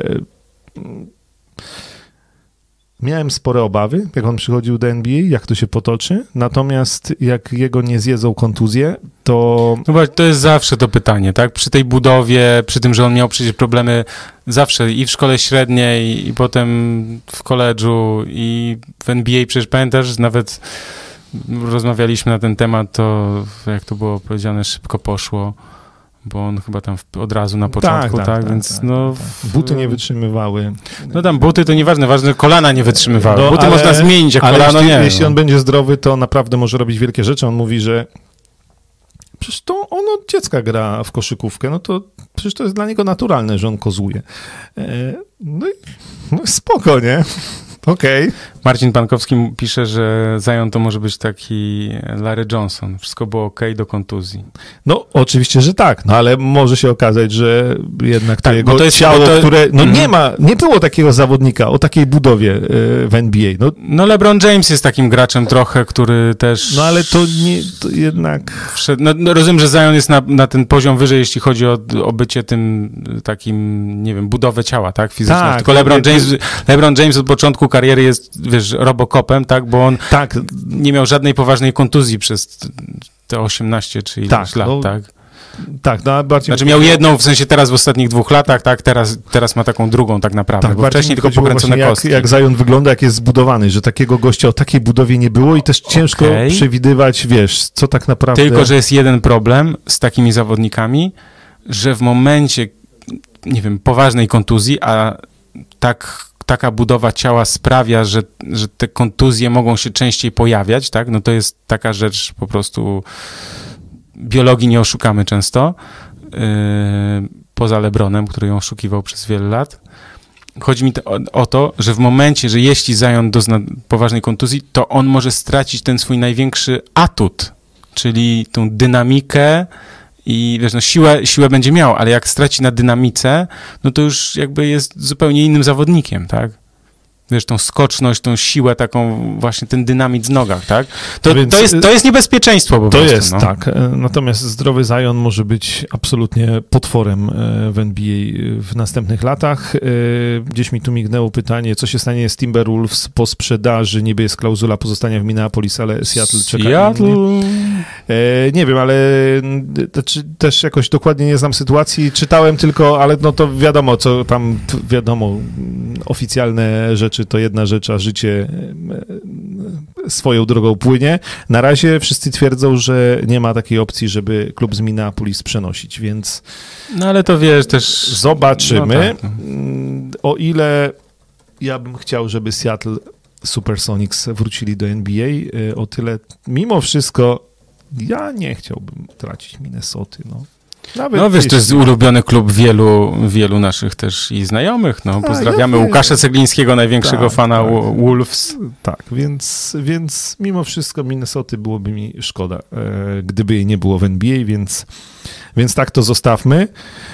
miałem spore obawy, jak on przychodził do N B A, jak to się potoczy, natomiast jak jego nie zjedzą kontuzje, to... No bo to jest zawsze to pytanie, tak? Przy tej budowie, przy tym, że on miał przecież problemy zawsze i w szkole średniej, i potem w koledżu, i w N B A, przecież pamiętasz, nawet rozmawialiśmy na ten temat, to jak to było powiedziane, szybko poszło, bo on chyba tam w, od razu na początku, tak? tak, tak więc tak, no... tak. Buty nie wytrzymywały. No tam buty to nieważne, ważne, kolana nie wytrzymywały. No, buty ale, można zmienić, a kolano jeśli, nie. jeśli no. on będzie zdrowy, to naprawdę może robić wielkie rzeczy. On mówi, że przecież to on od dziecka gra w koszykówkę, no to przecież to jest dla niego naturalne, że on kozłuje. No i no spoko, nie? Okej. Okay. Marcin Pankowski pisze, że Zion to może być taki Larry Johnson. Wszystko było okej okay do kontuzji. No oczywiście, że tak, no ale może się okazać, że jednak to tak, jego to jest, ciało, to... które... No mm. nie ma, nie było takiego zawodnika o takiej budowie w N B A. No, no LeBron James jest takim graczem trochę, który też... No ale to nie, to jednak... Wszedł, no, no rozumiem, że Zion jest na, na ten poziom wyżej, jeśli chodzi o, o bycie tym takim, nie wiem, budowę ciała, tak, fizyczną. Tak, tylko LeBron James, LeBron James od początku kariery jest, wiesz, robokopem, tak, bo on tak. nie miał żadnej poważnej kontuzji przez te osiemnaście czy ileś tak, lat, no, tak? Tak, no bardziej... Znaczy miał jedną, w sensie teraz w ostatnich dwóch latach, tak, teraz, teraz ma taką drugą tak naprawdę, tak, bo wcześniej tylko pokręcone jak, kostki. Jak Zion wygląda, jak jest zbudowany, że takiego gościa o takiej budowie nie było i też ciężko okay. przewidywać, wiesz, co tak naprawdę... Tylko, że jest jeden problem z takimi zawodnikami, że w momencie, nie wiem, poważnej kontuzji, a tak... taka budowa ciała sprawia, że, że te kontuzje mogą się częściej pojawiać, tak? No to jest taka rzecz po prostu, biologii nie oszukamy często, yy, poza LeBronem, który ją oszukiwał przez wiele lat. Chodzi mi to, o, o to, że w momencie, że jeśli Zion dozna poważnej kontuzji, to on może stracić ten swój największy atut, czyli tą dynamikę, i wiesz, no siłę, siłę będzie miał, ale jak straci na dynamice, no to już jakby jest zupełnie innym zawodnikiem, tak? Wiesz, tą skoczność, tą siłę, taką właśnie ten dynamit w nogach, tak? To, Więc, to, jest, to jest niebezpieczeństwo po to prostu. To jest, no. tak. Natomiast zdrowy Zion może być absolutnie potworem w N B A w następnych latach. Gdzieś mi tu mignęło pytanie, co się stanie z Timberwolves po sprzedaży, niby jest klauzula pozostania w Minneapolis, ale Seattle czeka. Seattle. Nie, nie wiem, ale znaczy, też jakoś dokładnie nie znam sytuacji. Czytałem tylko, ale no to wiadomo, co tam, wiadomo, oficjalne rzeczy, to jedna rzecz, a życie swoją drogą płynie. Na razie wszyscy twierdzą, że nie ma takiej opcji, żeby klub z Minneapolis przenosić, więc... No ale to wiesz, też... Zobaczymy. No tak. O ile ja bym chciał, żeby Seattle Supersonics wrócili do N B A, o tyle mimo wszystko ja nie chciałbym tracić Minnesoty, no. Nawet no wiesz, jeśli... to jest ulubiony klub wielu, wielu naszych też i znajomych. No, pozdrawiamy ja Łukasza Ceglińskiego, największego tak, fana tak. Wolves. Tak, więc, więc mimo wszystko Minnesoty byłoby mi szkoda, e, gdyby jej nie było w N B A, więc, więc tak to zostawmy.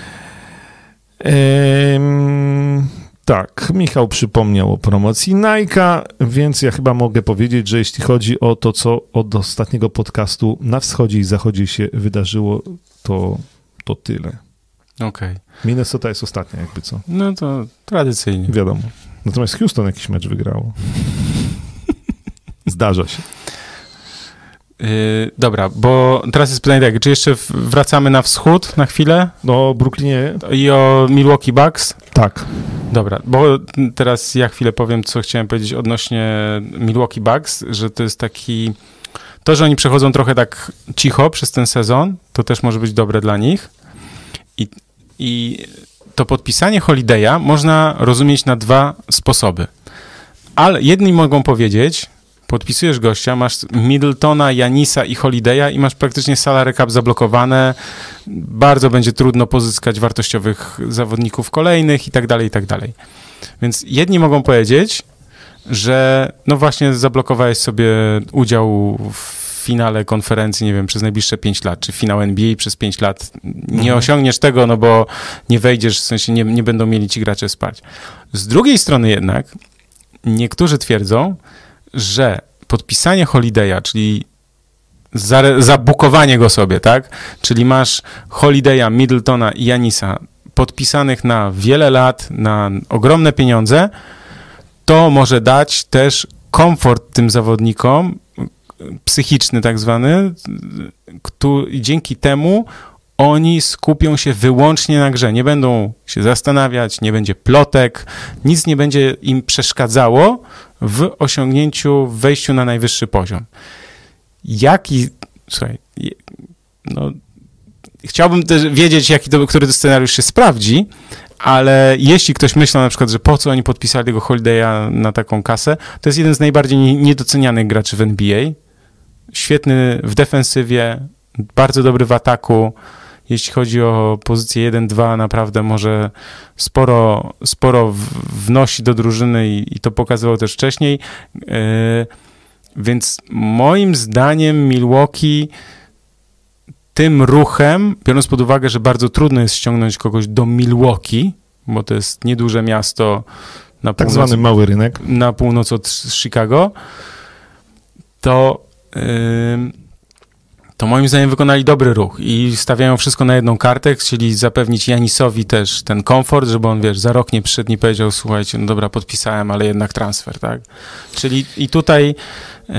Ehm, tak, Michał przypomniał o promocji Nike'a, więc ja chyba mogę powiedzieć, że jeśli chodzi o to, co od ostatniego podcastu na wschodzie i zachodzie się wydarzyło, to, to tyle. Okej. Okay. Minnesota jest ostatnia, jakby co. No to tradycyjnie. Wiadomo. Natomiast Houston jakiś mecz wygrało. Zdarza się. Yy, dobra, bo teraz jest pytanie tak, czy jeszcze wracamy na wschód na chwilę? No, Brooklynie. I o Milwaukee Bucks? Tak. Dobra, bo teraz ja chwilę powiem, co chciałem powiedzieć odnośnie Milwaukee Bucks, że to jest taki... To, że oni przechodzą trochę tak cicho przez ten sezon, to też może być dobre dla nich. I, i to podpisanie Holiday'a można rozumieć na dwa sposoby. Ale jedni mogą powiedzieć... Podpisujesz gościa, masz Middletona, Janisa i Holiday'a i masz praktycznie salary cap zablokowane. Bardzo będzie trudno pozyskać wartościowych zawodników kolejnych i tak dalej, i tak dalej. Więc jedni mogą powiedzieć, że no właśnie zablokowałeś sobie udział w finale konferencji, nie wiem, przez najbliższe pięć lat, czy finał N B A przez pięć lat. Nie mhm. osiągniesz tego, no bo nie wejdziesz, w sensie nie, nie będą mieli ci gracze wsparć. Z drugiej strony jednak niektórzy twierdzą, że podpisanie Holiday'a, czyli zare- zabukowanie go sobie, tak? Czyli masz Holiday'a, Middletona i Janisa podpisanych na wiele lat, na ogromne pieniądze, to może dać też komfort tym zawodnikom, psychiczny tak zwany, który, dzięki temu oni skupią się wyłącznie na grze. Nie będą się zastanawiać, nie będzie plotek, nic nie będzie im przeszkadzało w osiągnięciu, w wejściu na najwyższy poziom. Jaki, słuchaj, no, chciałbym też wiedzieć, jaki to, który to scenariusz się sprawdzi, ale jeśli ktoś myślał na przykład, że po co oni podpisali tego Holiday'a na taką kasę, to jest jeden z najbardziej niedocenianych graczy w N B A. Świetny w defensywie, bardzo dobry w ataku. Jeśli chodzi o pozycję jeden dwa, naprawdę może sporo, sporo wnosi do drużyny i, i to pokazywał też wcześniej. Yy, więc moim zdaniem Milwaukee tym ruchem, biorąc pod uwagę, że bardzo trudno jest ściągnąć kogoś do Milwaukee, bo to jest nieduże miasto na tak północ, zwany mały rynek, na północ od Chicago, to yy, to moim zdaniem wykonali dobry ruch i stawiają wszystko na jedną kartę, chcieli zapewnić Janisowi też ten komfort, żeby on, wiesz, za rok nie przyszedł i powiedział, słuchajcie, no dobra, podpisałem, ale jednak transfer, tak? Czyli i tutaj yy,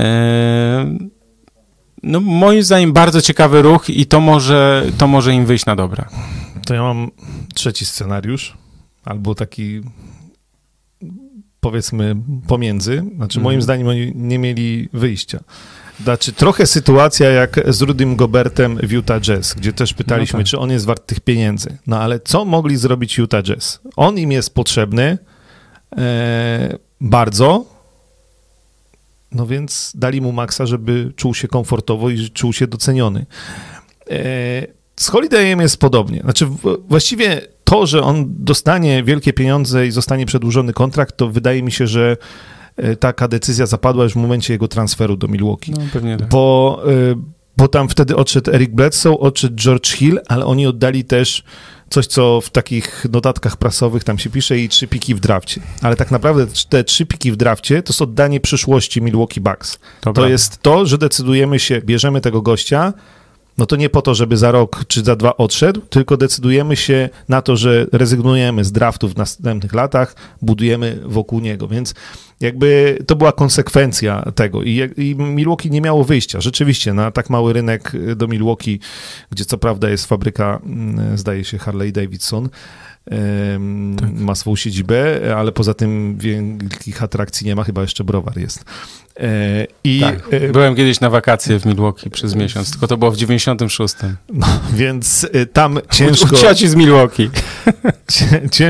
no moim zdaniem bardzo ciekawy ruch i to może, to może im wyjść na dobre. To ja mam trzeci scenariusz, albo taki powiedzmy pomiędzy, znaczy moim mm. zdaniem oni nie mieli wyjścia. Znaczy trochę sytuacja jak z Rudym Gobertem w Utah Jazz, gdzie też pytaliśmy, no tak. czy on jest wart tych pieniędzy. No ale co mogli zrobić Utah Jazz? On im jest potrzebny e, bardzo, no więc dali mu maksa, żeby czuł się komfortowo i czuł się doceniony. E, z Holidayem jest podobnie. Znaczy w, właściwie to, że on dostanie wielkie pieniądze i zostanie przedłużony kontrakt, to wydaje mi się, że taka decyzja zapadła już w momencie jego transferu do Milwaukee. No, pewnie tak. Bo, bo tam wtedy odszedł Eric Bledsoe, odszedł George Hill, ale oni oddali też coś, co w takich notatkach prasowych tam się pisze i trzy piki w drafcie. Ale tak naprawdę te trzy piki w drafcie to jest oddanie przyszłości Milwaukee Bucks. To, to jest to, że decydujemy się, bierzemy tego gościa, no to nie po to, żeby za rok czy za dwa odszedł, tylko decydujemy się na to, że rezygnujemy z draftu w następnych latach, budujemy wokół niego, więc jakby to była konsekwencja tego i, i Milwaukee nie miało wyjścia. Rzeczywiście na tak mały rynek do Milwaukee, gdzie co prawda jest fabryka, zdaje się, Harley Davidson, tak. ma swą siedzibę, ale poza tym wielkich atrakcji nie ma, chyba jeszcze browar jest. I tak. Byłem kiedyś na wakacje w Milwaukee przez miesiąc, tylko to było w dziewięćdziesiątym szóstym. No, więc tam ciężko... U cioci z Milwaukee.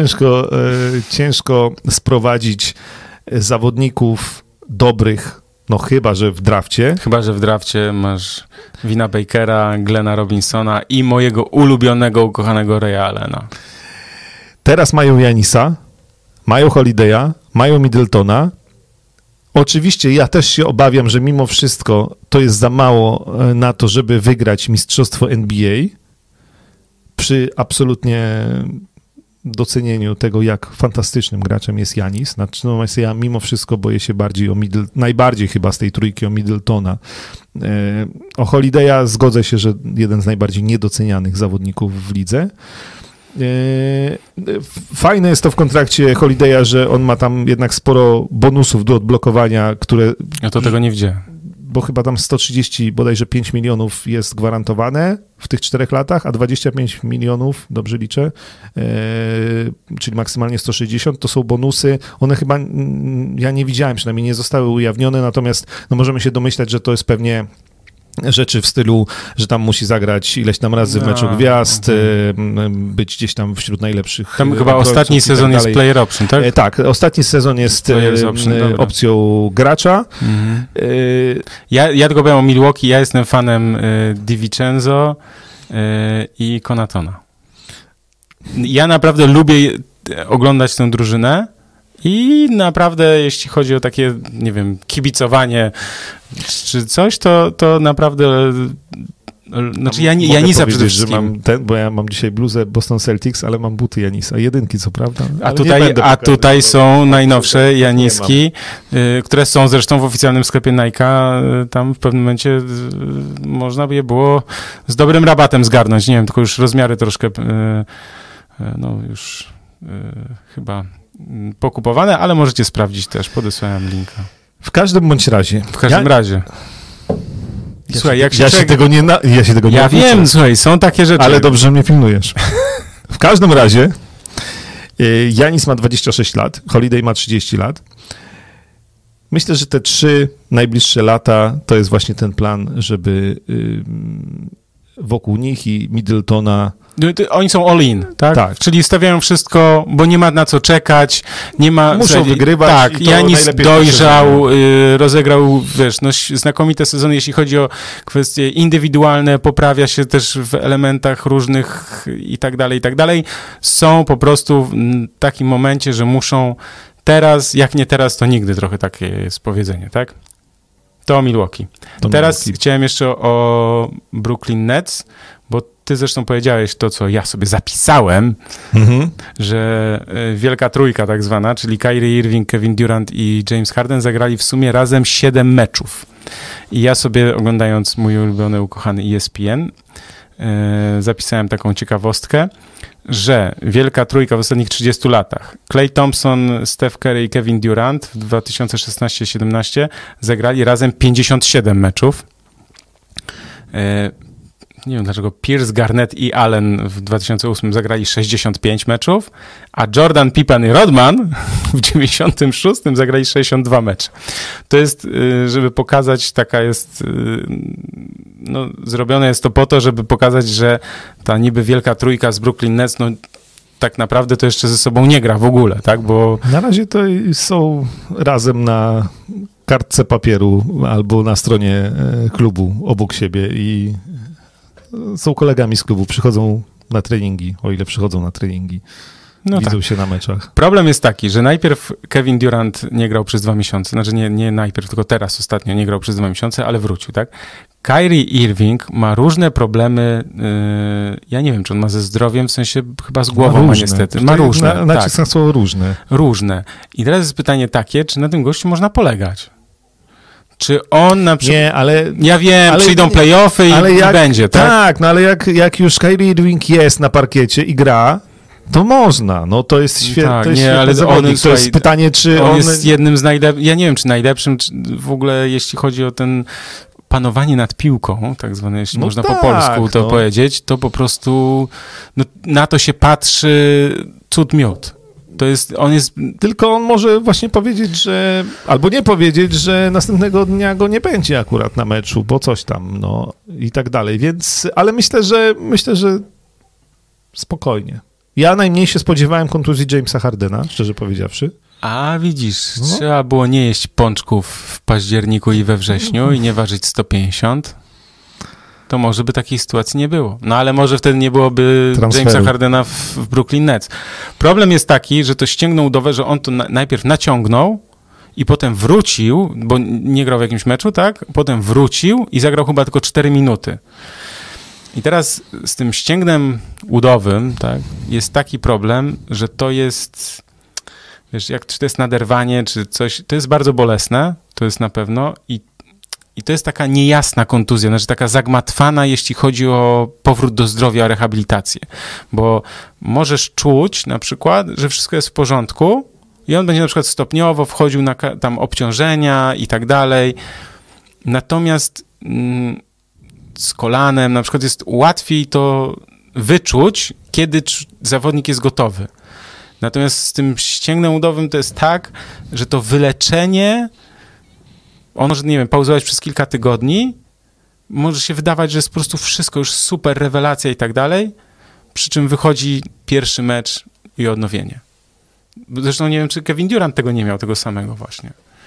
Ciężko, ciężko sprowadzić zawodników dobrych, No chyba, że w drafcie. Chyba, że w drafcie masz Vina Bakera, Glena Robinsona i mojego ulubionego, ukochanego Raya Allena. Teraz mają Janisa, mają Holiday'a, mają Middletona. Oczywiście ja też się obawiam, że mimo wszystko to jest za mało na to, żeby wygrać mistrzostwo N B A przy absolutnie docenieniu tego, jak fantastycznym graczem jest Janis. Natomiast ja mimo wszystko boję się bardziej o Middle, najbardziej chyba z tej trójki o Middletona. O Holiday'a zgodzę się, że jeden z najbardziej niedocenianych zawodników w lidze. Fajne jest to w kontrakcie Holiday'a, że on ma tam jednak sporo bonusów do odblokowania, które... Ja to tego nie widziałem. Bo chyba tam sto trzydzieści, bodajże pięć milionów jest gwarantowane w tych czterech latach, a dwadzieścia pięć milionów, dobrze liczę, yy, czyli maksymalnie sto sześćdziesiąt, to są bonusy. One chyba, ja nie widziałem, przynajmniej nie zostały ujawnione, natomiast no, możemy się domyślać, że to jest pewnie rzeczy w stylu, że tam musi zagrać ileś tam razy w meczu gwiazd, okay. być gdzieś tam wśród najlepszych. Tam chyba ostatni sezon tak jest player option, tak? E, tak, ostatni sezon jest option, opcją gracza. Mhm. E, ja, ja tylko powiem o Milwaukee, ja jestem fanem y, DiVincenzo y, i Konatona. Ja naprawdę lubię oglądać tę drużynę. I naprawdę, jeśli chodzi o takie, nie wiem, kibicowanie czy coś, to, to naprawdę... Znaczy, ja, ja Janisa przede wszystkim. Że mam ten, bo ja mam dzisiaj bluzę Boston Celtics, ale mam buty Janisa. Jedynki, co prawda. A tutaj, a tutaj są najnowsze Janiski, y, które są zresztą w oficjalnym sklepie Nike'a. Y, tam w pewnym momencie y, można by je było z dobrym rabatem zgarnąć. Nie wiem, tylko już rozmiary troszkę, y, y, no już y, chyba... pokupowane, ale możecie sprawdzić też, podesłałem linka. W każdym bądź razie. W każdym ja... razie. Ja słuchaj, jak się, ja, czek... się tego nie na... ja się tego nie Ja odliczę. wiem, słuchaj, są takie rzeczy. Ale dobrze mnie pilnujesz. W każdym razie Janis ma dwadzieścia sześć lat, Holiday ma trzydzieści lat. Myślę, że te trzy najbliższe lata to jest właśnie ten plan, żeby wokół nich i Middletona. Oni są all in, tak? tak? Czyli stawiają wszystko, bo nie ma na co czekać, nie ma... Muszą sobie, wygrywać. Tak, Janis dojrzał, y, rozegrał, wiesz, no, znakomite sezony, jeśli chodzi o kwestie indywidualne, poprawia się też w elementach różnych i tak dalej, i tak dalej. Są po prostu w takim momencie, że muszą teraz, jak nie teraz, to nigdy, trochę takie jest powiedzenie, tak? To Milwaukee. To teraz Milwaukee. Chciałem jeszcze o Brooklyn Nets, bo ty zresztą powiedziałeś to, co ja sobie zapisałem, mhm. że wielka trójka tak zwana, czyli Kyrie Irving, Kevin Durant i James Harden zagrali w sumie razem siedem meczów. I ja sobie, oglądając mój ulubiony, ukochany E S P N, yy, zapisałem taką ciekawostkę, że wielka trójka w ostatnich trzydziestu latach, Klay Thompson, Steph Curry i Kevin Durant w dwa tysiące szesnaście siedemnaście zagrali razem pięćdziesiąt siedem meczów. Yy, nie wiem dlaczego, Pierce, Garnett i Allen w dwa tysiące ósmym zagrali sześćdziesiąt pięć meczów, a Jordan, Pippen i Rodman w dziewięćdziesiątym szóstym zagrali sześćdziesiąt dwa mecze. To jest, żeby pokazać, taka jest, no, zrobione jest to po to, żeby pokazać, że ta niby wielka trójka z Brooklyn Nets, no, tak naprawdę to jeszcze ze sobą nie gra w ogóle, tak, bo... Na razie to są razem na kartce papieru albo na stronie klubu obok siebie i są kolegami z klubu, przychodzą na treningi, o ile przychodzą na treningi. No widzą tak. się na meczach. Problem jest taki, że najpierw Kevin Durant nie grał przez dwa miesiące, znaczy nie, nie najpierw, tylko teraz ostatnio nie grał przez dwa miesiące, ale wrócił, tak? Kyrie Irving ma różne problemy, yy, ja nie wiem, czy on ma ze zdrowiem, w sensie chyba z głową ma, ma niestety. Ma różne. Na, nacisk tak. słowo różne. Różne. I teraz jest pytanie takie, czy na tym gościu można polegać? Czy on na przykład... Nie, ale... Ja wiem, ale, przyjdą play-offy i, ale jak, i będzie, tak? Tak, no ale jak, jak już Kyrie Irving jest na parkiecie i gra, to można. No to jest świetne. Tak, to jest nie, ale on, to słuchaj, jest pytanie, czy on... On jest jednym z najlepszych... Ja nie wiem, czy najlepszym, czy w ogóle jeśli chodzi o ten panowanie nad piłką, tak zwane, jeśli no można tak, po polsku to no. powiedzieć, to po prostu no, na to się patrzy cud miód. To jest, on jest... Tylko on może właśnie powiedzieć, że... Albo nie powiedzieć, że następnego dnia go nie będzie akurat na meczu, bo coś tam, no i tak dalej. Więc, ale myślę, że myślę, że spokojnie. Ja najmniej się spodziewałem kontuzji Jamesa Hardena, szczerze powiedziawszy. A widzisz, No. trzeba było nie jeść pączków w październiku i we wrześniu i nie ważyć sto pięćdziesiąt. To może by takiej sytuacji nie było. No ale może wtedy nie byłoby Transferu. Jamesa Hardena w, w Brooklyn Nets. Problem jest taki, że to ścięgną udowe, że on to na, najpierw naciągnął i potem wrócił, bo nie grał w jakimś meczu, tak? Potem wrócił i zagrał chyba tylko cztery minuty. I teraz z tym ścięgnem udowym, tak, jest taki problem, że to jest, wiesz, jak, czy to jest naderwanie, czy coś, to jest bardzo bolesne, to jest na pewno i I to jest taka niejasna kontuzja, znaczy taka zagmatwana, jeśli chodzi o powrót do zdrowia, rehabilitację. Bo możesz czuć na przykład, że wszystko jest w porządku i on będzie na przykład stopniowo wchodził na tam obciążenia i tak dalej. Natomiast mm, z kolanem na przykład jest łatwiej to wyczuć, kiedy cz- zawodnik jest gotowy. Natomiast z tym ścięgnem udowym to jest tak, że to wyleczenie on może, nie wiem, pauzować przez kilka tygodni, może się wydawać, że jest po prostu wszystko już super, rewelacja i tak dalej, przy czym wychodzi pierwszy mecz i odnowienie. Zresztą nie wiem, czy Kevin Durant tego nie miał, tego samego właśnie.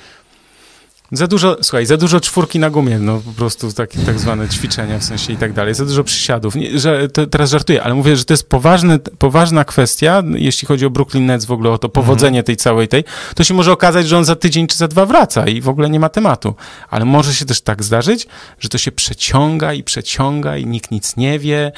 Za dużo, słuchaj, za dużo czwórki na gumie, no po prostu takie tak zwane ćwiczenia w sensie i tak dalej, za dużo przysiadów. Nie, że, to, teraz żartuję, ale mówię, że to jest poważny, poważna kwestia, jeśli chodzi o Brooklyn Nets w ogóle, o to powodzenie tej całej tej, to się może okazać, że on za tydzień czy za dwa wraca i w ogóle nie ma tematu. Ale może się też tak zdarzyć, że to się przeciąga i przeciąga i nikt nic nie wie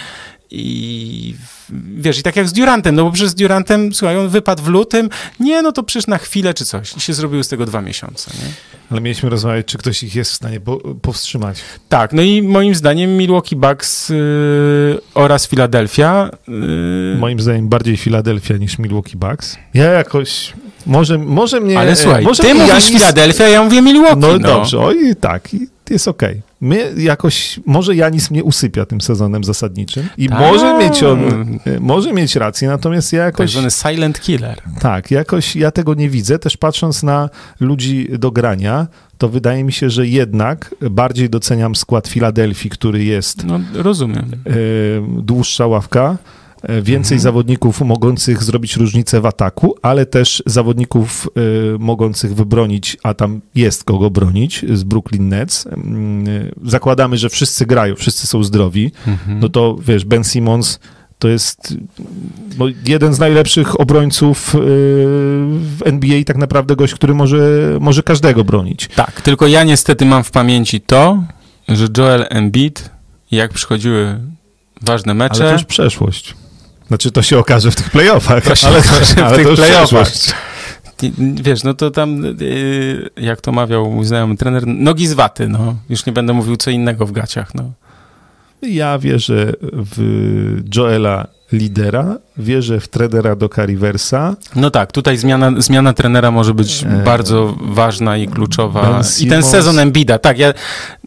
i wiesz, i tak jak z Durantem, no bo przecież z Durantem, słuchaj, on wypadł w lutym, nie, no to przecież na chwilę czy coś i się zrobiły z tego dwa miesiące, nie? Ale mieliśmy rozmawiać, czy ktoś ich jest w stanie po, powstrzymać. Tak, no i moim zdaniem Milwaukee Bucks yy, oraz Philadelphia. Yy... Moim zdaniem bardziej Philadelphia niż Milwaukee Bucks. Ja jakoś, może, może mnie... Ale słuchaj, może ty mnie mówisz Janis- Philadelphia, ja mówię Milwaukee. No, No, dobrze, oj tak, i jest okej. My jakoś, może Janis mnie usypia tym sezonem zasadniczym i Tak. może mieć on, może mieć rację, natomiast ja tak jakoś... zwany silent killer. Tak, jakoś ja tego nie widzę. Też patrząc na ludzi do grania, to wydaje mi się, że jednak bardziej doceniam skład Filadelfii, który jest No, rozumiem. e, dłuższa ławka, e, więcej Mhm. zawodników mogących zrobić różnicę w ataku, ale też zawodników e, mogących wybronić, a tam jest kogo bronić z Brooklyn Nets. Mm, e, zakładamy, że wszyscy grają, wszyscy są zdrowi, Mhm. no to wiesz, Ben Simmons to jest no, jeden z najlepszych obrońców yy, w N B A, tak naprawdę gość, który może, może każdego bronić. Tak, tylko ja niestety mam w pamięci to, że Joel Embiid, jak przychodziły ważne mecze... Ale to już przeszłość. Znaczy, to się okaże w tych playoffach. To się ale okaże w ale tych to już playoffach. przeszłość. Wiesz, no to tam, yy, jak to mawiał mój znajomy trener, nogi z waty, no. Już nie będę mówił co innego w gaciach, no. Ja wierzę w Joela Lidera, wierzę w trenera Doka Riversa. No tak, tutaj zmiana, zmiana trenera może być Eee, bardzo ważna i kluczowa. Ben I ten Simmons. sezon Embida, tak, ja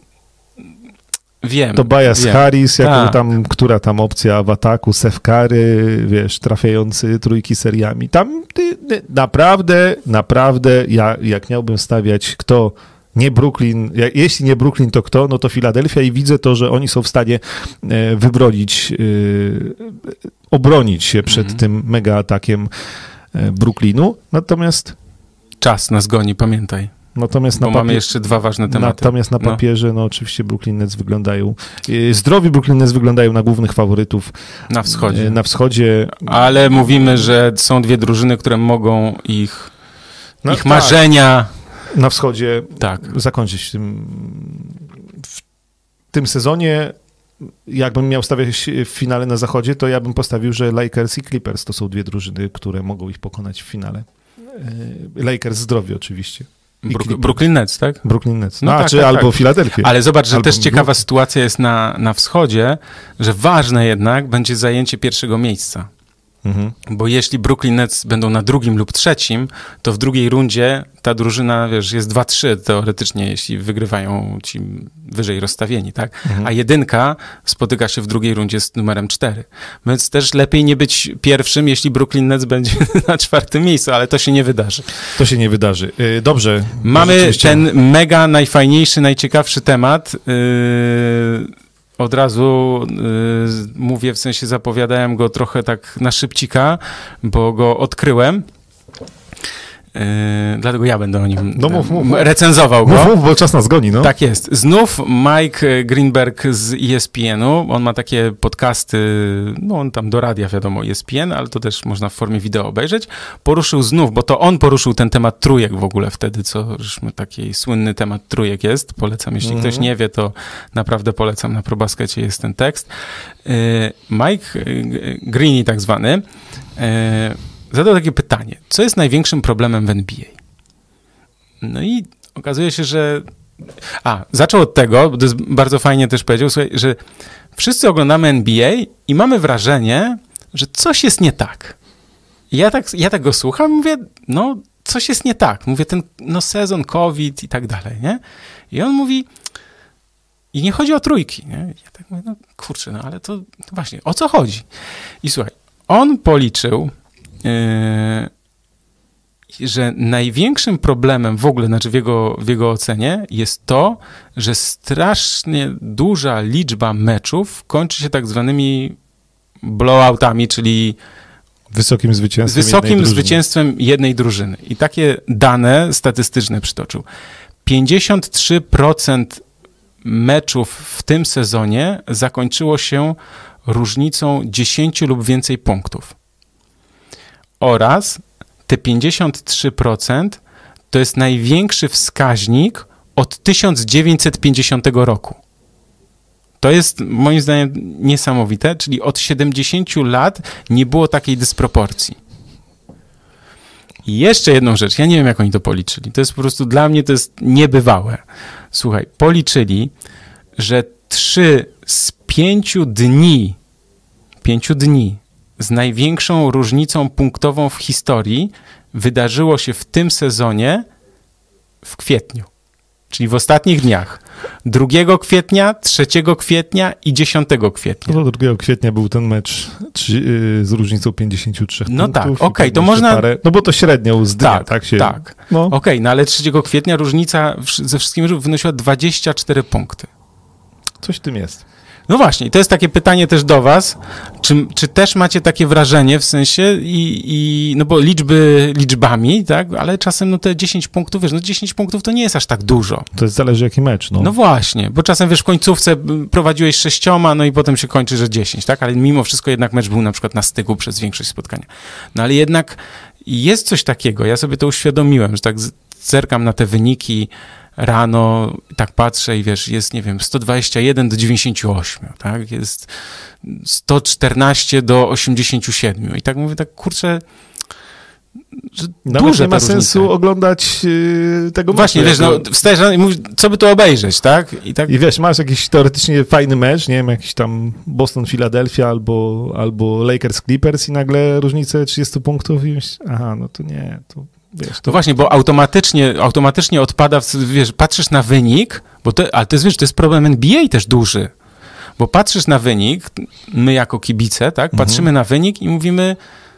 wiem. Tobias wiem. Harris, jako Tak. tam, która tam opcja w ataku, Seth Curry, wiesz, trafiający trójki seriami. Tam ty, ty, naprawdę, naprawdę, ja jak miałbym stawiać kto, nie Brooklyn, jak, jeśli nie Brooklyn, to kto, no to Philadelphia i widzę to, że oni są w stanie e, wybronić, e, obronić się przed Mhm. tym mega atakiem e, Brooklynu. Natomiast, Czas nas goni, pamiętaj. natomiast Bo na mamy papier- jeszcze dwa ważne tematy. Natomiast na No. papierze, no oczywiście Brooklyn Nets wyglądają, e, zdrowi Brooklyn Nets wyglądają na głównych faworytów Na wschodzie. e, na wschodzie. Ale mówimy, że są dwie drużyny, które mogą ich, No ich tak, marzenia... na wschodzie Tak. zakończyć w tym, w tym sezonie. Jakbym miał stawiać w finale na zachodzie, to ja bym postawił, że Lakers i Clippers to są dwie drużyny, które mogą ich pokonać w finale. E, Lakers zdrowi oczywiście. I Brook- Clippers. Brooklyn Nets, tak? Brooklyn Nets. No No, tak, czy tak, albo tak. Filadelfia. Ale zobacz, że Albo też ciekawa Brooklyn. sytuacja jest na, na wschodzie, że ważne jednak będzie zajęcie pierwszego miejsca. Mhm. Bo jeśli Brooklyn Nets będą na drugim lub trzecim, to w drugiej rundzie ta drużyna, wiesz, jest dwa trzy teoretycznie, jeśli wygrywają ci wyżej rozstawieni, tak? Mhm. A jedynka spotyka się w drugiej rundzie z numerem cztery. Więc też lepiej nie być pierwszym, jeśli Brooklyn Nets będzie na czwartym miejscu, ale to się nie wydarzy. To się nie wydarzy. E, Dobrze. Mamy Rzeczywiście. ten mega najfajniejszy, najciekawszy temat. Yy, od razu yy, mówię, w sensie zapowiadałem go trochę tak na szybcika, bo go odkryłem. Yy, dlatego ja będę o nim no, mów, mów, recenzował go. Mów, mów, bo czas nas goni, no. Tak jest. Znów Mike Greenberg z E S P N u. On ma takie podcasty, no on tam do radia, wiadomo, E S P N, ale to też można w formie wideo obejrzeć. Poruszył znów, bo to on poruszył ten temat trójek w ogóle wtedy, co żeśmy taki słynny temat trójek jest. Polecam, jeśli mm-hmm. ktoś nie wie, to naprawdę polecam. Na ProBaskecie jest ten tekst. Yy, Mike Greeny tak zwany yy, zadał takie pytanie. Co jest największym problemem w N B A? No i okazuje się, że... A, zaczął od tego, bo to jest bardzo fajnie też powiedział, słuchaj, że wszyscy oglądamy N B A i mamy wrażenie, że coś jest nie tak. I ja tak, ja tak go słucham i mówię, no coś jest nie tak. Mówię, ten no, sezon, COVID i tak dalej, nie? I on mówi... I nie chodzi o trójki, nie? Ja tak mówię, no kurczę, no ale to właśnie, o co chodzi? I słuchaj, on policzył... Yy, że największym problemem w ogóle, znaczy w jego, w jego ocenie, jest to, że strasznie duża liczba meczów kończy się tak zwanymi blowoutami, czyli wysokim zwycięstwem, wysokim jednej, zwycięstwem jednej drużyny. I takie dane statystyczne przytoczył. pięćdziesiąt trzy procent meczów w tym sezonie zakończyło się różnicą dziesięć lub więcej punktów. Oraz te pięćdziesiąt trzy procent to jest największy wskaźnik od tysiąc dziewięćset pięćdziesiątego roku. To jest moim zdaniem niesamowite, czyli od siedemdziesięciu lat nie było takiej dysproporcji. I jeszcze jedną rzecz, ja nie wiem, jak oni to policzyli. To jest po prostu, dla mnie to jest niebywałe. Słuchaj, policzyli, że trzy z pięciu dni, pięciu dni z największą różnicą punktową w historii wydarzyło się w tym sezonie w kwietniu, czyli w ostatnich dniach. drugiego kwietnia, trzeciego kwietnia i dziesiątego kwietnia. No do drugiego kwietnia był ten mecz trzy, yy, z różnicą pięćdziesięciu trzech no punktów. No tak, okej, okay, to można... Parę, no bo to średnio z dnia, tak? Tak, się... tak. No. Okej, okay, no ale trzeciego kwietnia różnica ze wszystkimi wynosiła dwadzieścia cztery punkty. Coś w tym jest. No właśnie, to jest takie pytanie też do was, czy, czy też macie takie wrażenie w sensie i, i no bo liczby liczbami, tak, ale czasem no te dziesięć punktów, wiesz, no dziesięć punktów to nie jest aż tak dużo. To jest zależy jaki mecz, no. No właśnie, bo czasem wiesz, w końcówce prowadziłeś sześcioma, no i potem się kończy, że dziesięć, tak, ale mimo wszystko jednak mecz był na przykład na styku przez większość spotkania. No ale jednak jest coś takiego, ja sobie to uświadomiłem, że tak zerkam na te wyniki rano, tak patrzę i wiesz, jest, nie wiem, sto dwadzieścia jeden do dziewięćdziesięciu ośmiu, tak, jest sto czternaście do osiemdziesięciu siedmiu i tak mówię, tak kurczę, że nawet duże nie ma różnica. sensu oglądać yy, tego Właśnie, meczu. wiesz, no wstajesz i mówisz, co by tu obejrzeć, tak? I, tak... I wiesz, masz jakiś teoretycznie fajny mecz, nie wiem, jakiś tam Boston-Philadelphia albo, albo Lakers-Clippers i nagle różnicę trzydziestu punktów i myślisz, aha, no to nie, to wiesz. To... No właśnie, bo automatycznie, automatycznie odpada, wiesz, patrzysz na wynik, bo to, ale to jest, wiesz, to jest problem N B A też duży, bo patrzysz na wynik, my jako kibice, tak, patrzymy mhm. na wynik i mówimy,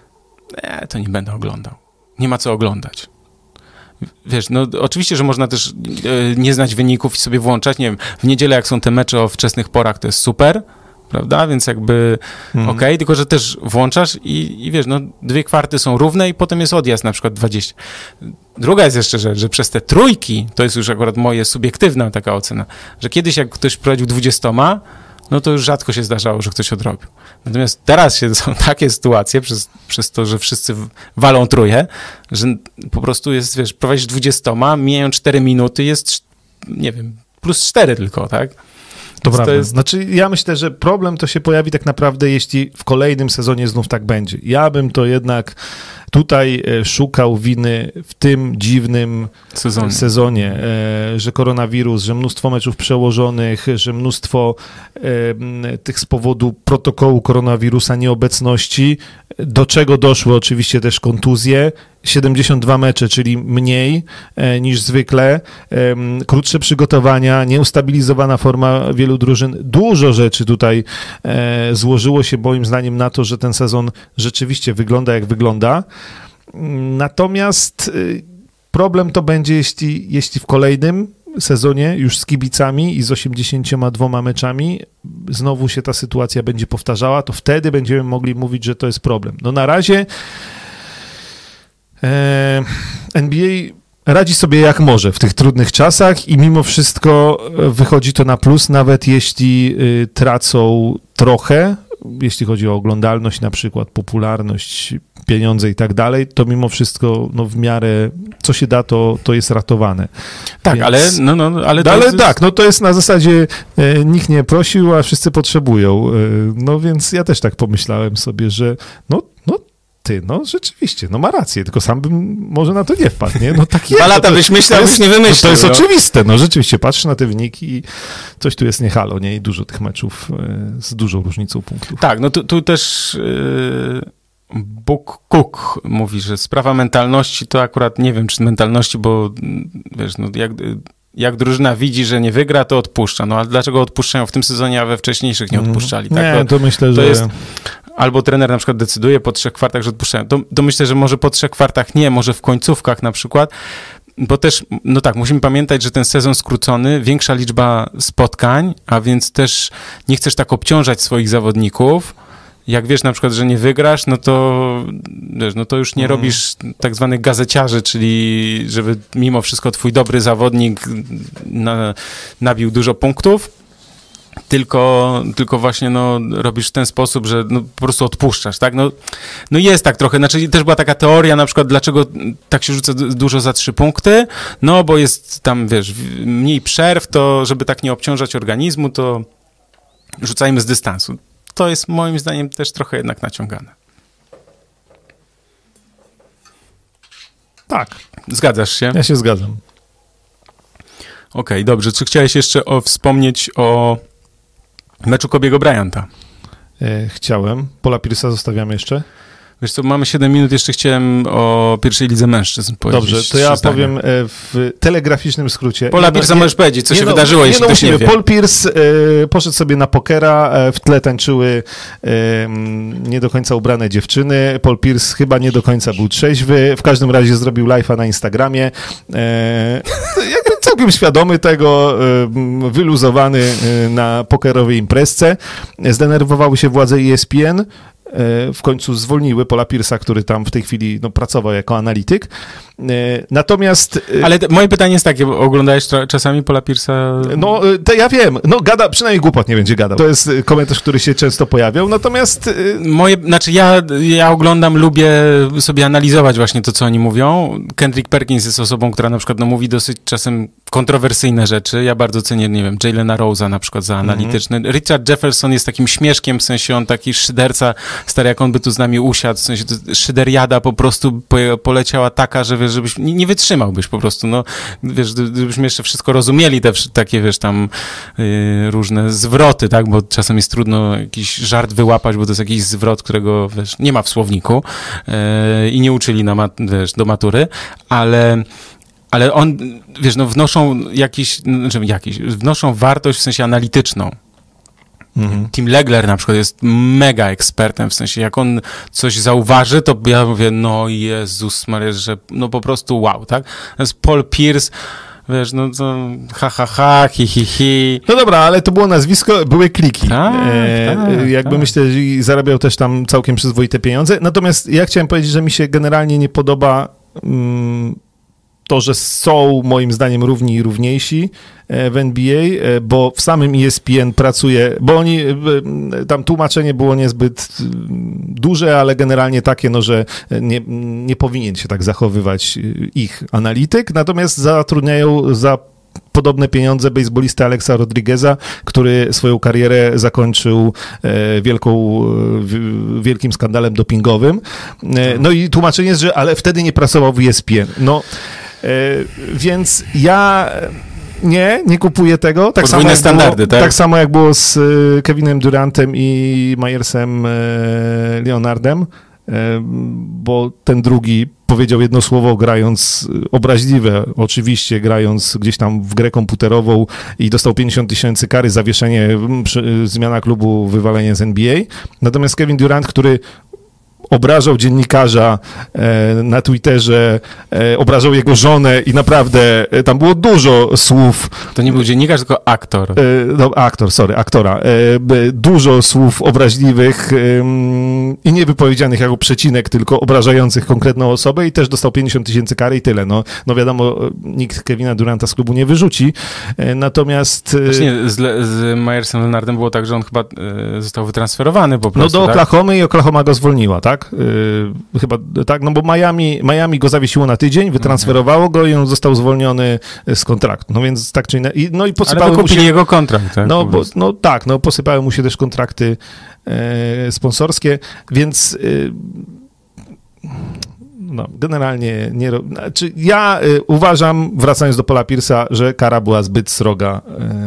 e, to nie będę oglądał. Nie ma co oglądać. Wiesz, no oczywiście, że można też e, nie znać wyników i sobie włączać, nie wiem, w niedzielę jak są te mecze o wczesnych porach, to jest super, prawda, więc jakby mhm. okej, okay, tylko że też włączasz i, i wiesz, no dwie kwarty są równe i potem jest odjazd na przykład dwadzieścia. Druga jest jeszcze rzecz, że przez te trójki, to jest już akurat moja subiektywna taka ocena, że kiedyś jak ktoś prowadził dwudziestoma, no to już rzadko się zdarzało, że ktoś odrobił. Natomiast teraz się, są takie sytuacje, przez, przez to, że wszyscy walą trójkę, że po prostu jest, wiesz, prowadzisz dwudziestoma, mijają cztery minuty, jest, nie wiem, plus cztery tylko, tak? To prawda. To jest... Znaczy, ja myślę, że problem to się pojawi tak naprawdę, jeśli w kolejnym sezonie znów tak będzie. Ja bym to jednak tutaj szukał winy w tym dziwnym sezonie, sezonie że koronawirus, że mnóstwo meczów przełożonych, że mnóstwo tych z powodu protokołu koronawirusa nieobecności, do czego doszły oczywiście też kontuzje, siedemdziesiąt dwa mecze, czyli mniej niż zwykle, krótsze przygotowania, nieustabilizowana forma wielu drużyn. Dużo rzeczy tutaj złożyło się moim zdaniem na to, że ten sezon rzeczywiście wygląda jak wygląda. Natomiast problem to będzie, jeśli, jeśli w kolejnym sezonie już z kibicami i z osiemdziesięcioma dwoma meczami znowu się ta sytuacja będzie powtarzała, to wtedy będziemy mogli mówić, że to jest problem. No na razie E, N B A radzi sobie jak może w tych trudnych czasach i mimo wszystko wychodzi to na plus, nawet jeśli y, tracą trochę, jeśli chodzi o oglądalność na przykład, popularność, pieniądze i tak dalej, to mimo wszystko no, w miarę co się da, to, to jest ratowane. Tak, Więc, ale... No, no, ale no, ale jest... tak, no to jest na zasadzie e, nikt nie prosił, a wszyscy potrzebują. E, no więc ja też tak pomyślałem sobie, że no, no ty, no rzeczywiście, no ma rację, tylko sam bym może na to nie wpadł, nie? No tak jest. Dwa lata to, byś myślał, to byś nie wymyślił. No, to jest no. oczywiste, no rzeczywiście, patrz na te wyniki i coś tu jest nie halo, nie? I dużo tych meczów e, z dużą różnicą punktów. Tak, no tu, tu też yy, Book Cook mówi, że sprawa mentalności to akurat nie wiem, czy mentalności, bo wiesz, no jak... Jak drużyna widzi, że nie wygra, to odpuszcza. No ale dlaczego odpuszczają w tym sezonie, a we wcześniejszych nie odpuszczali? Tak? Nie, to myślę, to że... jest, albo trener na przykład decyduje po trzech kwartach, że odpuszczają. To, to myślę, że może po trzech kwartach nie, może w końcówkach na przykład, bo też, no tak, musimy pamiętać, że ten sezon skrócony, większa liczba spotkań, a więc też nie chcesz tak obciążać swoich zawodników. Jak wiesz na przykład, że nie wygrasz, no to wiesz, no to już nie mm. robisz tak zwanych gazeciarzy, czyli żeby mimo wszystko twój dobry zawodnik na, nabił dużo punktów, tylko, tylko właśnie no, robisz w ten sposób, że no, po prostu odpuszczasz, tak? No, no jest tak trochę, znaczy też była taka teoria na przykład, dlaczego tak się rzuca dużo za trzy punkty, no bo jest tam, wiesz, mniej przerw, to żeby tak nie obciążać organizmu, to rzucajmy z dystansu. To jest moim zdaniem też trochę jednak naciągane. Tak. Zgadzasz się? Ja się zgadzam. Okej, okay, dobrze. Czy chciałeś jeszcze o, wspomnieć o meczu Kobiego Bryanta? E, chciałem. Paula Pierce'a zostawiamy jeszcze. Wiesz co, mamy siedem minut, jeszcze chciałem o pierwszej lidze mężczyzn powiedzieć. Dobrze, to ja powiem w telegraficznym skrócie. Paula Pierce'a możesz powiedzieć, co się no, wydarzyło, nie jeśli no, ktoś musimy. nie wie. Paul Pierce e, poszedł sobie na pokera, e, w tle tańczyły e, nie do końca ubrane dziewczyny. Paul Pierce chyba nie do końca był trzeźwy, w każdym razie zrobił live'a na Instagramie. E, jakby całkiem świadomy tego, e, wyluzowany e, na pokerowej imprezce. Zdenerwowały się władze E S P N. W końcu zwolniły Paula Pierce'a, który tam w tej chwili no, pracował jako analityk. Natomiast... Ale te, moje pytanie jest takie, bo oglądałeś czasami Paula Pierce'a? No, to ja wiem. No, gada, przynajmniej głupot nie będzie gadał. To jest komentarz, który się często pojawiał, natomiast... Moje, znaczy ja, ja oglądam, lubię sobie analizować właśnie to, co oni mówią. Kendrick Perkins jest osobą, która na przykład no, mówi dosyć czasem kontrowersyjne rzeczy. Ja bardzo cenię, nie wiem, Jalena Rose'a na przykład za analityczny. Mm-hmm. Richard Jefferson jest takim śmieszkiem, w sensie on taki szyderca, stary, jak on by tu z nami usiadł, w sensie szyderiada po prostu poleciała taka, że wiesz, żebyś, nie, nie wytrzymałbyś po prostu, no, wiesz, gdybyśmy jeszcze wszystko rozumieli, te takie, wiesz, tam yy, różne zwroty, tak, bo czasem jest trudno jakiś żart wyłapać, bo to jest jakiś zwrot, którego, wiesz, nie ma w słowniku yy, i nie uczyli na, mat, wiesz, do matury, ale ale on, wiesz, no, wnoszą jakiś, znaczy jakiś, wnoszą wartość w sensie analityczną. Mhm. Tim Legler na przykład jest mega ekspertem, w sensie jak on coś zauważy, to ja mówię, no Jezus Maria, że no po prostu wow, tak? Natomiast Paul Pierce, wiesz, no to ha, ha, ha, hi, hi, hi. No dobra, ale to było nazwisko, były kliki. Tak, e, tak, jakby tak. myślę, że zarabiał też tam całkiem przyzwoite pieniądze. Natomiast ja chciałem powiedzieć, że mi się generalnie nie podoba mm, to, że są moim zdaniem równi i równiejsi w N B A, bo w samym E S P N pracuje, bo oni, tam tłumaczenie było niezbyt duże, ale generalnie takie, no, że nie, nie powinien się tak zachowywać ich analityk, natomiast zatrudniają za podobne pieniądze bejsbolistę Alexa Rodrigueza, który swoją karierę zakończył wielką, wielkim skandalem dopingowym. No i tłumaczenie jest, że ale wtedy nie pracował w E S P N. No, więc ja nie, nie kupuję tego. Tak samo, jak standardy, było, tak? tak samo jak było z Kevinem Durantem i Myersem Leonardem, bo ten drugi powiedział jedno słowo grając obraźliwe, oczywiście grając gdzieś tam w grę komputerową i dostał pięćdziesiąt tysięcy kary, zawieszenie, zmiana klubu, wywalenie z N B A. Natomiast Kevin Durant, który obrażał dziennikarza e, na Twitterze, e, obrażał jego żonę i naprawdę e, tam było dużo słów. To nie był dziennikarz, tylko aktor. E, no, aktor, sorry, aktora. E, dużo słów obraźliwych e, i niewypowiedzianych jako przecinek, tylko obrażających konkretną osobę i też dostał pięćdziesiąt tysięcy kary i tyle. No, no wiadomo, nikt Kevina Duranta z klubu nie wyrzuci, e, natomiast... E, Właśnie z, Le- z Myersem Leonardem było tak, że on chyba e, został wytransferowany po prostu. No do tak? Oklahomy i Oklahoma go zwolniła, tak? Yy, chyba tak, no bo Miami, Miami go zawiesiło na tydzień, wytransferowało go i on został zwolniony z kontraktu. No więc tak czy inaczej. No i posypały Ale mu się... jego kontrakt, tak? No, bo, no tak, no posypały mu się też kontrakty e, sponsorskie, więc... E, No, generalnie nie... Znaczy ja y, uważam, wracając do Paula Pierce'a, że kara była zbyt sroga.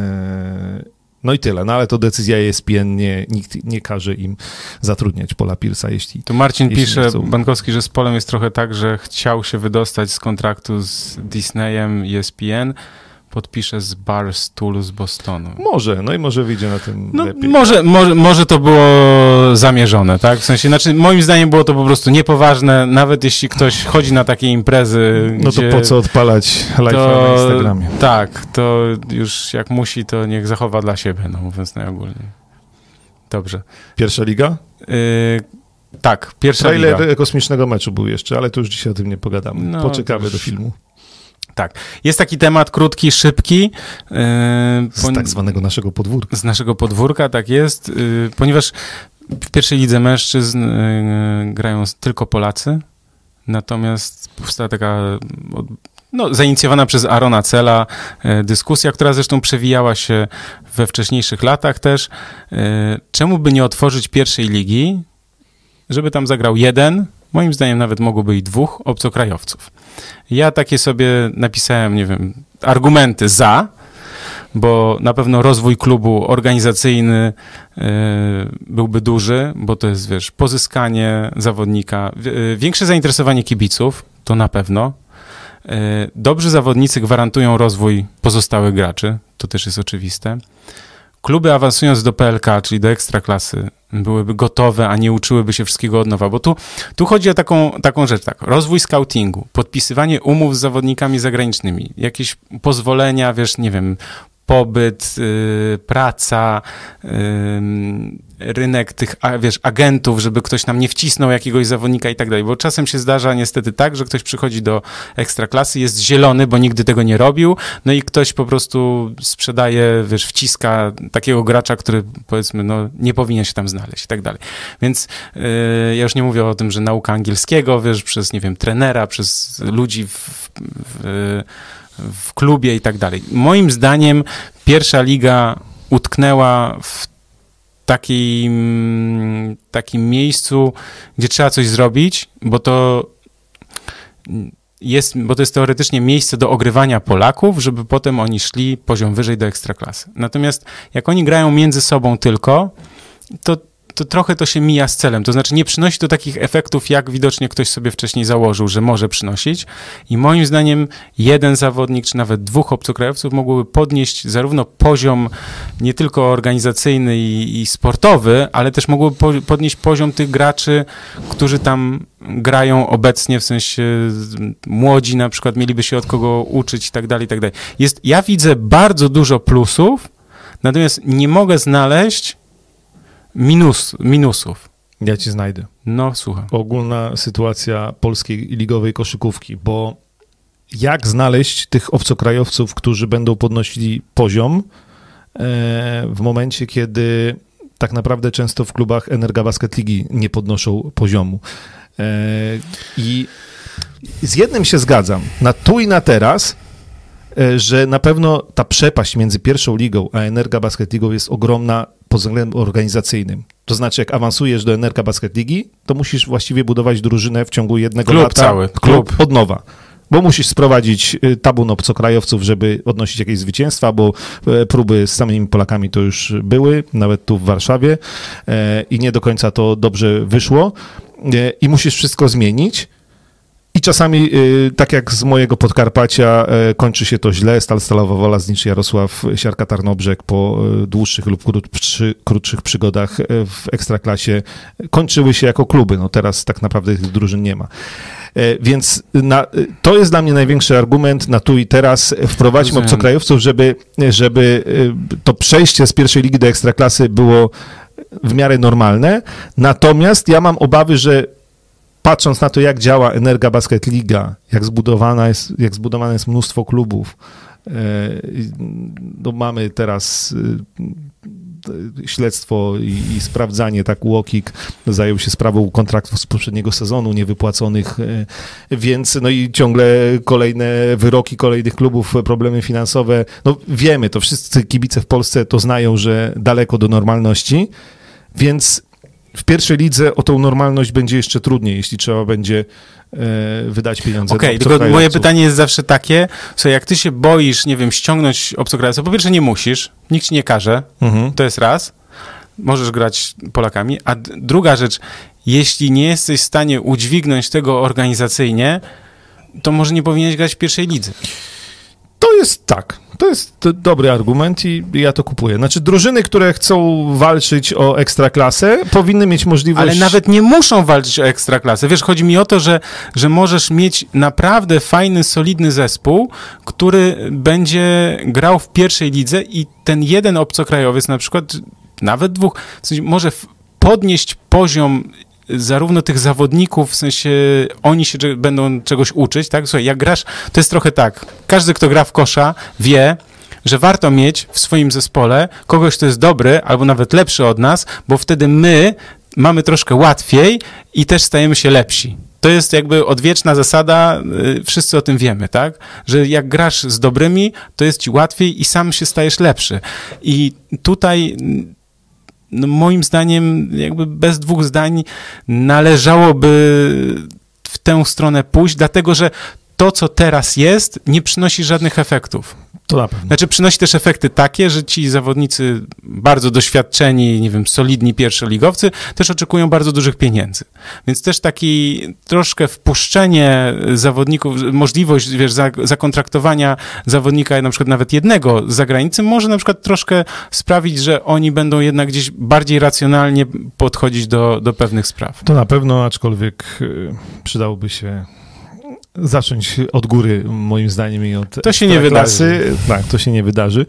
Y, no i tyle. No ale to decyzja E S P N, nie, nikt nie każe im zatrudniać Paula Pierce'a, jeśli... Tu Marcin jeśli pisze, chcą. Bankowski, że z Polem jest trochę tak, że chciał się wydostać z kontraktu z Disneyem i E S P N, podpisze z Barstool z Bostonu. Może, no i może wyjdzie na tym No, lepiej. może, może, może to było zamierzone, tak? W sensie, znaczy moim zdaniem było to po prostu niepoważne, nawet jeśli ktoś chodzi na takie imprezy, No to gdzie po co odpalać live'a na Instagramie? Tak, to już jak musi, to niech zachowa dla siebie, no mówiąc najogólniej. Dobrze. Pierwsza liga? Yy, tak, pierwsza Trailer liga. kosmicznego meczu był jeszcze, ale to już dzisiaj o tym nie pogadamy. No, Poczekamy już... do filmu. Tak. Jest taki temat krótki, szybki. Yy, Z pon... tak zwanego naszego podwórka. Z naszego podwórka, tak jest. Yy, ponieważ w pierwszej lidze mężczyzn yy, grają tylko Polacy, natomiast powstała taka no, zainicjowana przez Arona Cela yy, dyskusja, która zresztą przewijała się we wcześniejszych latach też. Yy, czemu by nie otworzyć pierwszej ligi, żeby tam zagrał jeden, moim zdaniem nawet mogłoby i dwóch obcokrajowców. Ja takie sobie napisałem, nie wiem, argumenty za, bo na pewno rozwój klubu organizacyjny y, byłby duży, bo to jest, wiesz, pozyskanie zawodnika, y, większe zainteresowanie kibiców, to na pewno. Y, dobrzy zawodnicy gwarantują rozwój pozostałych graczy, to też jest oczywiste. Kluby awansując do P L K, czyli do ekstraklasy, byłyby gotowe, a nie uczyłyby się wszystkiego od nowa, bo tu, tu chodzi o taką, taką rzecz, tak, rozwój scoutingu, podpisywanie umów z zawodnikami zagranicznymi, jakieś pozwolenia, wiesz, nie wiem, pobyt, yy, praca, yy, rynek tych, a, wiesz, agentów, żeby ktoś nam nie wcisnął jakiegoś zawodnika i tak dalej, bo czasem się zdarza niestety tak, że ktoś przychodzi do ekstraklasy, jest zielony, bo nigdy tego nie robił, no i ktoś po prostu sprzedaje, wiesz, wciska takiego gracza, który powiedzmy, no nie powinien się tam znaleźć i tak dalej. Więc yy, ja już nie mówię o tym, że nauka angielskiego, wiesz, przez, nie wiem, trenera, przez ludzi w, w, w w klubie i tak dalej. Moim zdaniem pierwsza liga utknęła w takim, takim miejscu, gdzie trzeba coś zrobić, bo to jest, bo to jest teoretycznie miejsce do ogrywania Polaków, żeby potem oni szli poziom wyżej do ekstraklasy. Natomiast jak oni grają między sobą tylko, to to trochę to się mija z celem. To znaczy nie przynosi to takich efektów, jak widocznie ktoś sobie wcześniej założył, że może przynosić. I moim zdaniem jeden zawodnik, czy nawet dwóch obcokrajowców mogłoby podnieść zarówno poziom nie tylko organizacyjny i, i sportowy, ale też mogłoby po, podnieść poziom tych graczy, którzy tam grają obecnie, w sensie młodzi na przykład mieliby się od kogo uczyć i tak dalej, i tak dalej. Jest, ja widzę bardzo dużo plusów, natomiast nie mogę znaleźć Minus, minusów. Ja ci znajdę. No, słucham. Ogólna sytuacja polskiej ligowej koszykówki, bo jak znaleźć tych obcokrajowców, którzy będą podnosili poziom e, w momencie, kiedy tak naprawdę często w klubach Energa Basket Ligi nie podnoszą poziomu. E, I z jednym się zgadzam, na tu i na teraz, e, że na pewno ta przepaść między pierwszą ligą a Energa Basket Ligą jest ogromna pod względem organizacyjnym. To znaczy, jak awansujesz do Energa Basket Ligi, to musisz właściwie budować drużynę w ciągu jednego klub lata. Cały, klub. Klub od nowa. Bo musisz sprowadzić tabun obcokrajowców, żeby odnosić jakieś zwycięstwa, bo próby z samymi Polakami to już były, nawet tu w Warszawie i nie do końca to dobrze wyszło i musisz wszystko zmienić. I czasami, tak jak z mojego Podkarpacia, kończy się to źle. Stal Stalowa Wola, Znicz Jarosław, Siarka Tarnobrzeg po dłuższych lub krótszy, krótszych przygodach w Ekstraklasie kończyły się jako kluby. No teraz tak naprawdę tych drużyn nie ma. Więc na, to jest dla mnie największy argument na tu i teraz. Wprowadźmy obcokrajowców, żeby, żeby to przejście z pierwszej ligi do Ekstraklasy było w miarę normalne. Natomiast ja mam obawy, że patrząc na to, jak działa Energa Basket Liga, jak zbudowana jest, jak zbudowane jest mnóstwo klubów, no mamy teraz śledztwo i, i sprawdzanie, tak UOKiK zajął się sprawą kontraktów z poprzedniego sezonu niewypłaconych, więc no i ciągle kolejne wyroki kolejnych klubów, problemy finansowe, no wiemy, to wszyscy kibice w Polsce to znają, że daleko do normalności, więc w pierwszej lidze o tą normalność będzie jeszcze trudniej, jeśli trzeba będzie e, wydać pieniądze. Okej, okay, tylko moje pytanie jest zawsze takie, słuchaj, jak ty się boisz, nie wiem, ściągnąć obcokrajowca, po pierwsze nie musisz, nikt ci nie każe, mhm. to jest raz, możesz grać Polakami, a d- druga rzecz, jeśli nie jesteś w stanie udźwignąć tego organizacyjnie, to może nie powinieneś grać w pierwszej lidze. To jest tak. To jest dobry argument i ja to kupuję. Znaczy drużyny, które chcą walczyć o Ekstraklasę, powinny mieć możliwość... Ale nawet nie muszą walczyć o Ekstraklasę. Wiesz, chodzi mi o to, że, że możesz mieć naprawdę fajny, solidny zespół, który będzie grał w pierwszej lidze i ten jeden obcokrajowiec, na przykład nawet dwóch, w sensie może podnieść poziom zarówno tych zawodników, w sensie oni się będą czegoś uczyć, tak? Słuchaj, jak grasz, to jest trochę tak, każdy, kto gra w kosza, wie, że warto mieć w swoim zespole kogoś, kto jest dobry, albo nawet lepszy od nas, bo wtedy my mamy troszkę łatwiej i też stajemy się lepsi. To jest jakby odwieczna zasada, wszyscy o tym wiemy, tak? Że jak grasz z dobrymi, to jest ci łatwiej i sam się stajesz lepszy. I tutaj... No moim zdaniem, jakby bez dwóch zdań należałoby w tę stronę pójść, dlatego że to, co teraz jest, nie przynosi żadnych efektów. To na pewno. Znaczy przynosi też efekty takie, że ci zawodnicy bardzo doświadczeni, nie wiem, solidni pierwszoligowcy też oczekują bardzo dużych pieniędzy. Więc też taki troszkę wpuszczenie zawodników, możliwość, wiesz, zakontraktowania zawodnika, na przykład nawet jednego z zagranicy, może na przykład troszkę sprawić, że oni będą jednak gdzieś bardziej racjonalnie podchodzić do, do pewnych spraw. To na pewno, aczkolwiek przydałoby się zacząć od góry, moim zdaniem, i od to się nie wydarzy. Tak, to się nie wydarzy.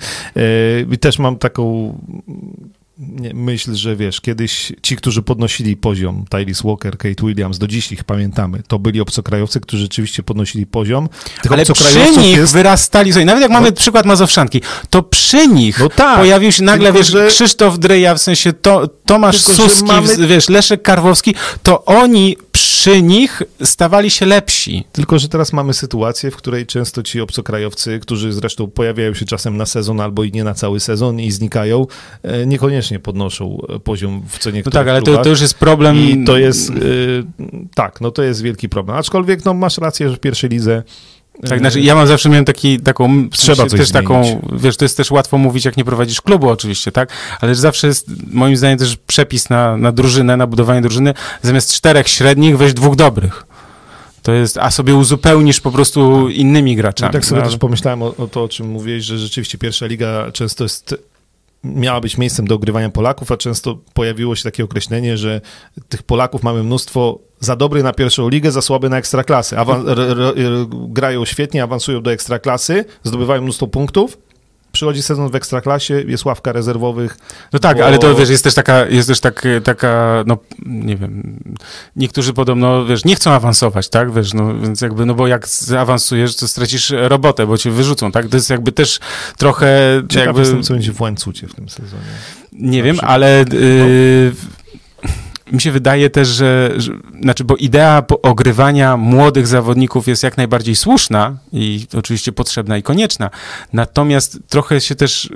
I też mam taką myśl, że wiesz, kiedyś ci, którzy podnosili poziom, Tyrese Walker, Kate Williams, do dziś ich pamiętamy, to byli obcokrajowcy, którzy rzeczywiście podnosili poziom. Tych ale przy nich jest... wyrastali, sobie, nawet jak mamy no. przykład Mazowszanki, to przy nich no tak, pojawił się nagle, tylko, wiesz, że... Krzysztof Dryja, w sensie to, Tomasz tylko, Suski, mamy... wiesz, Leszek Karwowski, to oni przy nich stawali się lepsi. Tylko, że teraz mamy sytuację, w której często ci obcokrajowcy, którzy zresztą pojawiają się czasem na sezon albo i nie na cały sezon i znikają, niekoniecznie podnoszą poziom w cenie. No tak, ale to, to już jest problem. I to jest, yy, tak, no to jest wielki problem. Aczkolwiek, no masz rację, że w pierwszej lidze tak, znaczy ja mam zawsze miałem taki, taką, trzeba coś też zmienić. Taką, wiesz, to jest też łatwo mówić, jak nie prowadzisz klubu oczywiście, tak, ale zawsze jest, moim zdaniem, też przepis na, na drużynę, na budowanie drużyny, zamiast czterech średnich weź dwóch dobrych. To jest, a sobie uzupełnisz po prostu innymi graczami. I tak sobie no, też pomyślałem o, o to, o czym mówiłeś, że rzeczywiście pierwsza liga często jest miała być miejscem do ogrywania Polaków, a często pojawiło się takie określenie, że tych Polaków mamy mnóstwo za dobry na pierwszą ligę, za słaby na ekstraklasy. Awan- r- r- r- grają świetnie, awansują do ekstraklasy, zdobywają mnóstwo punktów. Przychodzi sezon w Ekstraklasie, jest ławka rezerwowych. No tak, bo... ale to wiesz, jest też taka, jest też tak, taka, no nie wiem, niektórzy podobno, wiesz, nie chcą awansować, tak, wiesz, no więc jakby, no bo jak zaawansujesz, to stracisz robotę, bo cię wyrzucą, tak, to jest jakby też trochę Ciekaw jakby... jestem, co będzie w łańcucie w tym sezonie. Nie wiem, ale... Yy... Mi się wydaje też, że, że, znaczy, bo idea ogrywania młodych zawodników jest jak najbardziej słuszna i oczywiście potrzebna i konieczna, natomiast trochę się też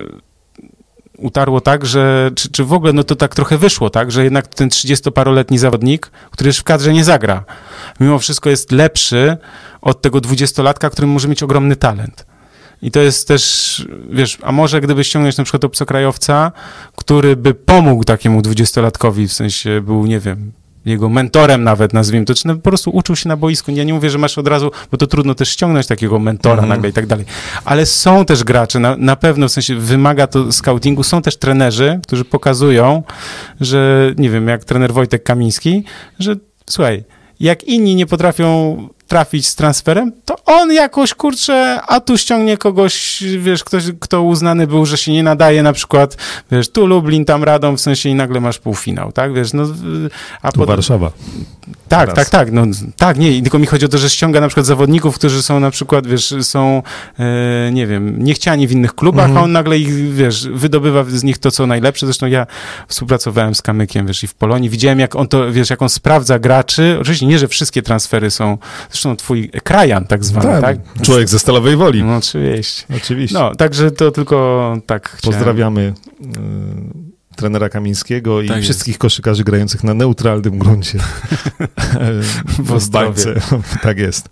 utarło tak, że, czy, czy w ogóle, no to tak trochę wyszło, tak, że jednak ten trzydziestoparoletni zawodnik, który już w kadrze nie zagra, mimo wszystko jest lepszy od tego dwudziestolatka, który może mieć ogromny talent. I to jest też, wiesz, a może gdyby ściągnąć na przykład obcokrajowca, który by pomógł takiemu dwudziestolatkowi, w sensie był, nie wiem, jego mentorem nawet, nazwijmy to, czy po prostu uczył się na boisku. Ja nie mówię, że masz od razu, bo to trudno też ściągnąć takiego mentora mm. nagle i tak dalej. Ale są też gracze, na, na pewno, w sensie wymaga to scoutingu, są też trenerzy, którzy pokazują, że nie wiem, jak trener Wojtek Kamiński, że słuchaj, jak inni nie potrafią trafić z transferem, to on jakoś, kurczę, a tu ściągnie kogoś, wiesz, ktoś, kto uznany był, że się nie nadaje, na przykład, wiesz, tu Lublin, tam Radom, w sensie i nagle masz półfinał, tak, wiesz, no... A tu pod... Warszawa. Tak, Teraz. tak, tak, no tak, nie, tylko mi chodzi o to, że ściąga na przykład zawodników, którzy są na przykład, wiesz, są, e, nie wiem, niechciani w innych klubach, mm-hmm. a on nagle ich, wiesz, wydobywa z nich to, co najlepsze. Zresztą ja współpracowałem z Kamykiem, wiesz, i w Polonii, widziałem, jak on to, wiesz, jak on sprawdza graczy, oczywiście nie, że wszystkie transfery są, zresztą twój krajan tak zwany, tak? tak? Człowiek ze Stalowej Woli. No oczywiście. Oczywiście. No, także to tylko tak chciałem. Pozdrawiamy y, trenera Kamińskiego i tak wszystkich jest. koszykarzy grających na neutralnym gruncie w bańce. Tak jest.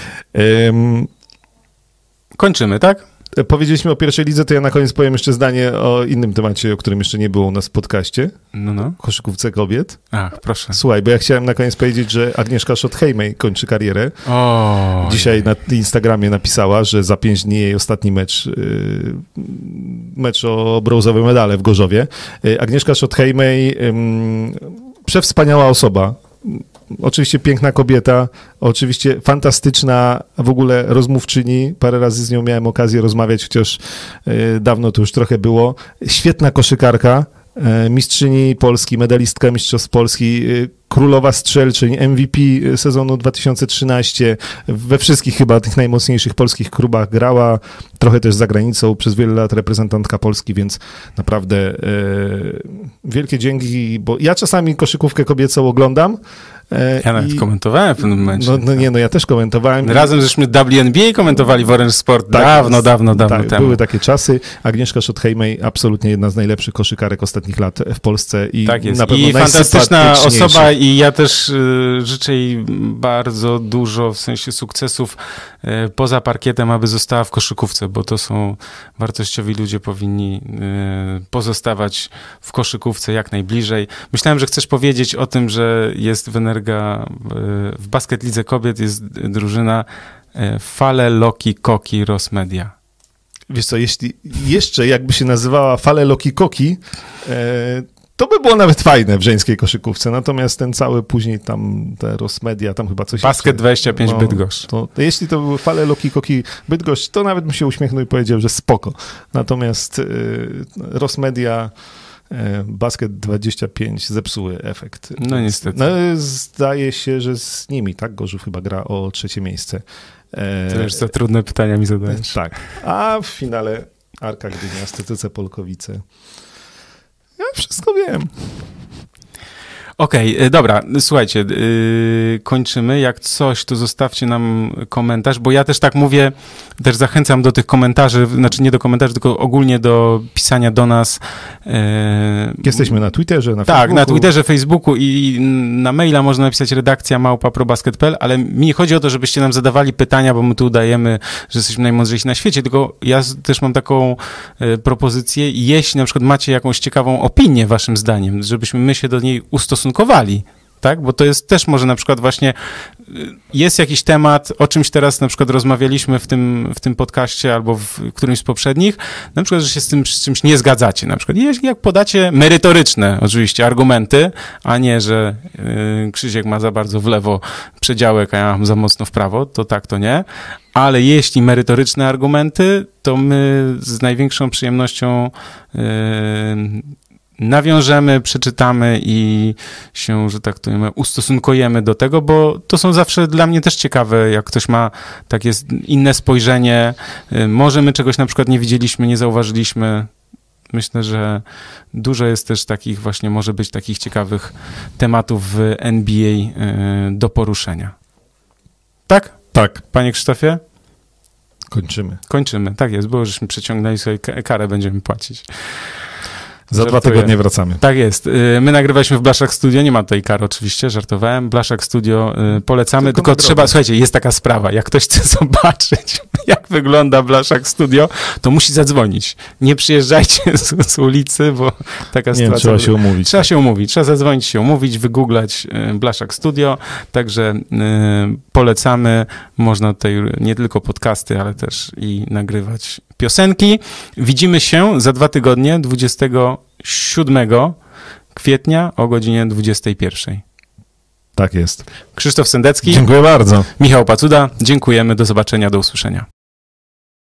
Um, Kończymy, tak? Powiedzieliśmy o pierwszej lidze, to ja na koniec powiem jeszcze zdanie o innym temacie, o którym jeszcze nie było u nas w podcaście. No, no. Koszykówce kobiet. Ach, proszę. Słuchaj, bo ja chciałem na koniec powiedzieć, że Agnieszka Schott-Heimej kończy karierę. O, Dzisiaj na Instagramie napisała, że za pięć dni jej ostatni mecz, yy, mecz o brązowe medale w Gorzowie. Yy, Agnieszka Schott-Heimej, yy, przewspaniała osoba. Oczywiście piękna kobieta, oczywiście fantastyczna w ogóle rozmówczyni. Parę razy z nią miałem okazję rozmawiać, chociaż y, dawno to już trochę było. Świetna koszykarka, y, mistrzyni Polski, medalistka Mistrzostw Polski, y, królowa strzelczyń, M V P sezonu dwa tysiące trzynastego. We wszystkich chyba tych najmocniejszych polskich klubach grała. Trochę też za granicą, przez wiele lat reprezentantka Polski, więc naprawdę e, wielkie dzięki, bo ja czasami koszykówkę kobiecą oglądam. E, ja nawet i, komentowałem w pewnym momencie. No, no nie, no ja też komentowałem. Razem żeśmy W N B A komentowali w Orange Sport tak, dawno, dawno, dawno tak, temu. Były takie czasy. Agnieszka Schott-Heimej, absolutnie jedna z najlepszych koszykarek ostatnich lat w Polsce. I tak jest. Na pewno I fantastyczna osoba i ja też y, życzę jej bardzo dużo, w sensie sukcesów y, poza parkietem, aby została w koszykówce, bo to są wartościowi ludzie, powinni y, pozostawać w koszykówce jak najbliżej. Myślałem, że chcesz powiedzieć o tym, że jest w Energa, y, w Basket Lidze Kobiet jest drużyna y, Fale Loki Koki Rosmedia. Wiesz co, jeśli jeszcze jakby się nazywała Fale Loki Koki, e, to by było nawet fajne w żeńskiej koszykówce, natomiast ten cały później tam, te Rosmedia, tam chyba coś... Basket jeszcze, dwadzieścia pięć no, Bydgoszcz. To, to jeśli to były Fale Loki Koki Bydgoszcz, to nawet bym się uśmiechnął i powiedział, że spoko. Natomiast y, Rosmedia, y, Basket dwadzieścia pięć zepsuły efekt. No niestety. No, zdaje się, że z nimi, tak? Gorzów chyba gra o trzecie miejsce. To już za trudne pytania mi zadajesz. Tak. A w finale Arka Gdynia, S T C Polkowice. Ja wszystko wiem. Okej, okay, dobra, słuchajcie, yy, kończymy. Jak coś, to zostawcie nam komentarz, bo ja też tak mówię, też zachęcam do tych komentarzy, znaczy nie do komentarzy, tylko ogólnie do pisania do nas. Yy, Jesteśmy na Twitterze, na tak, Facebooku. Tak, na Twitterze, Facebooku i na maila można napisać redakcja małpa probasket kropka p l, ale mi nie chodzi o to, żebyście nam zadawali pytania, bo my tu udajemy, że jesteśmy najmądrzejsi na świecie, tylko ja też mam taką yy, propozycję, jeśli na przykład macie jakąś ciekawą opinię waszym zdaniem, żebyśmy my się do niej ustosunkowali, tak? Bo to jest też może na przykład właśnie jest jakiś temat, o czymś teraz na przykład rozmawialiśmy w tym, w tym podcaście albo w którymś z poprzednich, na przykład, że się z tym z czymś nie zgadzacie na przykład. I jak podacie merytoryczne oczywiście argumenty, a nie, że yy, Krzysiek ma za bardzo w lewo przedziałek, a ja mam za mocno w prawo, to tak, to nie. Ale jeśli merytoryczne argumenty, to my z największą przyjemnością yy, nawiążemy, przeczytamy i się, że tak to mówimy, ustosunkujemy do tego, bo to są zawsze dla mnie też ciekawe, jak ktoś ma takie inne spojrzenie. Może my czegoś na przykład nie widzieliśmy, nie zauważyliśmy. Myślę, że dużo jest też takich właśnie, może być takich ciekawych tematów w N B A do poruszenia. Tak? Tak. Panie Krzysztofie? Kończymy. Kończymy, tak jest, bo żeśmy przeciągnęli sobie karę, będziemy płacić. Za dwa Żartuję. tygodnie wracamy. Tak jest. Y, My nagrywaliśmy w Blaszak Studio, nie ma tutaj kar oczywiście, żartowałem. Blaszak Studio y, polecamy, Tylko tylko, na trzeba, drogę. słuchajcie, jest taka sprawa, jak ktoś chce zobaczyć, jak wygląda Blaszak Studio, to musi zadzwonić. Nie przyjeżdżajcie z, z ulicy, bo taka Nie, sytuacja... trzeba się umówić. Trzeba się umówić, trzeba zadzwonić, się umówić, wygooglać y, Blaszak Studio, także y, polecamy, można tutaj nie tylko podcasty, ale też i nagrywać piosenki. Widzimy się za dwa tygodnie, dwudziestego siódmego kwietnia o godzinie dwudziestej pierwszej. Tak jest. Krzysztof Sendecki, Dziękuję bardzo. Michał Pacuda, dziękujemy, do zobaczenia, do usłyszenia.